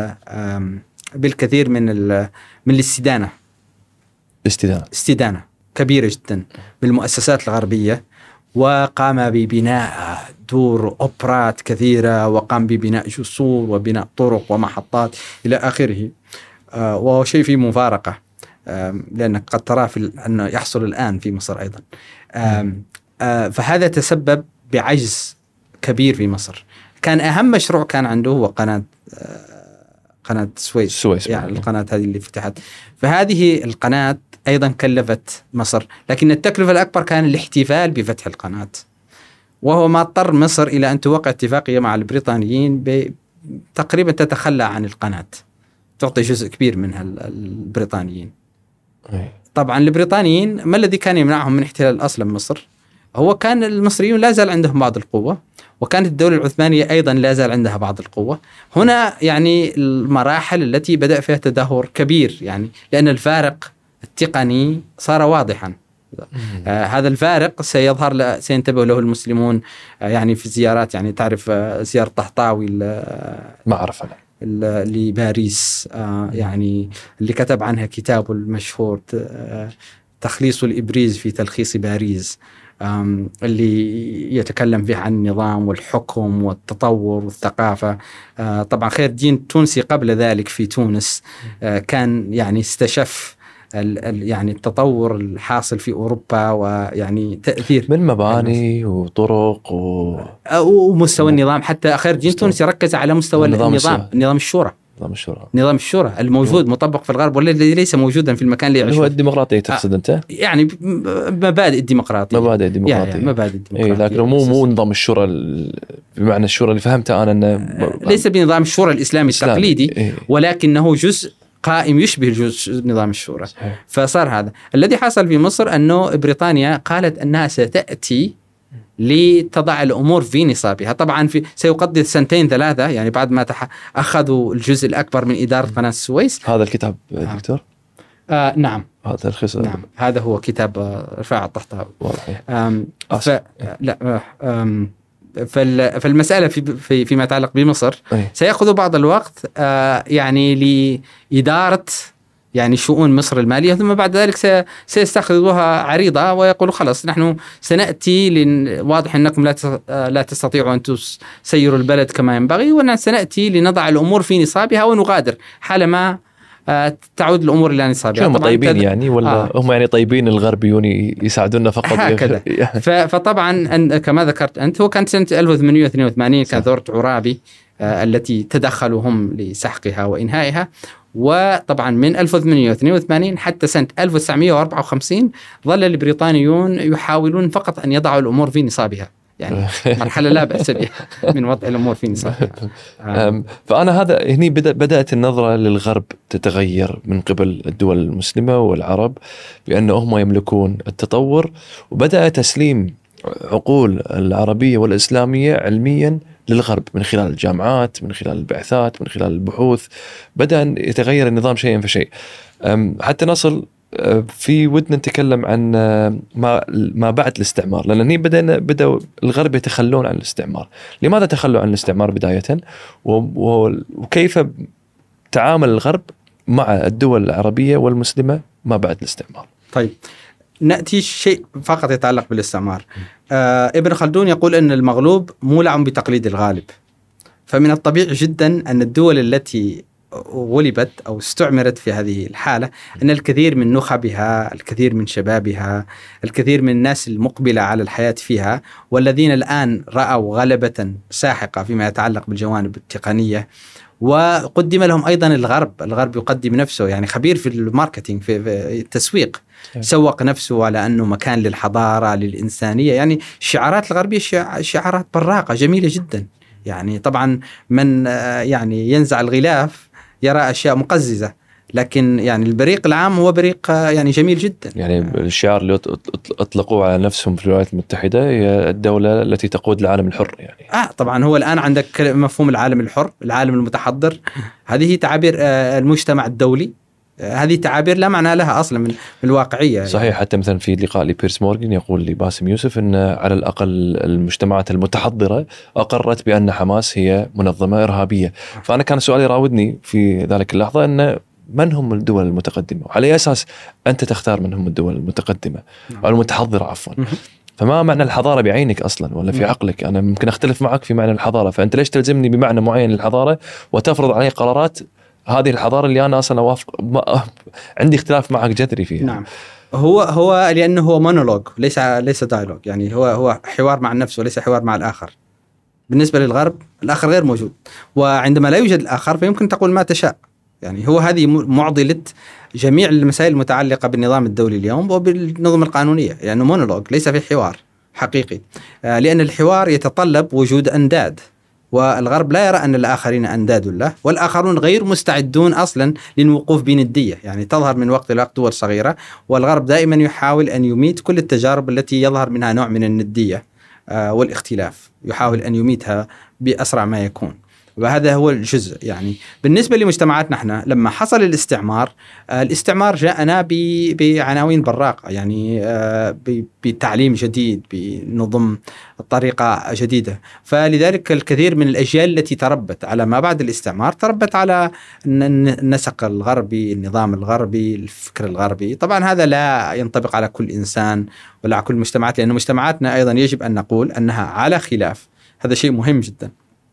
بالكثير من من الاستدانة استدانة استدانة كبيرة جدا بالمؤسسات الغربية، وقام ببناء دور أوبرات كثيرة، وقام ببناء جسور وبناء طرق ومحطات إلى آخره. وهو شيء فيه مفارقة لأنك قد ترى في أنه يحصل الآن في مصر أيضا. فهذا تسبب بعجز كبير في مصر. كان أهم مشروع كان عنده هو قناة قناة السويس, السويس يعني القناة هذه اللي فتحت. فهذه القناة أيضا كلفت مصر، لكن التكلفة الأكبر كان الاحتفال بفتح القناة، وهو ما اضطر مصر إلى أن توقع اتفاقية مع البريطانيين تقريبا تتخلى عن القناة، تعطي جزء كبير منها البريطانيين. طبعا البريطانيين ما الذي كان يمنعهم من احتلال أصلا مصر؟ هو كان المصريون لا زال عندهم بعض القوة، وكانت الدولة العثمانية أيضا لا زال عندها بعض القوة. هنا يعني المراحل التي بدأ فيها تدهور كبير، يعني لأن الفارق التقني صار واضحا. آه هذا الفارق سيظهر سينتبه له المسلمون آه يعني في الزيارات، يعني تعرف آه زيارة طهطاوي ما أعرف أنا لباريس، آه يعني اللي كتب عنها كتابه المشهور آه تخليص الإبريز في تلخيص باريس، اللي يتكلم فيه عن النظام والحكم والتطور والثقافة. آه طبعا خير الدين تونسي قبل ذلك في تونس آه كان يعني استشف يعني التطور الحاصل في أوروبا، ويعني تأثير من مباني وطرق و... ومستوى النظام. حتى خير الدين تونسي ركز على مستوى النظام النظام, النظام الشورى نظام الشورى نظام الشورى الموجود مطبق في الغرب والذي ليس موجودا في المكان اللي يعيش. هو الديمقراطية تقصد أنت؟ يعني مبادئ الديمقراطية مبادئ الديمقراطية يعني مبادئ الديمقراطية. إيه، لكن مو مو نظام الشورى بمعنى الشورى اللي فهمته أنا أنه ب... ليس بنظام الشورى الإسلامي التقليدي، إيه. ولكنه جزء قائم يشبه جزء نظام الشورى. صحيح. فصار هذا الذي حصل في مصر، أنه بريطانيا قالت أنها ستأتي لتضع الأمور في نصابها. طبعا في سيقضي سنتين ثلاثة يعني بعد ما تح... أخذوا الجزء الأكبر من إدارة قناة السويس. هذا الكتاب دكتور؟ آه نعم هذا الخص... نعم هذا هو كتاب رفاعة الطهطاوي. ف... لا أم... فال... فالمسألة في... في... فيما يتعلق بمصر أي. سيأخذ بعض الوقت آه يعني لإدارة يعني شؤون مصر المالية، ثم بعد ذلك سي... سيستخدموها عريضة ويقولوا خلاص نحن سنأتي لن... واضح أنكم لا, ت... لا تستطيعوا أن تسيروا البلد كما ينبغي، ونحن سنأتي لنضع الأمور في نصابها ونغادر حالما تعود الأمور إلى نصابها. هم طيبين كد... يعني ولا آه. هم يعني طيبين الغربيون يساعدونا فقط هكذا. فطبعا كما ذكرت أنت هو كانت سنة ألف وثمانمائة واثنين وثمانين كان ثورة عرابي آه التي تدخلوا هم لسحقها وإنهائها. وطبعا من ألف وثمانمائة واثنين وثمانين حتى سنة ألف وتسعمائة وأربعة وخمسين ظل البريطانيون يحاولون فقط أن يضعوا الأمور في نصابها، يعني مرحلة لا بأس بها من وضع الأمور في نصابها. فأنا هذا هني بدأت النظرة للغرب تتغير من قبل الدول المسلمة والعرب بأنه هم يملكون التطور، وبدأ تسليم عقول العربية والإسلامية علميا للغرب من خلال الجامعات، من خلال البعثات، من خلال البحوث. بدأ يتغير النظام شيئا فشيء حتى نصل في ودنا نتكلم عن ما ما بعد الاستعمار، لأن هني بدأنا بدأ الغرب يتخلون عن الاستعمار. لماذا تخلوا عن الاستعمار بداية، وكيف تعامل الغرب مع الدول العربية والمسلمة ما بعد الاستعمار؟ طيب نأتي شيء فقط يتعلق بالاستعمار. آه ابن خلدون يقول أن المغلوب مولع بتقليد الغالب، فمن الطبيعي جدا أن الدول التي غلبت أو استعمرت في هذه الحالة أن الكثير من نخبها، الكثير من شبابها، الكثير من الناس المقبلة على الحياة فيها والذين الآن رأوا غلبة ساحقة فيما يتعلق بالجوانب التقنية، وقدم لهم أيضا الغرب الغرب يقدم نفسه يعني خبير في الماركتينج في التسويق، سوق نفسه على أنه مكان للحضارة للإنسانية. يعني الشعارات الغربية شعارات براقة جميلة جدا. يعني طبعا من يعني ينزع الغلاف يرى أشياء مقززة، لكن يعني البريق العام هو بريق يعني جميل جدا. يعني الشعار اللي أطلقوه على نفسهم في الولايات المتحدة هي الدولة التي تقود العالم الحر. يعني آه طبعا هو الآن عندك مفهوم العالم الحر، العالم المتحضر، هذه تعابير المجتمع الدولي، هذه تعابير لا معنى لها أصلا من الواقعية. صحيح يعني. حتى مثلا في لقاء لبيرس مورغان يقول لباسم يوسف أن على الأقل المجتمعات المتحضرة أقرت بأن حماس هي منظمة إرهابية. فأنا كان سؤالي راودني في ذلك اللحظة أن من هم الدول المتقدمة، وعلى أي أساس أنت تختار من هم الدول المتقدمة أو المتحضرة عفوا. فما معنى الحضارة بعينك أصلا ولا في عقلك؟ أنا ممكن أختلف معك في معنى الحضارة، فأنت ليش تلزمني بمعنى معين للحضارة وتفرض علي قرارات هذه الحضارة اللي أنا أصلا أوافق ما... عندي اختلاف معك جذري فيها. نعم هو هو لأنه هو مونولوج ليس ليس دايلوج، يعني هو هو حوار مع النفس وليس حوار مع الآخر. بالنسبة للغرب الآخر غير موجود، وعندما لا يوجد الآخر فيمكن تقول ما تشاء. يعني هو هذه معضلة جميع المسائل المتعلقة بالنظام الدولي اليوم وبالنظم القانونية، لأنه يعني مونولوج ليس في حوار حقيقي، لأن الحوار يتطلب وجود أنداد، والغرب لا يرى أن الآخرين أنداد له، والآخرون غير مستعدون أصلا للوقوف بندية. يعني تظهر من وقت لوقت دول صغيرة، والغرب دائما يحاول أن يميت كل التجارب التي يظهر منها نوع من الندية والاختلاف، يحاول أن يميتها بأسرع ما يكون. وهذا هو الجزء. يعني بالنسبة لمجتمعاتنا احنا لما حصل الاستعمار، الاستعمار جاءنا بعناوين براقة، يعني بتعليم جديد، بنظم طريقة جديدة. فلذلك الكثير من الأجيال التي تربت على ما بعد الاستعمار تربت على النسق الغربي، النظام الغربي، الفكر الغربي. طبعا هذا لا ينطبق على كل إنسان ولا على كل المجتمعات، لأن مجتمعاتنا أيضا يجب أن نقول أنها على خلاف، هذا شيء مهم جدا،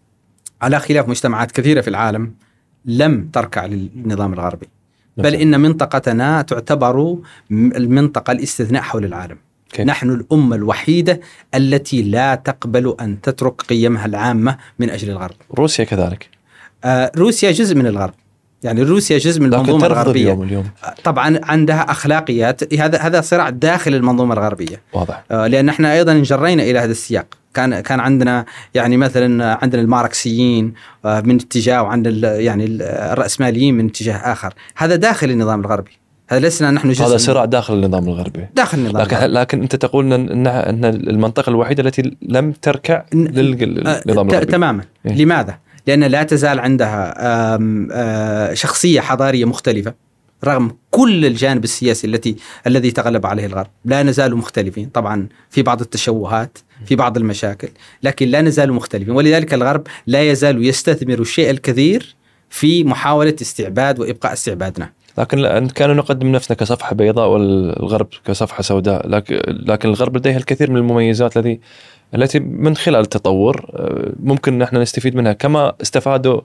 على خلاف مجتمعات كثيرة في العالم لم تركع للنظام الغربي، بل إن منطقتنا تعتبر المنطقة الاستثناء حول العالم. كي. نحن الأمة الوحيدة التي لا تقبل أن تترك قيمها العامة من أجل الغرب. روسيا كذلك. آه روسيا جزء من الغرب، يعني روسيا جزء من المنظومة الغربية. اليوم اليوم. طبعا عندها أخلاقيات، هذا هذا صراع داخل المنظومة الغربية. واضح. آه لأن احنا أيضا انجرينا إلى هذا السياق. كان كان عندنا يعني مثلا عندنا الماركسيين من اتجاه، وعندنا يعني الرأسماليين من اتجاه آخر. هذا داخل النظام الغربي، هذا لسنا نحن جزء، هذا صراع داخل النظام الغربي، داخل النظام لكن الغربي. لكن أنت تقول أن أن المنطقة الوحيدة التي لم تركع للنظام الغربي. تماما. إيه؟ لماذا؟ لأن لا تزال عندها آم آم شخصية حضارية مختلفة رغم كل الجانب السياسي التي الذي تغلب عليه الغرب. لا نزال مختلفين طبعا في بعض التشوهات، في بعض المشاكل، لكن لا نزال مختلفين. ولذلك الغرب لا يزال يستثمر الشيء الكثير في محاولة استعباد وإبقاء استعبادنا. لكن كانوا نقدم نفسنا كصفحة بيضاء والغرب كصفحة سوداء، لكن لكن الغرب لديه الكثير من المميزات التي التي من خلال التطور ممكن نحن نستفيد منها، كما استفادوا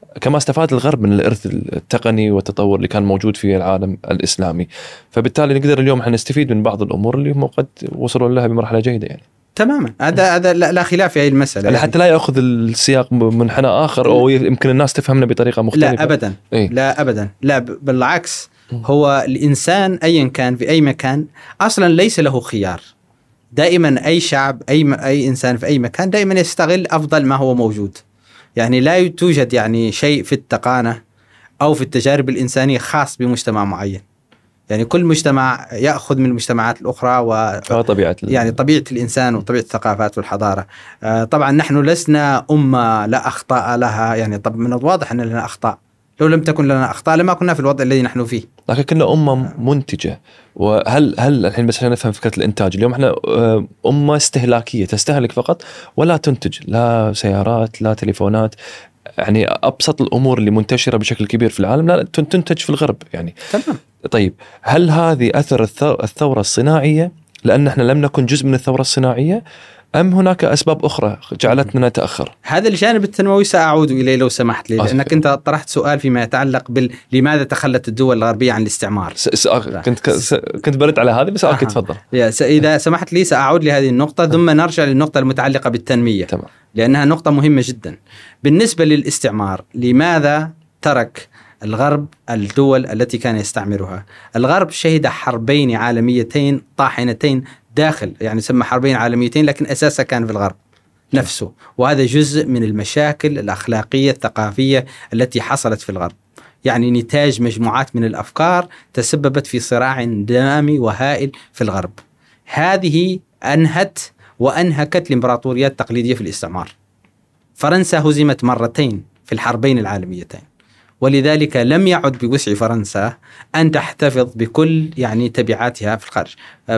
كما استفاد الغرب من الإرث التقني والتطور اللي كان موجود في العالم الإسلامي، فبالتالي نقدر اليوم احنا نستفيد من بعض الأمور اللي هم قد وصلوا لها بمرحلة جيدة يعني. تماما، هذا هذا لا خلاف في هذه المسألة يعني حتى لا يأخذ السياق منحنى آخر أو يمكن الناس تفهمنا بطريقة مختلفة. لا أبدا إيه؟ لا أبدا لا، بالعكس، هو الإنسان أيا كان في أي مكان أصلا ليس له خيار. دائما أي شعب أي م... أي إنسان في أي مكان دائما يستغل أفضل ما هو موجود. يعني لا توجد يعني شيء في التقانة أو في التجارب الإنسانية خاص بمجتمع معين. يعني كل مجتمع يأخذ من المجتمعات الأخرى و طبيعة يعني طبيعة الإنسان وطبيعة الثقافات والحضارة. آه طبعا نحن لسنا أمة لا أخطاء لها، يعني طب من الواضح أن لنا أخطاء، لو لم تكن لنا أخطاء لما كنا في الوضع الذي نحن فيه. لكن كنا أمة منتجة. وهل هل الحين بس عشان نفهم فكرة الإنتاج، اليوم إحنا أمة استهلاكية تستهلك فقط ولا تنتج، لا سيارات لا تليفونات، يعني أبسط الأمور اللي منتشرة بشكل كبير في العالم لا تنتج في الغرب يعني. تمام. طيب هل هذه أثر الثورة الصناعية لأن إحنا لم نكن جزء من الثورة الصناعية، أم هناك أسباب أخرى جعلتنا نتأخر؟ هذا الجانب التنموي سأعود إليه لو سمحت لي، لأنك أنت طرحت سؤال فيما يتعلق بال لماذا تخلت الدول الغربية عن الاستعمار. س... س... كنت ك... س... كنت برد على هذه بس أوكي تفضل. س... إذا سمحت لي سأعود لهذه النقطة ثم نرجع للنقطة المتعلقة بالتنمية. تمام. لأنها نقطة مهمة جدا. بالنسبة للاستعمار، لماذا ترك الغرب الدول التي كان يستعمرها؟ الغرب شهد حربين عالميتين طاحنتين داخل، يعني سمى حربين عالميتين، لكن أساسها كان في الغرب نفسه، وهذا جزء من المشاكل الأخلاقية الثقافية التي حصلت في الغرب. يعني نتاج مجموعات من الأفكار تسببت في صراع دامي وهائل في الغرب. هذه أنهت وأنهكت الإمبراطوريات التقليدية في الاستعمار. فرنسا هزمت مرتين في الحربين العالميتين، ولذلك لم يعد بوسع فرنسا أن تحتفظ بكل يعني تبعاتها في الخارج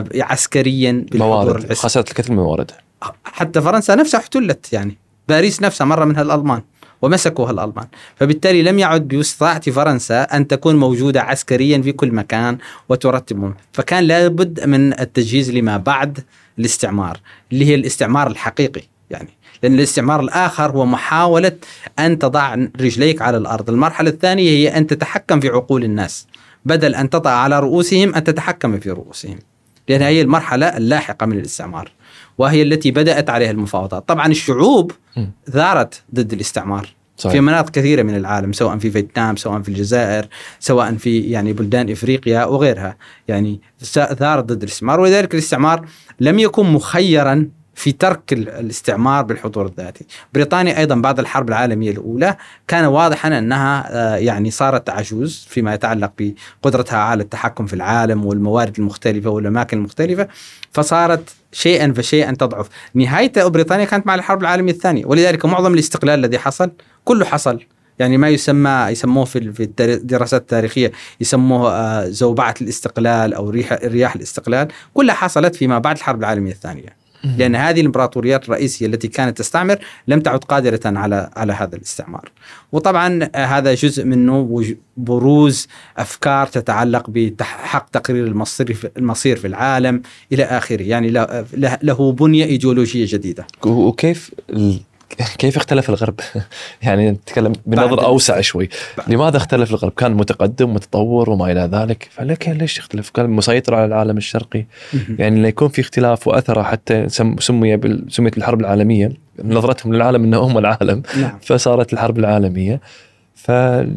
عسكريا بالحضور العسكري. خسرت الكثير من الموارد. حتى فرنسا نفسها احتلت، يعني باريس نفسها مرة منها الألمان ومسكوها الألمان، فبالتالي لم يعد بوسعة فرنسا أن تكون موجودة عسكريا في كل مكان وترتب. فكان لابد من التجهيز لما بعد الاستعمار اللي هي الاستعمار الحقيقي، يعني لأن الاستعمار الآخر هو محاولة أن تضع رجليك على الأرض. المرحلة الثانية هي أن تتحكم في عقول الناس بدل أن تضع على رؤوسهم أن تتحكم في رؤوسهم، لأن هي المرحلة اللاحقة من الاستعمار وهي التي بدأت عليها المفاوضات. طبعا الشعوب ثارت ضد الاستعمار صحيح. في مناطق كثيرة من العالم، سواء في فيتنام، سواء في الجزائر، سواء في يعني بلدان إفريقيا وغيرها، يعني ثارت ضد الاستعمار. ولذلك الاستعمار لم يكن مخيرا في ترك الاستعمار بالحضور الذاتي. بريطانيا أيضا بعد الحرب العالمية الأولى كان واضحا أنها يعني صارت عجوز فيما يتعلق بقدرتها على التحكم في العالم والموارد المختلفة والأماكن المختلفة، فصارت شيئا فشيئا تضعف. نهاية بريطانيا كانت مع الحرب العالمية الثانية، ولذلك معظم الاستقلال الذي حصل كله حصل يعني ما يسمى يسموه في الدراسات التاريخية يسموه زوبعة الاستقلال أو ريح رياح الاستقلال، كلها حصلت فيما بعد الحرب العالمية الثانية، لأن هذه الإمبراطوريات الرئيسية التي كانت تستعمر لم تعد قادرة على على هذا الاستعمار. وطبعا هذا جزء منه بروز أفكار تتعلق بحق تقرير المصير المصير في العالم إلى آخره، يعني له بنية إيديولوجية جديدة. وكيف كيف اختلف الغرب؟ يعني نتكلم بنظر أوسع شوي. لماذا اختلف الغرب؟ كان متقدم متطور وما إلى ذلك، فلك ليش اختلف؟ كان مسيطر على العالم الشرقي. يعني لا يكون في اختلاف وأثره، حتى سمي بال... سميت الحرب العالمية، نظرتهم للعالم إنه هم العالم. نعم. فصارت الحرب العالمية. فليش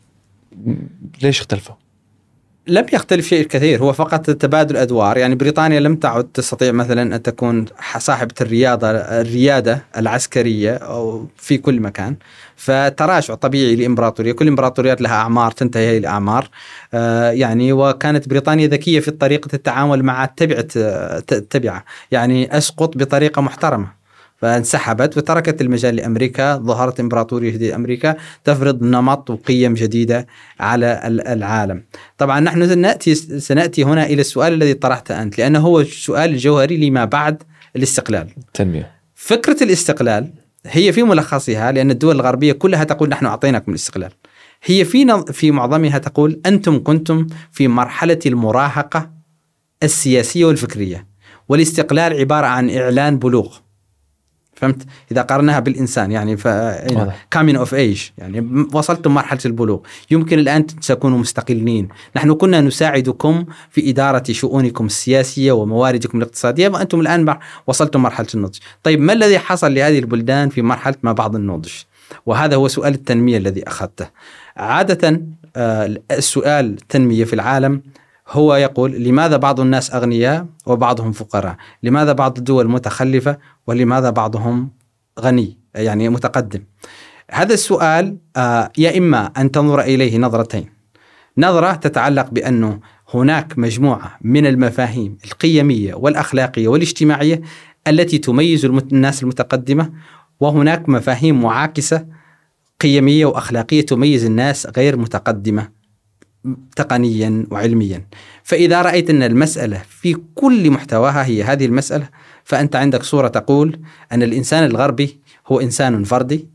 اختلفوا؟ لم يختلف شيء كثير، هو فقط تبادل أدوار. يعني بريطانيا لم تعد تستطيع مثلا أن تكون صاحبة الرياضة الريادة العسكرية أو في كل مكان، فتراجع طبيعي لإمبراطورية. كل إمبراطوريات لها أعمار تنتهي هي الأعمار، آه يعني وكانت بريطانيا ذكية في طريقة التعامل مع التبعة التبعة، يعني أسقط بطريقة محترمة، فانسحبت وتركت المجال لأمريكا. ظهرت إمبراطورية جديدة أمريكا تفرض نمط وقيم جديدة على العالم. طبعا نحن سنأتي, سنأتي هنا إلى السؤال الذي طرحته أنت، لأنه هو السؤال الجوهري لما بعد الاستقلال. تنمية. فكرة الاستقلال هي في ملخصها، لأن الدول الغربية كلها تقول نحن أعطيناكم الاستقلال، هي في في معظمها تقول أنتم كنتم في مرحلة المراهقة السياسية والفكرية، والاستقلال عبارة عن إعلان بلوغ. فهمت؟ إذا قارناها بالإنسان يعني ف coming of age يعني وصلتم مرحلة البلوغ، يمكن الآن تكونوا مستقلين. نحن كنا نساعدكم في إدارة شؤونكم السياسية ومواردكم الاقتصادية، وأنتم الآن وصلتم مرحلة النضج. طيب ما الذي حصل لهذه البلدان في مرحلة ما بعد النضج؟ وهذا هو سؤال التنمية الذي أخذته. عادة السؤال التنمية في العالم هو يقول لماذا بعض الناس أغنياء وبعضهم فقراء؟ لماذا بعض الدول متخلفة ولماذا بعضهم غني يعني متقدم؟ هذا السؤال يا إما أن تنظر إليه نظرتين. نظرة تتعلق بأنه هناك مجموعة من المفاهيم القيمية والأخلاقية والاجتماعية التي تميز الناس المتقدمة، وهناك مفاهيم معاكسة قيمية وأخلاقية تميز الناس غير متقدمة تقنيا وعلميا. فإذا رأيت أن المسألة في كل محتواها هي هذه المسألة، فأنت عندك صورة تقول أن الإنسان الغربي هو إنسان فردي،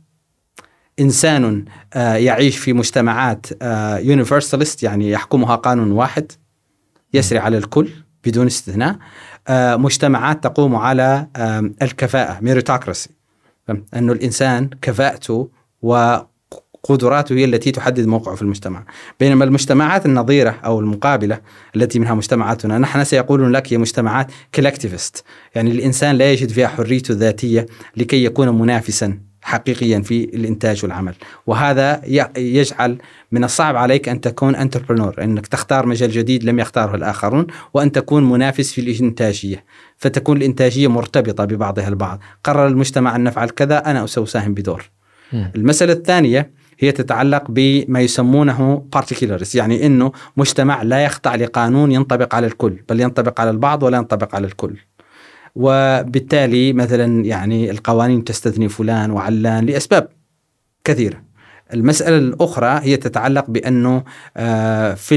إنسان يعيش في مجتمعات يونيفرساليست يعني يحكمها قانون واحد يسري على الكل بدون استثناء، مجتمعات تقوم على الكفاءة ميريتوكراسي، أنه الإنسان كفاءته وقدراته هي التي تحدد موقعه في المجتمع. بينما المجتمعات النظيرة أو المقابلة التي منها مجتمعاتنا نحن سيقولون لك هي مجتمعات كولكتيفست، يعني الإنسان لا يجد فيها حريته الذاتية لكي يكون منافسا حقيقيا في الإنتاج والعمل. وهذا يجعل من الصعب عليك أن تكون انتربرنور، أنك تختار مجال جديد لم يختاره الآخرون، وأن تكون منافس في الإنتاجية، فتكون الإنتاجية مرتبطة ببعضها البعض. قرر المجتمع أن نفعل كذا، أنا أساهم بدور. م. المسألة الثانية هي تتعلق بما يسمونه particulars، يعني أنه مجتمع لا يخضع لقانون ينطبق على الكل، بل ينطبق على البعض ولا ينطبق على الكل. وبالتالي مثلا يعني القوانين تستثني فلان وعلان لأسباب كثيرة. المسألة الأخرى هي تتعلق بأنه في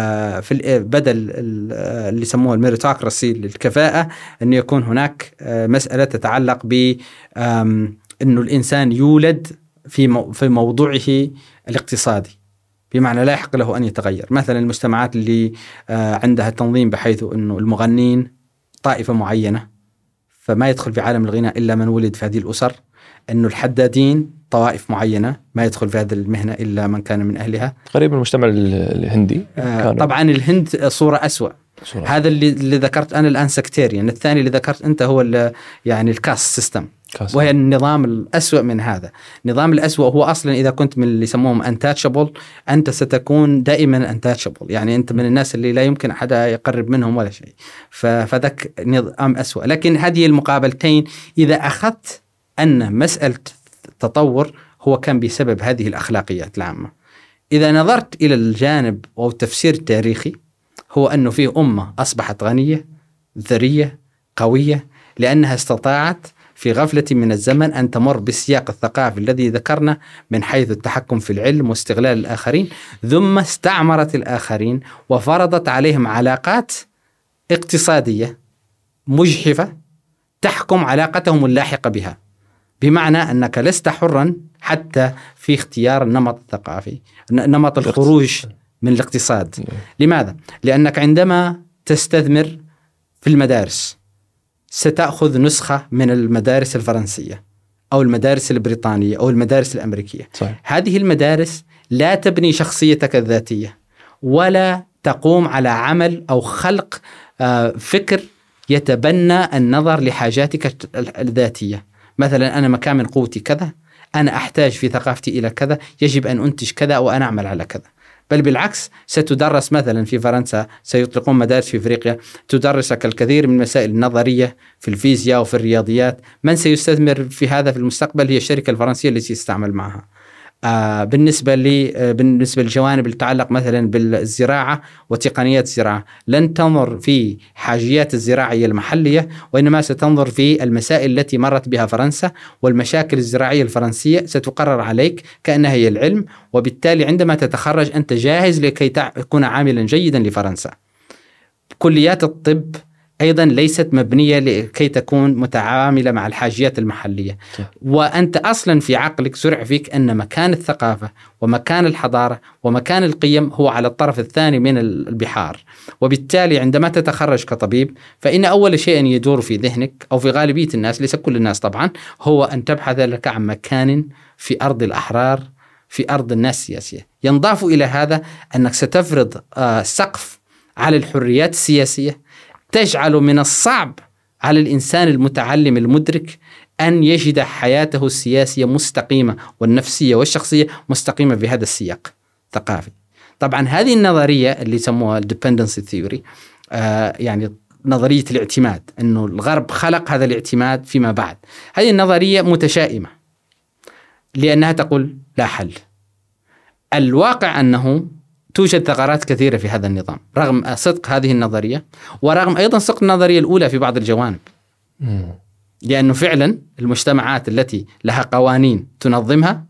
في بدل اللي يسموه الميريتوكراسي للكفاءة، أن يكون هناك مسألة تتعلق بأنه الإنسان يولد في في موضوعه الاقتصادي، بمعنى لا يحق له أن يتغير. مثلا المجتمعات اللي عندها تنظيم بحيث أنه المغنين طائفة معينة فما يدخل في عالم الغناء إلا من ولد في هذه الأسر، أنه الحدادين طوائف معينة ما يدخل في هذه المهنة إلا من كان من أهلها. قريب من المجتمع الهندي. آه طبعا الهند صورة أسوأ. صورة. هذا اللي, اللي ذكرت أنا الآن سكتيريان، الثاني اللي ذكرت أنت هو يعني الكاست سيستم، وهي النظام الأسوأ من هذا. النظام الأسوأ هو أصلا إذا كنت من اللي يسموهم untouchable، أنت ستكون دائما untouchable، يعني أنت من الناس اللي لا يمكن أحد يقرب منهم ولا شيء، فذاك نظام أسوأ. لكن هذه المقابلتين إذا أخذت أن مسألة التطور هو كان بسبب هذه الأخلاقيات العامة. إذا نظرت إلى الجانب أو التفسير التاريخي هو أنه فيه أمة أصبحت غنية ثرية قوية لأنها استطاعت في غفلة من الزمن أن تمر بالسياق الثقافي الذي ذكرنا من حيث التحكم في العلم واستغلال الآخرين، ثم استعمرت الآخرين وفرضت عليهم علاقات اقتصادية مجحفة تحكم علاقتهم اللاحقة بها، بمعنى أنك لست حرا حتى في اختيار النمط الثقافي، نمط الخروج من الاقتصاد. لماذا؟ لأنك عندما تستثمر في المدارس ستأخذ نسخة من المدارس الفرنسية أو المدارس البريطانية أو المدارس الأمريكية. صحيح. هذه المدارس لا تبني شخصيتك الذاتية ولا تقوم على عمل أو خلق فكر يتبنى النظر لحاجاتك الذاتية. مثلا أنا مكان من قوتي كذا، أنا أحتاج في ثقافتي إلى كذا، يجب أن أنتج كذا وأنا أعمل على كذا. بل بالعكس ستدرس مثلا في فرنسا، سيطلقون مدارس في أفريقيا تدرسك الكثير من المسائل النظرية في الفيزياء وفي الرياضيات. من سيستثمر في هذا في المستقبل هي الشركة الفرنسية التي تستعمل معها. آه بالنسبة لي آه بالنسبة للجوانب اللي تتعلق مثلا بالزراعة وتقنيات الزراعة، لن تنظر في حاجيات الزراعية المحلية، وإنما ستنظر في المسائل التي مرت بها فرنسا والمشاكل الزراعية الفرنسية ستقرر عليك كأنها هي العلم، وبالتالي عندما تتخرج أنت جاهز لكي تكون عاملا جيدا لفرنسا. كليات الطب أيضا ليست مبنية لكي تكون متعاملة مع الحاجيات المحلية. وأنت أصلا في عقلك زرع فيك أن مكان الثقافة ومكان الحضارة ومكان القيم هو على الطرف الثاني من البحار. وبالتالي عندما تتخرج كطبيب فإن أول شيء يدور في ذهنك أو في غالبية الناس، ليس كل الناس طبعا، هو أن تبحث لك عن مكان في أرض الأحرار، في أرض الناس السياسية. ينضاف إلى هذا أنك ستفرض آه سقف على الحريات السياسية تجعل من الصعب على الإنسان المتعلم المدرك أن يجد حياته السياسية مستقيمة والنفسية والشخصية مستقيمة في هذا السياق الثقافي. طبعا هذه النظرية اللي يسموها dependency theory، آه يعني نظرية الاعتماد، أنه الغرب خلق هذا الاعتماد فيما بعد. هذه النظرية متشائمة لأنها تقول لا حل. الواقع أنه توجد ثغرات كثيرة في هذا النظام رغم صدق هذه النظرية، ورغم أيضا صدق النظرية الأولى في بعض الجوانب. مم. لأنه فعلا المجتمعات التي لها قوانين تنظمها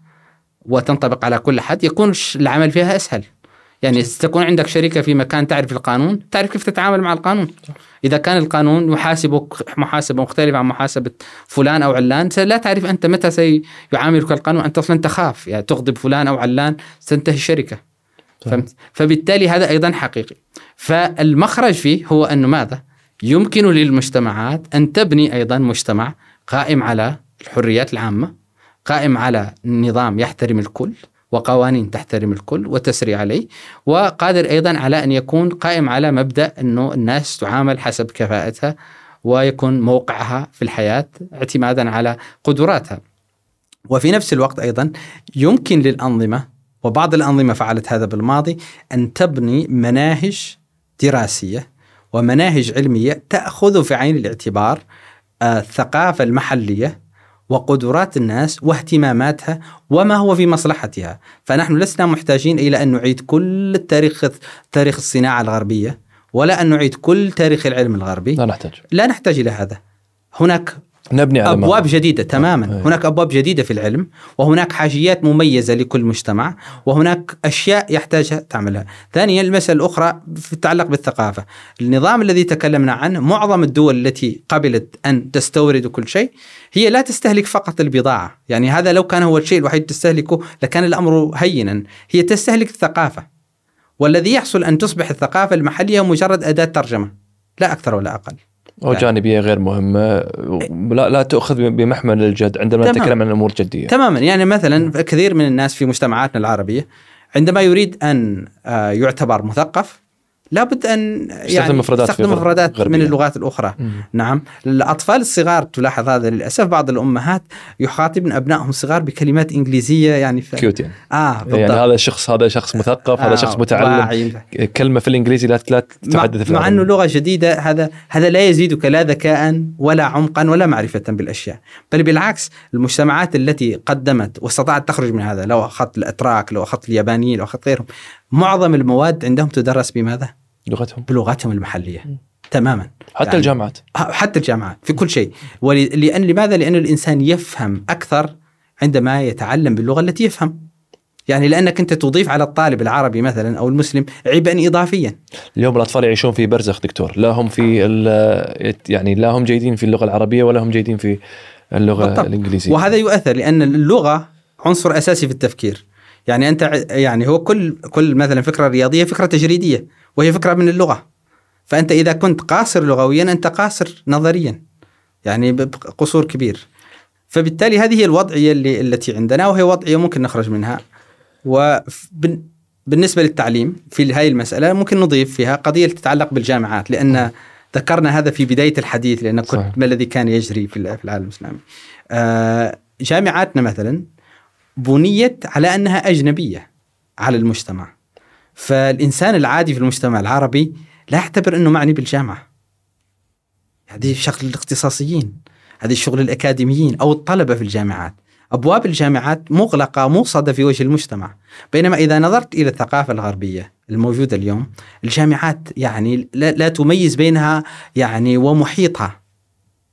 وتنطبق على كل حد يكون العمل فيها أسهل. يعني تكون عندك شركة في مكان تعرف القانون، تعرف كيف تتعامل مع القانون. إذا كان القانون يحاسبك محاسبة مختلفة عن محاسبة فلان أو علان، لا تعرف أنت متى سيعاملك القانون، أنت أصلا تخاف يعني تغضب فلان أو علان ستنتهي الشركة. فهمت؟ فبالتالي هذا أيضا حقيقي. فالمخرج فيه هو أنه ماذا؟ يمكن للمجتمعات أن تبني أيضا مجتمع قائم على الحريات العامة، قائم على نظام يحترم الكل وقوانين تحترم الكل وتسري عليه، وقادر أيضا على أن يكون قائم على مبدأ أنه الناس تعامل حسب كفاءتها ويكون موقعها في الحياة اعتمادا على قدراتها. وفي نفس الوقت أيضا يمكن للأنظمة، وبعض الأنظمة فعلت هذا بالماضي، أن تبني مناهج دراسية ومناهج علمية تأخذ في عين الاعتبار الثقافة المحلية وقدرات الناس واهتماماتها وما هو في مصلحتها. فنحن لسنا محتاجين إلى أن نعيد كل التاريخ تاريخ الصناعة الغربية، ولا أن نعيد كل تاريخ العلم الغربي. لا نحتاج لا نحتاج إلى هذا. هناك نبني على أبواب جديدة تماما. آه. هناك أبواب جديدة في العلم، وهناك حاجيات مميزة لكل مجتمع، وهناك أشياء يحتاجها تعملها. ثانيا المسألة الأخرى تتعلق بالثقافة. النظام الذي تكلمنا عنه، معظم الدول التي قبلت أن تستورد كل شيء هي لا تستهلك فقط البضاعة. يعني هذا لو كان هو الشيء الوحيد تستهلكه لكان الأمر هينا. هي تستهلك الثقافة، والذي يحصل أن تصبح الثقافة المحلية مجرد أداة ترجمة لا أكثر ولا أقل، أو جانبية غير مهمة، لا, لا تأخذ بمحمل الجد عندما تمام. نتكلم عن أمور جدية تماما. يعني مثلا كثير من الناس في مجتمعاتنا العربية عندما يريد أن يعتبر مثقف لابد أن يعني مفردات يستخدم مفردات من اللغات الأخرى. مم. نعم. الأطفال الصغار تلاحظ هذا للأسف، بعض الأمهات يخاطبن أبنائهم الصغار بكلمات إنجليزية يعني ف... كيوت يعني. آه يعني هذا شخص هذا شخص مثقف، آه هذا شخص متعلم. واعي. كلمة في الإنجليزي لا لا تتحدث في مع أنه لغة جديدة. هذا هذا لا يزيدك لا ذكاء ولا عمقا ولا معرفة بالأشياء، بل بالعكس. المجتمعات التي قدمت واستطاعت تخرج من هذا، لو أخذت الأتراك، لو أخذت اليابانيين، لو أخذت غيرهم، معظم المواد عندهم تدرس بماذا؟ لغتهم بلغتهم المحلية. م. تماما. حتى يعني الجامعات حتى الجامعات في كل شيء. ولأن لماذا؟ لأن الإنسان يفهم أكثر عندما يتعلم باللغة التي يفهم. يعني لأنك أنت تضيف على الطالب العربي مثلا أو المسلم عبئا إضافيا. اليوم الأطفال يعيشون في برزخ دكتور، لا هم في يعني لا هم جيدين في اللغة العربية ولا هم جيدين في اللغة بالطبع. الإنجليزية. وهذا يؤثر لأن اللغة عنصر أساسي في التفكير. يعني أنت يعني هو كل كل مثلا فكرة رياضية فكرة تجريدية، وهي فكرة من اللغة. فأنت إذا كنت قاصر لغويا أنت قاصر نظريا، يعني بقصور كبير. فبالتالي هذه هي الوضعية اللي التي عندنا، وهي وضعية ممكن نخرج منها. وبالنسبة للتعليم في هذه المسألة ممكن نضيف فيها قضية تتعلق بالجامعات، لأن ذكرنا هذا في بداية الحديث، لأن كنت ما الذي كان يجري في العالم الإسلامي. جامعاتنا مثلا بنيت على أنها أجنبية على المجتمع، فالإنسان العادي في المجتمع العربي لا يعتبر أنه معني بالجامعة. هذه شغل الاختصاصيين، هذه شغل الأكاديميين أو الطلبة في الجامعات. أبواب الجامعات مغلقة موصدة في وجه المجتمع. بينما إذا نظرت إلى الثقافة الغربية الموجودة اليوم، الجامعات يعني لا, لا تميز بينها يعني ومحيطها.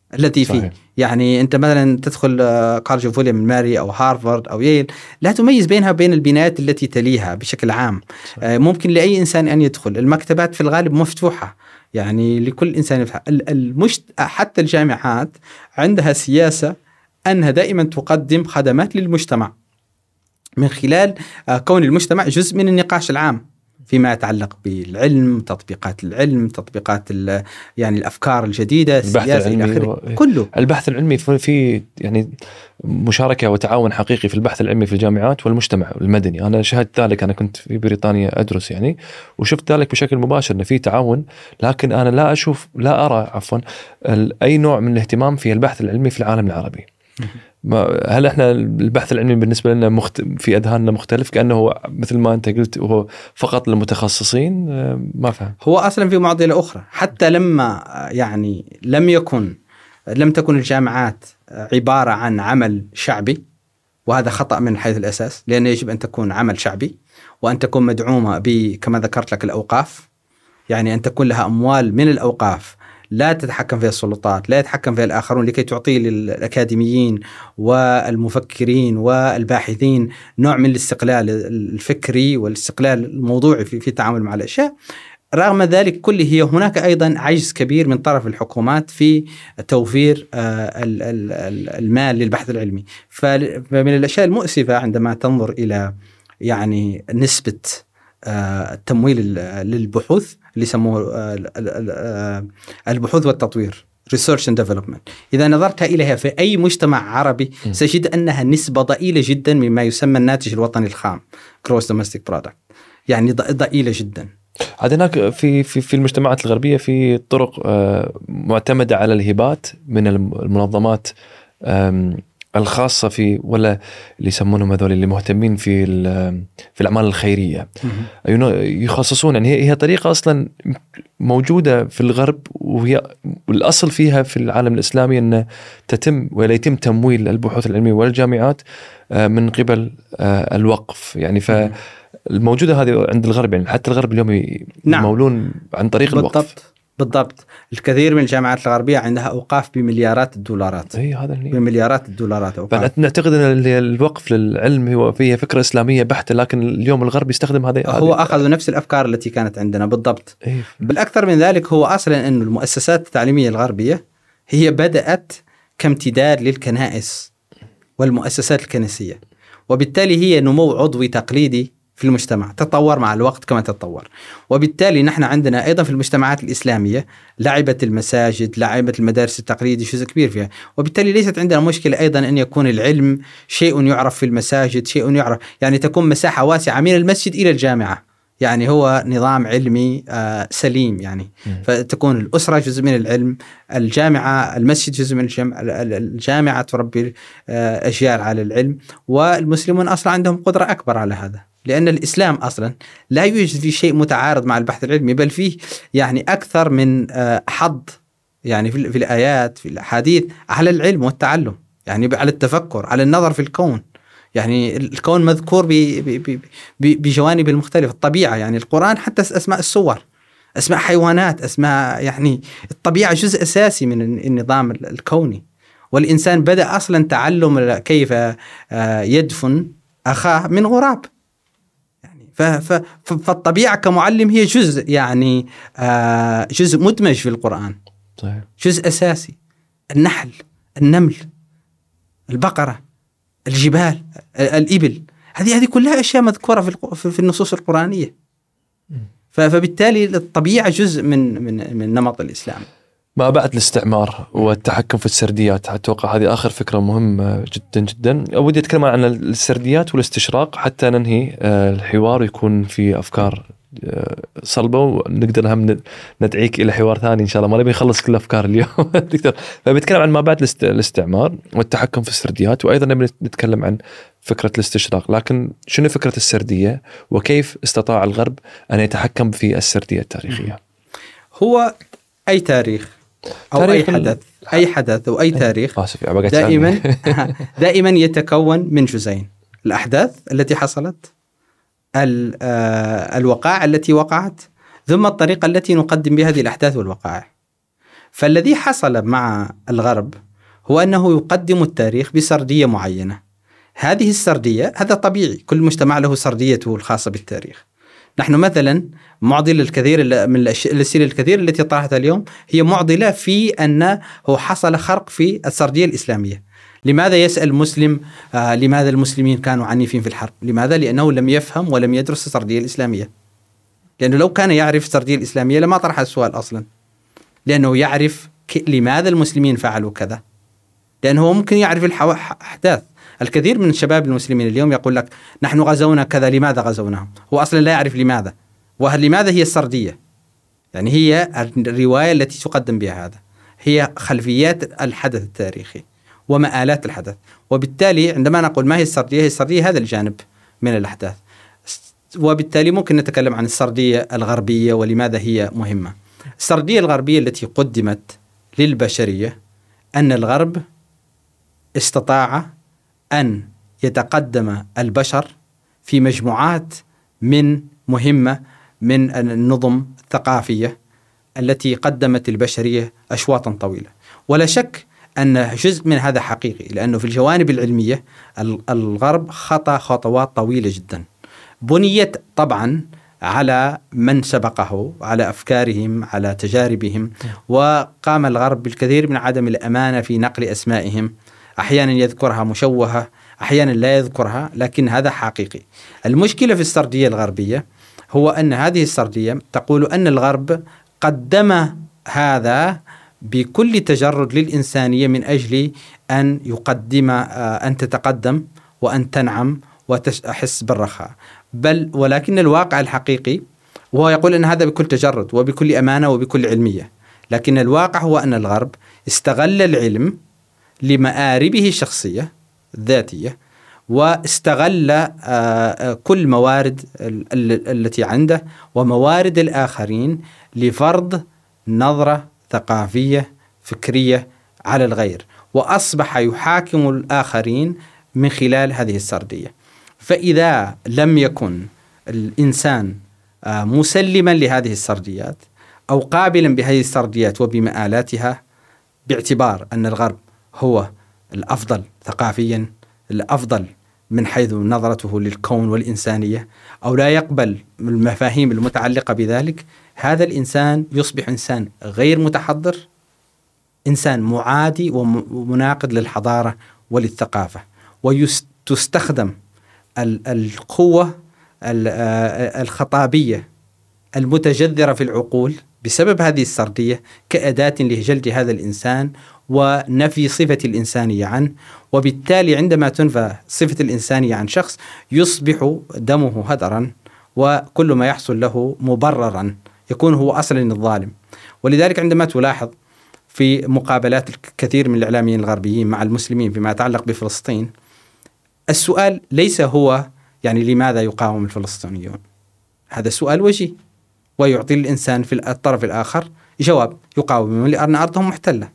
التي فيه. صحيح. يعني أنت مثلا تدخل كولج اوف ويليام ماري أو هارفارد أو ييل، لا تميز بينها وبين البنايات التي تليها بشكل عام. صحيح. ممكن لأي إنسان أن يدخل. المكتبات في الغالب مفتوحة، يعني لكل إنسان يفتح. المشت... حتى الجامعات عندها سياسة أنها دائما تقدم خدمات للمجتمع من خلال كون المجتمع جزء من النقاش العام فيما يتعلق بالعلم، تطبيقات العلم، تطبيقات يعني الأفكار الجديدة، البحث العلمي و... كله. البحث العلمي في يعني مشاركة وتعاون حقيقي في البحث العلمي في الجامعات والمجتمع المدني. أنا شاهدت ذلك، أنا كنت في بريطانيا أدرس يعني، وشفت ذلك بشكل مباشر أن في تعاون، لكن أنا لا أشوف لا أرى عفوا أي نوع من الاهتمام في البحث العلمي في العالم العربي. هل احنا البحث العلمي بالنسبه لنا مخت... في اذهاننا مختلف، كانه مثل ما انت قلت وهو فقط للمتخصصين؟ ما فهم. هو اصلا في معضله اخرى، حتى لما يعني لم يكن لم تكن الجامعات عباره عن عمل شعبي، وهذا خطا من حيث الاساس، لانه يجب ان تكون عمل شعبي وان تكون مدعومه ب كما ذكرت لك الاوقاف، يعني ان تكون لها اموال من الاوقاف لا تتحكم فيها السلطات، لا يتحكم فيها الآخرون، لكي تعطي للأكاديميين والمفكرين والباحثين نوع من الاستقلال الفكري والاستقلال الموضوعي في في التعامل مع الأشياء. رغم ذلك كله هي هناك أيضا عجز كبير من طرف الحكومات في توفير المال للبحث العلمي. فمن الأشياء المؤسفة عندما تنظر إلى يعني نسبة التمويل للبحوث اللي يسموه البحوث والتطوير research and development، إذا نظرت إليها في أي مجتمع عربي سيجد أنها نسبة ضئيلة جدا مما يسمى الناتج الوطني الخام gross domestic product، يعني ضئيلة جدا. هناك في في في المجتمعات الغربية في طرق معتمدة على الهبات من المنظمات الخاصة في ولا اللي يسمونهم هذول اللي مهتمين في في الأعمال الخيرية، يخصصون. يعني هي طريقة أصلا موجودة في الغرب، وهي الأصل فيها في العالم الإسلامي أن تتم ولا يتم تمويل البحوث العلمية والجامعات من قبل الوقف. يعني فالموجودة هذه عند الغرب، يعني حتى الغرب اليوم يمولون عن طريق بالضبط. الوقف. بالضبط. الكثير من الجامعات الغربية عندها أوقاف بمليارات الدولارات. أي هذا اللي بمليارات الدولارات أوقاف. نعتقد أن الوقف للعلم هو فيه فكرة إسلامية بحتة، لكن اليوم الغرب يستخدم هذا. هو أخذ نفس الأفكار التي كانت عندنا بالضبط. أيه. بالأكثر من ذلك، هو أصلا أن المؤسسات التعليمية الغربية هي بدأت كامتداد للكنائس والمؤسسات الكنسية، وبالتالي هي نمو عضوي تقليدي في المجتمع تطور مع الوقت كما تطور. وبالتالي نحن عندنا أيضا في المجتمعات الإسلامية لعبة المساجد، لعبة المدارس التقليدي جزء كبير فيها، وبالتالي ليست عندنا مشكلة أيضا أن يكون العلم شيء يعرف في المساجد، شيء يعرف يعني تكون مساحة واسعة من المسجد إلى الجامعة، يعني هو نظام علمي آه سليم يعني. م. فتكون الأسرة جزء من العلم، الجامعة المسجد جزء من الجامعة، الجامعة تربي آه أجيال على العلم، والمسلمون أصلا عندهم قدرة أكبر على هذا، لأن الإسلام أصلا لا يوجد فيه شيء متعارض مع البحث العلمي، بل فيه يعني أكثر من حظ يعني في الآيات في الأحاديث على العلم والتعلم، يعني على التفكر، على النظر في الكون. يعني الكون مذكور بجوانب المختلفة، الطبيعة يعني القرآن حتى أسماء السور، أسماء حيوانات، أسماء يعني الطبيعة جزء أساسي من النظام الكوني. والإنسان بدأ أصلا تعلم كيف يدفن أخاه من غراب. فالطبيعة كمعلم هي جزء يعني آه جزء مدمج في القرآن. صحيح. جزء أساسي. النحل، النمل، البقرة، الجبال، الإبل، هذه هذه كلها أشياء مذكورة في في النصوص القرآنية. فبالتالي الطبيعة جزء من من من نمط الإسلام. ما بعد الاستعمار والتحكم في السرديات، أتوقع هذه آخر فكرة مهمة جدا جدا. أودي أتكلم عن السرديات والاستشراق حتى ننهي الحوار ويكون في أفكار صلبة، ونقدر هم ندعيك إلى حوار ثاني إن شاء الله، ما نبي نخلص كل الأفكار اليوم دكتور. فبنتكلم عن ما بعد الاستعمار والتحكم في السرديات، وأيضا نبي نتكلم عن فكرة الاستشراق. لكن شنو فكرة السردية، وكيف استطاع الغرب أن يتحكم في السردية التاريخية؟ هو أي تاريخ أو أي حدث أي حدث أو أي تاريخ دائما دائما يتكون من جزئين: الأحداث التي حصلت، الوقائع التي وقعت، ثم الطريقة التي نقدم بها هذه الأحداث والوقائع. فالذي حصل مع الغرب هو أنه يقدم التاريخ بسردية معينة. هذه السردية، هذا طبيعي، كل مجتمع له سرديته الخاصة بالتاريخ. نحن مثلا معضلة الكثير من الأسئلة الكثير التي طرحتها اليوم هي معضلة في أنه حصل خرق في السردية الإسلامية. لماذا يسأل مسلم آه لماذا المسلمين كانوا عنيفين في الحرب؟ لماذا؟ لأنه لم يفهم ولم يدرس السردية الإسلامية. لأنه لو كان يعرف السردية الإسلامية لما طرح السؤال أصلا، لأنه يعرف لماذا المسلمين فعلوا كذا، لأنه هو ممكن يعرف الأحداث. الكثير من الشباب المسلمين اليوم يقول لك نحن غزونا كذا، لماذا غزوناهم؟ هو أصلا لا يعرف لماذا. وهل لماذا هي السردية، يعني هي الرواية التي تقدم بها، هذا هي خلفيات الحدث التاريخي ومآلات الحدث. وبالتالي عندما نقول ما هي السردية، هي السردية هذا الجانب من الأحداث. وبالتالي ممكن نتكلم عن السردية الغربية ولماذا هي مهمة. السردية الغربية التي قدمت للبشرية أن الغرب استطاع أن يتقدم البشر في مجموعات من مهمة من النظم الثقافية التي قدمت البشرية أشواطا طويلة. ولا شك أن جزء من هذا حقيقي، لأنه في الجوانب العلمية الغرب خطى خطوات طويلة جدا، بنيت طبعا على من سبقه، على أفكارهم، على تجاربهم. وقام الغرب بالكثير من عدم الأمانة في نقل أسمائهم، أحيانا يذكرها مشوهة، أحيانا لا يذكرها، لكن هذا حقيقي. المشكلة في السردية الغربية هو أن هذه السردية تقول أن الغرب قدم هذا بكل تجرد للإنسانية من أجل أن يقدم أن تتقدم وأن تنعم وتحس بالرخاء. بل ولكن الواقع الحقيقي وهو يقول أن هذا بكل تجرد وبكل أمانة وبكل علمية، لكن الواقع هو أن الغرب استغل العلم لمآربه الشخصية الذاتية، واستغل كل موارد التي عنده وموارد الآخرين لفرض نظرة ثقافية فكرية على الغير، وأصبح يحاكم الآخرين من خلال هذه السردية. فإذا لم يكن الإنسان مسلما لهذه السرديات أو قابلا بهذه السرديات وبمآلاتها، باعتبار أن الغرب هو الأفضل ثقافيا، الأفضل من حيث نظرته للكون والإنسانية، أو لا يقبل المفاهيم المتعلقة بذلك، هذا الإنسان يصبح إنسان غير متحضر، إنسان معادي ومناقض للحضارة وللثقافة. وتستخدم القوة الخطابية المتجذرة في العقول بسبب هذه السردية كأداة لجلد هذا الإنسان ونفي صفة الإنسانية عنه. وبالتالي عندما تنفى صفة الإنسانية عن شخص يصبح دمه هدرا، وكل ما يحصل له مبررا، يكون هو أصلا الظالم. ولذلك عندما تلاحظ في مقابلات الكثير من الإعلاميين الغربيين مع المسلمين فيما يتعلق بفلسطين، السؤال ليس هو يعني لماذا يقاوم الفلسطينيون، هذا سؤال وجيه ويعطي الإنسان في الطرف الآخر جواب، يقاومون لأن أرضهم محتلة.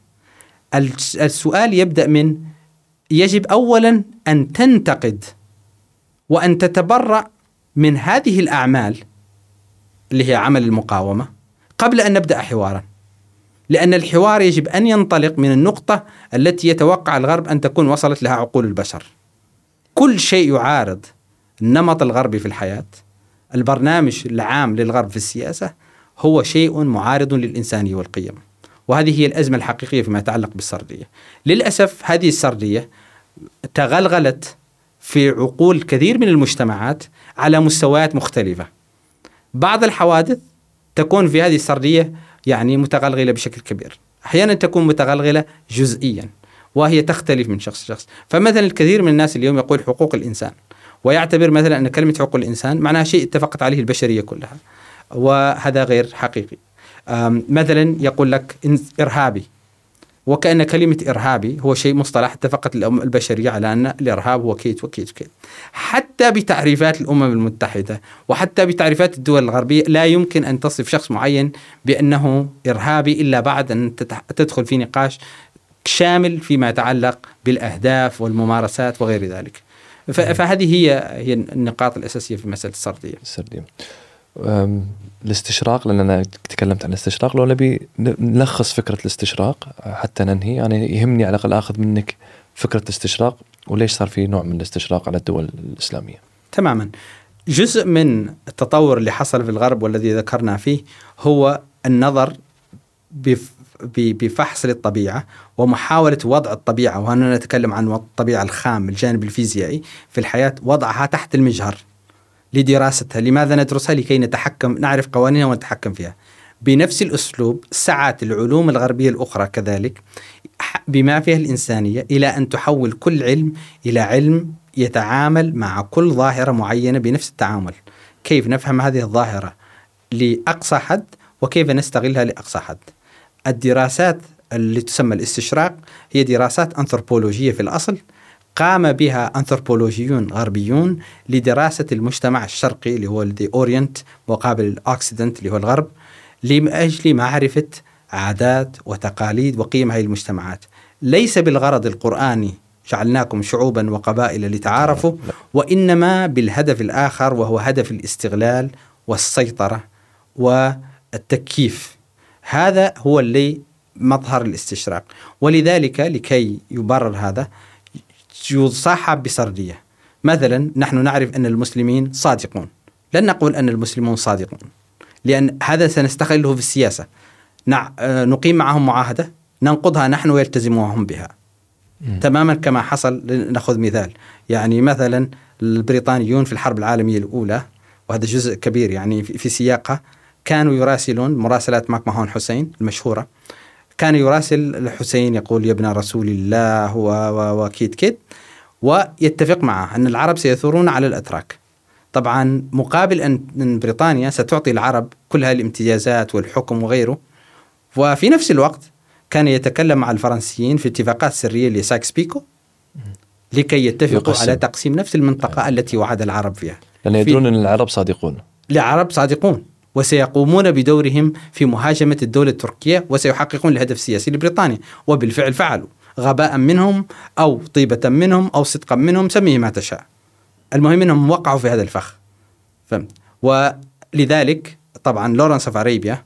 السؤال يبدأ من يجب أولا أن تنتقد وأن تتبرأ من هذه الأعمال اللي هي عمل المقاومة قبل أن نبدأ حوارا، لأن الحوار يجب أن ينطلق من النقطة التي يتوقع الغرب أن تكون وصلت لها عقول البشر. كل شيء يعارض النمط الغربي في الحياة، البرنامج العام للغرب في السياسة، هو شيء معارض للإنسانية والقيم. وهذه هي الأزمة الحقيقية فيما يتعلق بالسردية. للأسف هذه السردية تغلغلت في عقول كثير من المجتمعات على مستويات مختلفة. بعض الحوادث تكون في هذه السردية يعني متغلغلة بشكل كبير، أحيانا تكون متغلغلة جزئيا وهي تختلف من شخص لشخص. فمثلا الكثير من الناس اليوم يقول حقوق الإنسان، ويعتبر مثلا أن كلمة حقوق الإنسان معناها شيء اتفقت عليه البشرية كلها، وهذا غير حقيقي. مثلا يقول لك إرهابي، وكأن كلمة إرهابي هو شيء مصطلح اتفقت البشرية على أن الإرهاب هو كيت وكيت وكيت. حتى بتعريفات الأمم المتحدة وحتى بتعريفات الدول الغربية لا يمكن أن تصف شخص معين بأنه إرهابي إلا بعد أن تدخل في نقاش شامل فيما يتعلق بالأهداف والممارسات وغير ذلك. فهذه هي هي النقاط الأساسية في مسألة السردية. السردية. الاستشراق، لأن أنا تكلمت عن الاستشراق، لو نبي نلخص فكرة الاستشراق حتى ننهي، يعني يهمني على الأقل أخذ منك فكرة الاستشراق وليش صار في نوع من الاستشراق على الدول الإسلامية. تماما. جزء من التطور اللي حصل في الغرب والذي ذكرنا فيه هو النظر بفحص للطبيعة ومحاولة وضع الطبيعة، وهنا نتكلم عن الطبيعة الخام الجانب الفيزيائي في الحياة، وضعها تحت المجهر لدراستها. لماذا ندرسها؟ لكي نتحكم، نعرف قوانينها ونتحكم فيها. بنفس الأسلوب سعت العلوم الغربية الأخرى كذلك بما فيها الإنسانية إلى أن تحول كل علم إلى علم يتعامل مع كل ظاهرة معينة بنفس التعامل. كيف نفهم هذه الظاهرة لأقصى حد وكيف نستغلها لأقصى حد. الدراسات اللي تسمى الاستشراق هي دراسات أنثروبولوجية في الأصل، قام بها أنثروبولوجيون غربيون لدراسة المجتمع الشرقي اللي هو الدي أورينت مقابل الأوكسيدنت اللي هو الغرب، لأجل معرفة عادات وتقاليد وقيم هذه المجتمعات. ليس بالغرض القرآني جعلناكم شعوبا وقبائل لتعارفوا، وإنما بالهدف الآخر وهو هدف الاستغلال والسيطرة والتكييف. هذا هو اللي مظهر الاستشراق. ولذلك لكي يبرر هذا يصاحب بسردية. مثلا نحن نعرف أن المسلمين صادقون، لن نقول أن المسلمون صادقون لأن هذا سنستغله في السياسة. نقيم معهم معاهدة ننقضها نحن ويلتزموهم بها م. تماما كما حصل. نأخذ مثال، يعني مثلا البريطانيون في الحرب العالمية الأولى، وهذا جزء كبير يعني في سياقها، كانوا يراسلون مراسلات ماك ماهون حسين المشهورة، كان يراسل الحسين يقول يا ابن رسول الله وكيد كيد، ويتفق معه أن العرب سيثورون على الأتراك. طبعا مقابل أن بريطانيا ستعطي العرب كل هذه الامتيازات والحكم وغيره، وفي نفس الوقت كان يتكلم مع الفرنسيين في اتفاقات سرية لسايكس بيكو لكي يتفقوا على تقسيم نفس المنطقة التي وعد العرب فيها، لأن يدرون أن العرب صادقون. العرب صادقون وسيقومون بدورهم في مهاجمة الدولة التركية وسيحققون الهدف السياسي لبريطانيا، وبالفعل فعلوا، غباء منهم أو طيبة منهم أو صدقا منهم، سميه ما تشاء، المهم أنهم وقعوا في هذا الفخ. فهمت؟ ولذلك طبعا لورنس اوف ارابيا،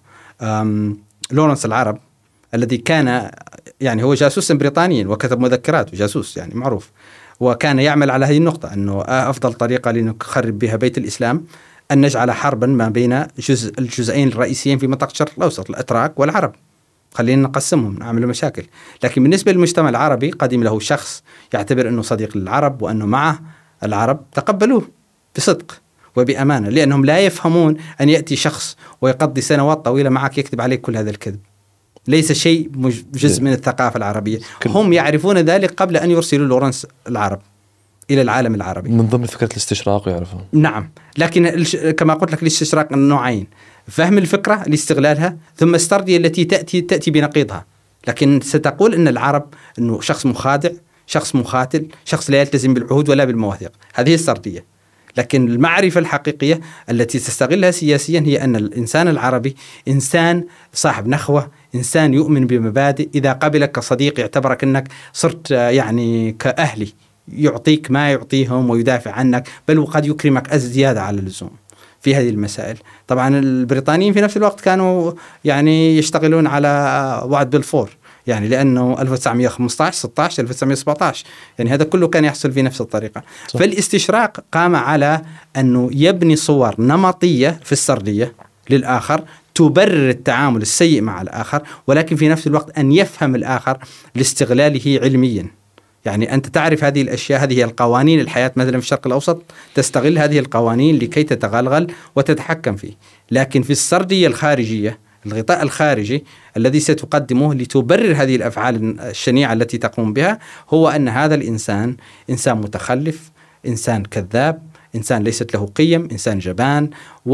لورنس العرب الذي كان يعني هو جاسوس بريطاني وكتب مذكرات وجاسوس يعني معروف، وكان يعمل على هذه النقطة أنه أفضل طريقة لنخرب بها بيت الإسلام أن نجعل حربا ما بين جزء الجزئين الرئيسيين في منطقة الشرق الأوسط، الأتراك والعرب، خلينا نقسمهم نعمل مشاكل. لكن بالنسبة للمجتمع العربي قدم له شخص يعتبر أنه صديق للعرب وأنه معه العرب، تقبلوه بصدق وبأمانة، لأنهم لا يفهمون أن يأتي شخص ويقضي سنوات طويلة معك يكتب عليك كل هذا الكذب. ليس شيء جزء من الثقافة العربية، هم يعرفون ذلك قبل أن يرسلوا لورنس العرب إلى العالم العربي من ضمن فكرة الاستشراق يعرفون. نعم، لكن كما قلت لك الاستشراق النوعين، فهم الفكرة لاستغلالها، ثم السردية التي تأتي تأتي بنقيضها. لكن ستقول أن العرب أنه شخص مخادع، شخص مخاتل، شخص لا يلتزم بالعهود ولا بالمواثيق، هذه السردية. لكن المعرفة الحقيقية التي تستغلها سياسيا هي أن الإنسان العربي إنسان صاحب نخوة، إنسان يؤمن بمبادئ، إذا قبلك كصديق يعتبرك أنك صرت يعني كأهلي، يعطيك ما يعطيهم ويدافع عنك، بل وقد يكرمك أزيادة على اللزوم في هذه المسائل. طبعا البريطانيين في نفس الوقت كانوا يعني يشتغلون على وعد بلفور، يعني لأنه ألف وتسعمائة وخمسة عشر ستة عشر ألف وتسعمائة وسبعة عشر يعني هذا كله كان يحصل في نفس الطريقة. صح. فالاستشراق قام على أنه يبني صور نمطية في السردية للآخر تبرر التعامل السيء مع الآخر، ولكن في نفس الوقت أن يفهم الآخر لاستغلاله علميا. يعني أنت تعرف هذه الأشياء، هذه القوانين الحياة مثلا في الشرق الأوسط، تستغل هذه القوانين لكي تتغلغل وتتحكم فيه. لكن في السردية الخارجية، الغطاء الخارجي الذي ستقدمه لتبرر هذه الأفعال الشنيعة التي تقوم بها، هو أن هذا الإنسان إنسان متخلف، إنسان كذاب، إنسان ليست له قيم، إنسان جبان.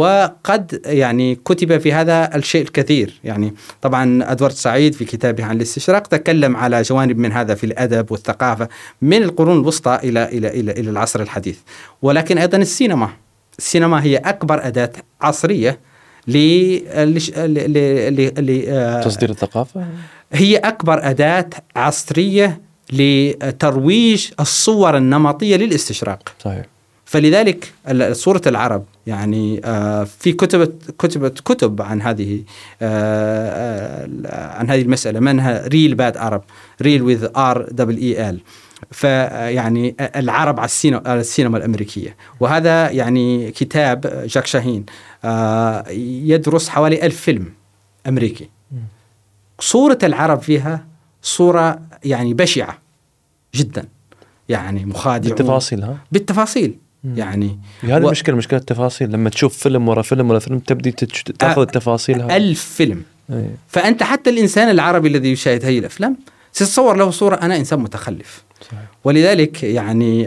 وقد يعني كتب في هذا الشيء الكثير. يعني طبعا أدوارد سعيد في كتابه عن الاستشراق تكلم على جوانب من هذا في الأدب والثقافة من القرون الوسطى إلى إلى إلى إلى العصر الحديث. ولكن أيضا السينما، السينما هي أكبر أداة عصرية لتصدير الثقافة، هي أكبر أداة عصرية لترويج الصور النمطية للاستشراق. صحيح. فلذلك صورة العرب يعني في كتب كتبت كتب عن هذه عن هذه المسألة، منها ريل باد عرب، ريل with R E E L، فيعني العرب على السينما, على السينما الأمريكية. وهذا يعني كتاب جاك شاهين يدرس حوالي ألف فيلم أمريكي. صورة العرب فيها صورة يعني بشعة جدا، يعني مخادعون بالتفاصيل. ها بالتفاصيل يعني هذه و... مشكلة مشكلة التفاصيل. لما تشوف فيلم ورا فيلم ورا فيلم تبدي تأخذ التفاصيل. هذه ألف فيلم. أي. فأنت حتى الإنسان العربي الذي يشاهد هذه الأفلام سيتصور له صورة أنا إنسان متخلف. صحيح. ولذلك يعني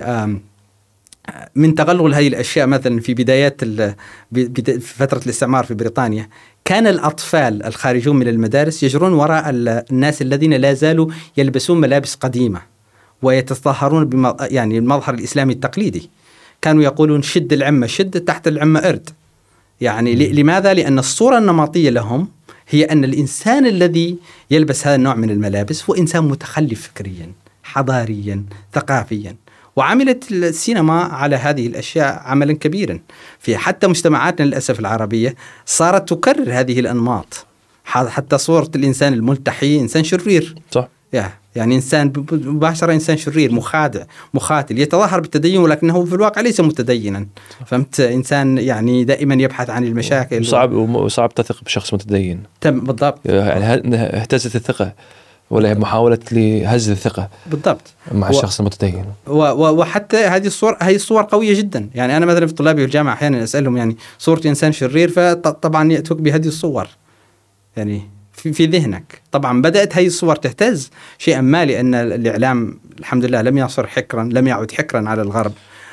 من تغلغل هذه الأشياء مثلا في بدايات في فترة الاستعمار في بريطانيا كان الأطفال الخارجون من المدارس يجرون وراء الناس الذين لا زالوا يلبسون ملابس قديمة ويتظاهرون بم يعني المظهر الإسلامي التقليدي. كانوا يقولون شد العمة شد، تحت العمة أرد. يعني لماذا؟ لأن الصورة النمطية لهم هي أن الإنسان الذي يلبس هذا النوع من الملابس هو إنسان متخلف فكريا حضاريا ثقافيا. وعملت السينما على هذه الأشياء عملا كبيرا في حتى مجتمعاتنا للأسف العربية، صارت تكرر هذه الأنماط. حتى صورة الإنسان الملتحي إنسان شرير. صح. يعني إنسان مباشرة إنسان شرير مخادع مخاتل يتظاهر بالتدين ولكنه في الواقع ليس متدينا. فهمت؟ إنسان يعني دائما يبحث عن المشاكل. وصعب وصعب تثق بشخص متدين. تم بالضبط. يعني اهتزت الثقة ولا محاولة لهز الثقة بالضبط مع الشخص و... المتدين. وحتى هذه الصور هذه الصور قوية جدا. يعني أنا مثلا في طلابي في الجامعة أحيانا أسألهم يعني صورة إنسان شرير، فطبعا يأتوك بهذه الصور يعني في, في ذهنك. طبعا بدأت هذه الصور تهتز شيئا ما، لأن الإعلام الحمد لله لم يصر حكرا لم يعد حكرا على الغرب،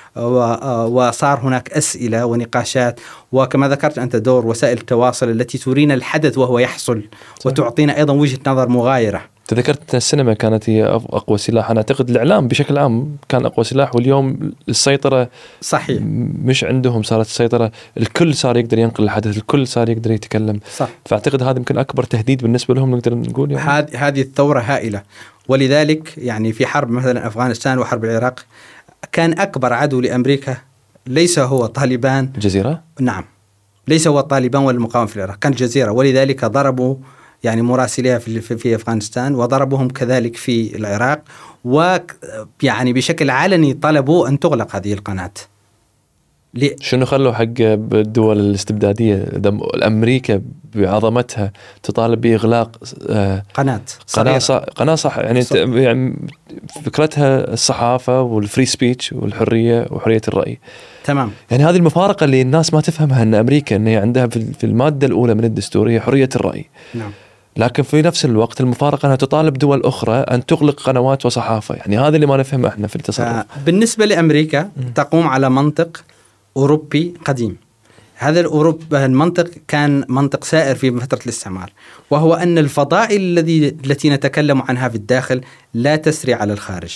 وصار هناك أسئلة ونقاشات، وكما ذكرت أنت دور وسائل التواصل التي ترينا الحدث وهو يحصل وتعطينا أيضا وجهة نظر مغايرة. تذكرت السينما كانت هي أقوى سلاح. أنا أعتقد الإعلام بشكل عام كان أقوى سلاح، واليوم السيطرة صحيح مش عندهم، صارت السيطرة الكل صار يقدر ينقل الحدث، الكل صار يقدر يتكلم. صح. فأعتقد هذا يمكن أكبر تهديد بالنسبة لهم نقدر نقول يعني. هذه هذه الثورة هائلة. ولذلك يعني في حرب مثلا أفغانستان وحرب العراق كان أكبر عدو لأمريكا ليس هو طالبان الجزيرة. نعم، ليس هو طالبان ولا المقاومة في العراق، كان الجزيرة. ولذلك ضربوا يعني مراسليها في في أفغانستان، وضربوهم كذلك في العراق، ويعني بشكل علني طلبوا أن تغلق هذه القناة. شنو خلوا حق الدول الاستبدادية الأمريكا بعظمتها تطالب بإغلاق قناة قناة صح قناة صح يعني, يعني فكرتها الصحافة والفري سبيتش والحرية وحرية الرأي. تمام. يعني هذه المفارقة اللي الناس ما تفهمها، أن أمريكا أن عندها في المادة الأولى من الدستور هي حرية الرأي. نعم. لكن في نفس الوقت المفارقة أنها تطالب دول أخرى أن تغلق قنوات وصحافة. يعني هذا اللي ما نفهمه إحنا في التصرف. آه بالنسبة لأمريكا م. تقوم على منطق أوروبي قديم. هذا الأوروب المنطق كان منطق سائر في فترة الاستعمار، وهو أن الفضائل الذي التي نتكلم عنها في الداخل لا تسري على الخارج.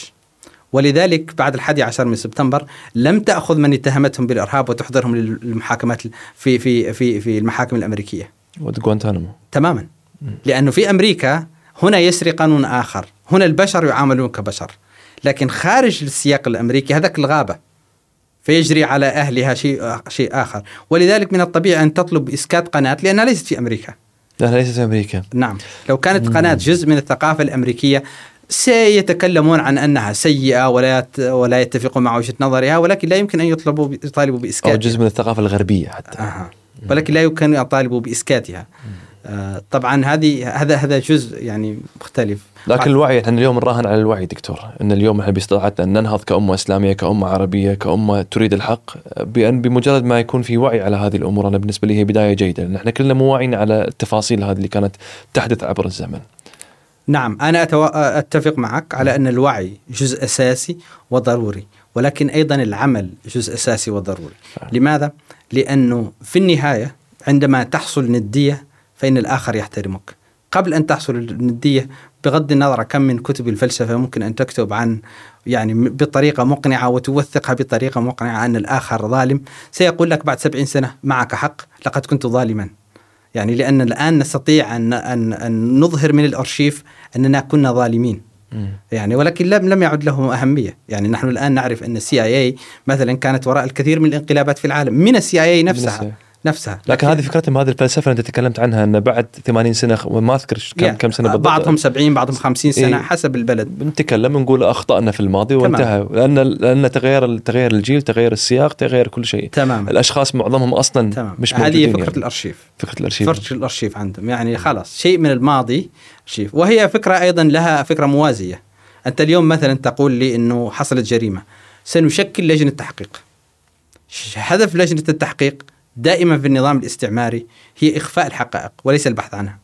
ولذلك بعد الحادي عشر من سبتمبر لم تأخذ من اتهمتهم بالإرهاب وتحضرهم للمحاكمات في في في في المحاكم الأمريكية. وغوانتانامو. تماما. لأنه في أمريكا هنا يسري قانون آخر، هنا البشر يعاملون كبشر، لكن خارج السياق الأمريكي هذاك الغابة، فيجري على أهلها شيء شيء آخر. ولذلك من الطبيعي أن تطلب إسكات قناة لأنها ليست في أمريكا. لا ليست في أمريكا. نعم. لو كانت قناة جزء من الثقافة الأمريكية سيتكلمون عن أنها سيئة ولا ولا يتفقون مع وجهة نظرها، ولكن لا يمكن أن يطلبوا يطالبوا بإسكاتها. أو جزء من الثقافة الغربية حتى. آه. ولكن لا يمكن أن يطالبوا بإسكاتها. آه طبعا هذه هذا هذا جزء يعني مختلف. لكن الوعي، احنا اليوم نراهن على الوعي دكتور، ان اليوم احنا باستطاعتنا ان ننهض كأمة إسلامية، كأمة عربية، كأمة تريد الحق، بأن بمجرد ما يكون في وعي على هذه الأمور. أنا بالنسبة لي هي بداية جيدة، لأن احنا كلنا مو واعيين على التفاصيل هذه اللي كانت تحدث عبر الزمن. نعم، أنا أتفق معك على أن الوعي جزء أساسي وضروري، ولكن أيضا العمل جزء أساسي وضروري. لماذا؟ لأنه في النهاية عندما تحصل ندية فإن الآخر يحترمك. قبل أن تحصل الندية، بغض النظر كم من كتب الفلسفة ممكن أن تكتب عن يعني بطريقة مقنعة وتوثقها بطريقة مقنعة أن الآخر ظالم، سيقول لك بعد سبعين سنة معك حق، لقد كنت ظالما. يعني لأن الآن نستطيع أن, أن, أن نظهر من الأرشيف أننا كنا ظالمين، يعني ولكن لم لم يعد له أهمية. يعني نحن الآن نعرف أن السي آي إي مثلا كانت وراء الكثير من الانقلابات في العالم من السي آي إي نفسها نفسها لكن هذه فكرتهم، هذه الفلسفة اللي أنت تكلمت عنها، أن بعد ثمانين سنة وما أذكر كم كم سنة بالضبط، بعضهم سبعين بعضهم خمسين سنة إيه حسب البلد، بنتكلم نقول أخطأنا في الماضي وانتهى، لأن لأن تغير تغير الجيل، تغير السياق، تغير كل شيء. تمام. الأشخاص معظمهم أصلا تمام. مش موجودين. هذه فكرة يعني. الأرشيف فكرة الأرشيف فكرة الأرشيف عندهم، يعني خلاص شيء من الماضي أرشيف. وهي فكرة أيضا لها فكرة موازية. أنت اليوم مثلا تقول لي إنه حصلت جريمة، سنشكل لجنة تحقيق. هدف لجنة التحقيق دائما في النظام الاستعماري هي إخفاء الحقائق وليس البحث عنها.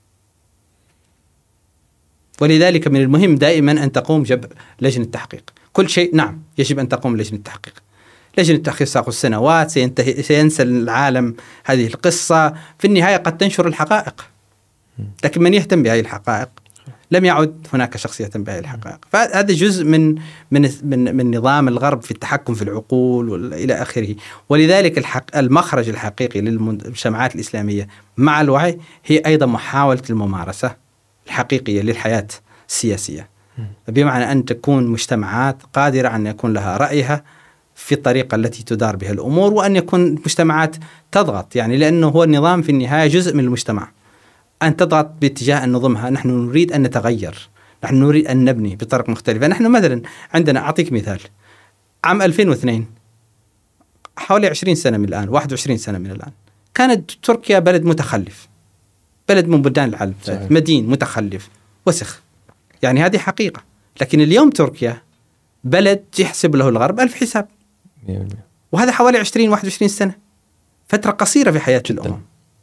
ولذلك من المهم دائما أن تقوم جب لجنة تحقيق كل شيء. نعم يجب أن تقوم لجنة تحقيق. لجنة التحقيق ستأخذ سنوات، سينتهي سينسى العالم هذه القصة، في النهاية قد تنشر الحقائق، لكن من يهتم بهذه الحقائق؟ لم يعد هناك شخص يهتم بهذه الحقائق. فهذا جزء من من من من نظام الغرب في التحكم في العقول إلى آخره. ولذلك الحق المخرج الحقيقي للمجتمعات الإسلامية مع الوعي هي أيضا محاولة الممارسة الحقيقية للحياة السياسية، بمعنى أن تكون مجتمعات قادرة أن يكون لها رأيها في الطريقة التي تدار بها الأمور، وأن يكون مجتمعات تضغط، يعني لأنه هو النظام في النهاية جزء من المجتمع، أن تضغط باتجاه أن نظمها. نحن نريد أن نتغير، نحن نريد أن نبني بطرق مختلفة. نحن مثلا عندنا، أعطيك مثال، عام ألفين واثنين حوالي عشرين سنة من الآن، واحد وعشرين سنة من الآن، كانت تركيا بلد متخلف، بلد من بلدان العالم، مدين متخلف وسخ، يعني هذه حقيقة. لكن اليوم تركيا بلد يحسب له الغرب ألف حساب، وهذا حوالي عشرين واحد وعشرين سنة، فترة قصيرة في حياة الأمم،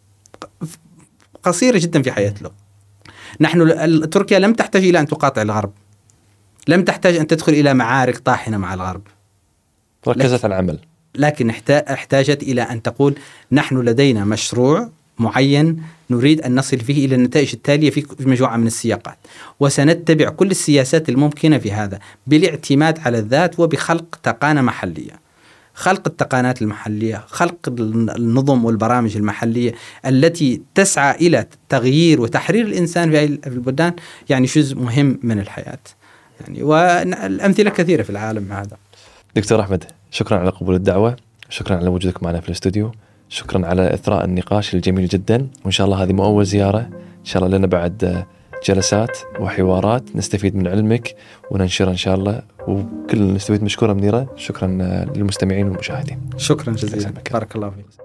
قصيرة جدا في حياة الأمم. نحن تركيا لم تحتاج إلى أن تقاطع الغرب، لم تحتاج أن تدخل إلى معارك طاحنة مع الغرب، ركزت على العمل، لكن احتاجت إلى أن تقول نحن لدينا مشروع معين نريد أن نصل فيه إلى النتائج التالية في مجموعة من السياقات، وسنتبع كل السياسات الممكنة في هذا بالاعتماد على الذات وبخلق تقانة محلية. خلق التقانات المحلية، خلق النظم والبرامج المحلية التي تسعى إلى تغيير وتحرير الإنسان في البلدان، يعني جزء مهم من الحياة. يعني والأمثلة كثيرة في العالم هذا. دكتور أحمد، شكرا على قبول الدعوة، شكرا على وجودك معنا في الاستوديو، شكرا على إثراء النقاش الجميل جدا، وإن شاء الله هذه مو أول زيارة، إن شاء الله لنا بعد جلسات وحوارات نستفيد من علمك وننشرها إن شاء الله، وكل نستفيد. مشكورة منيرة، شكرا للمستمعين والمشاهدين. شكرا جزيلا، بارك الله فيك.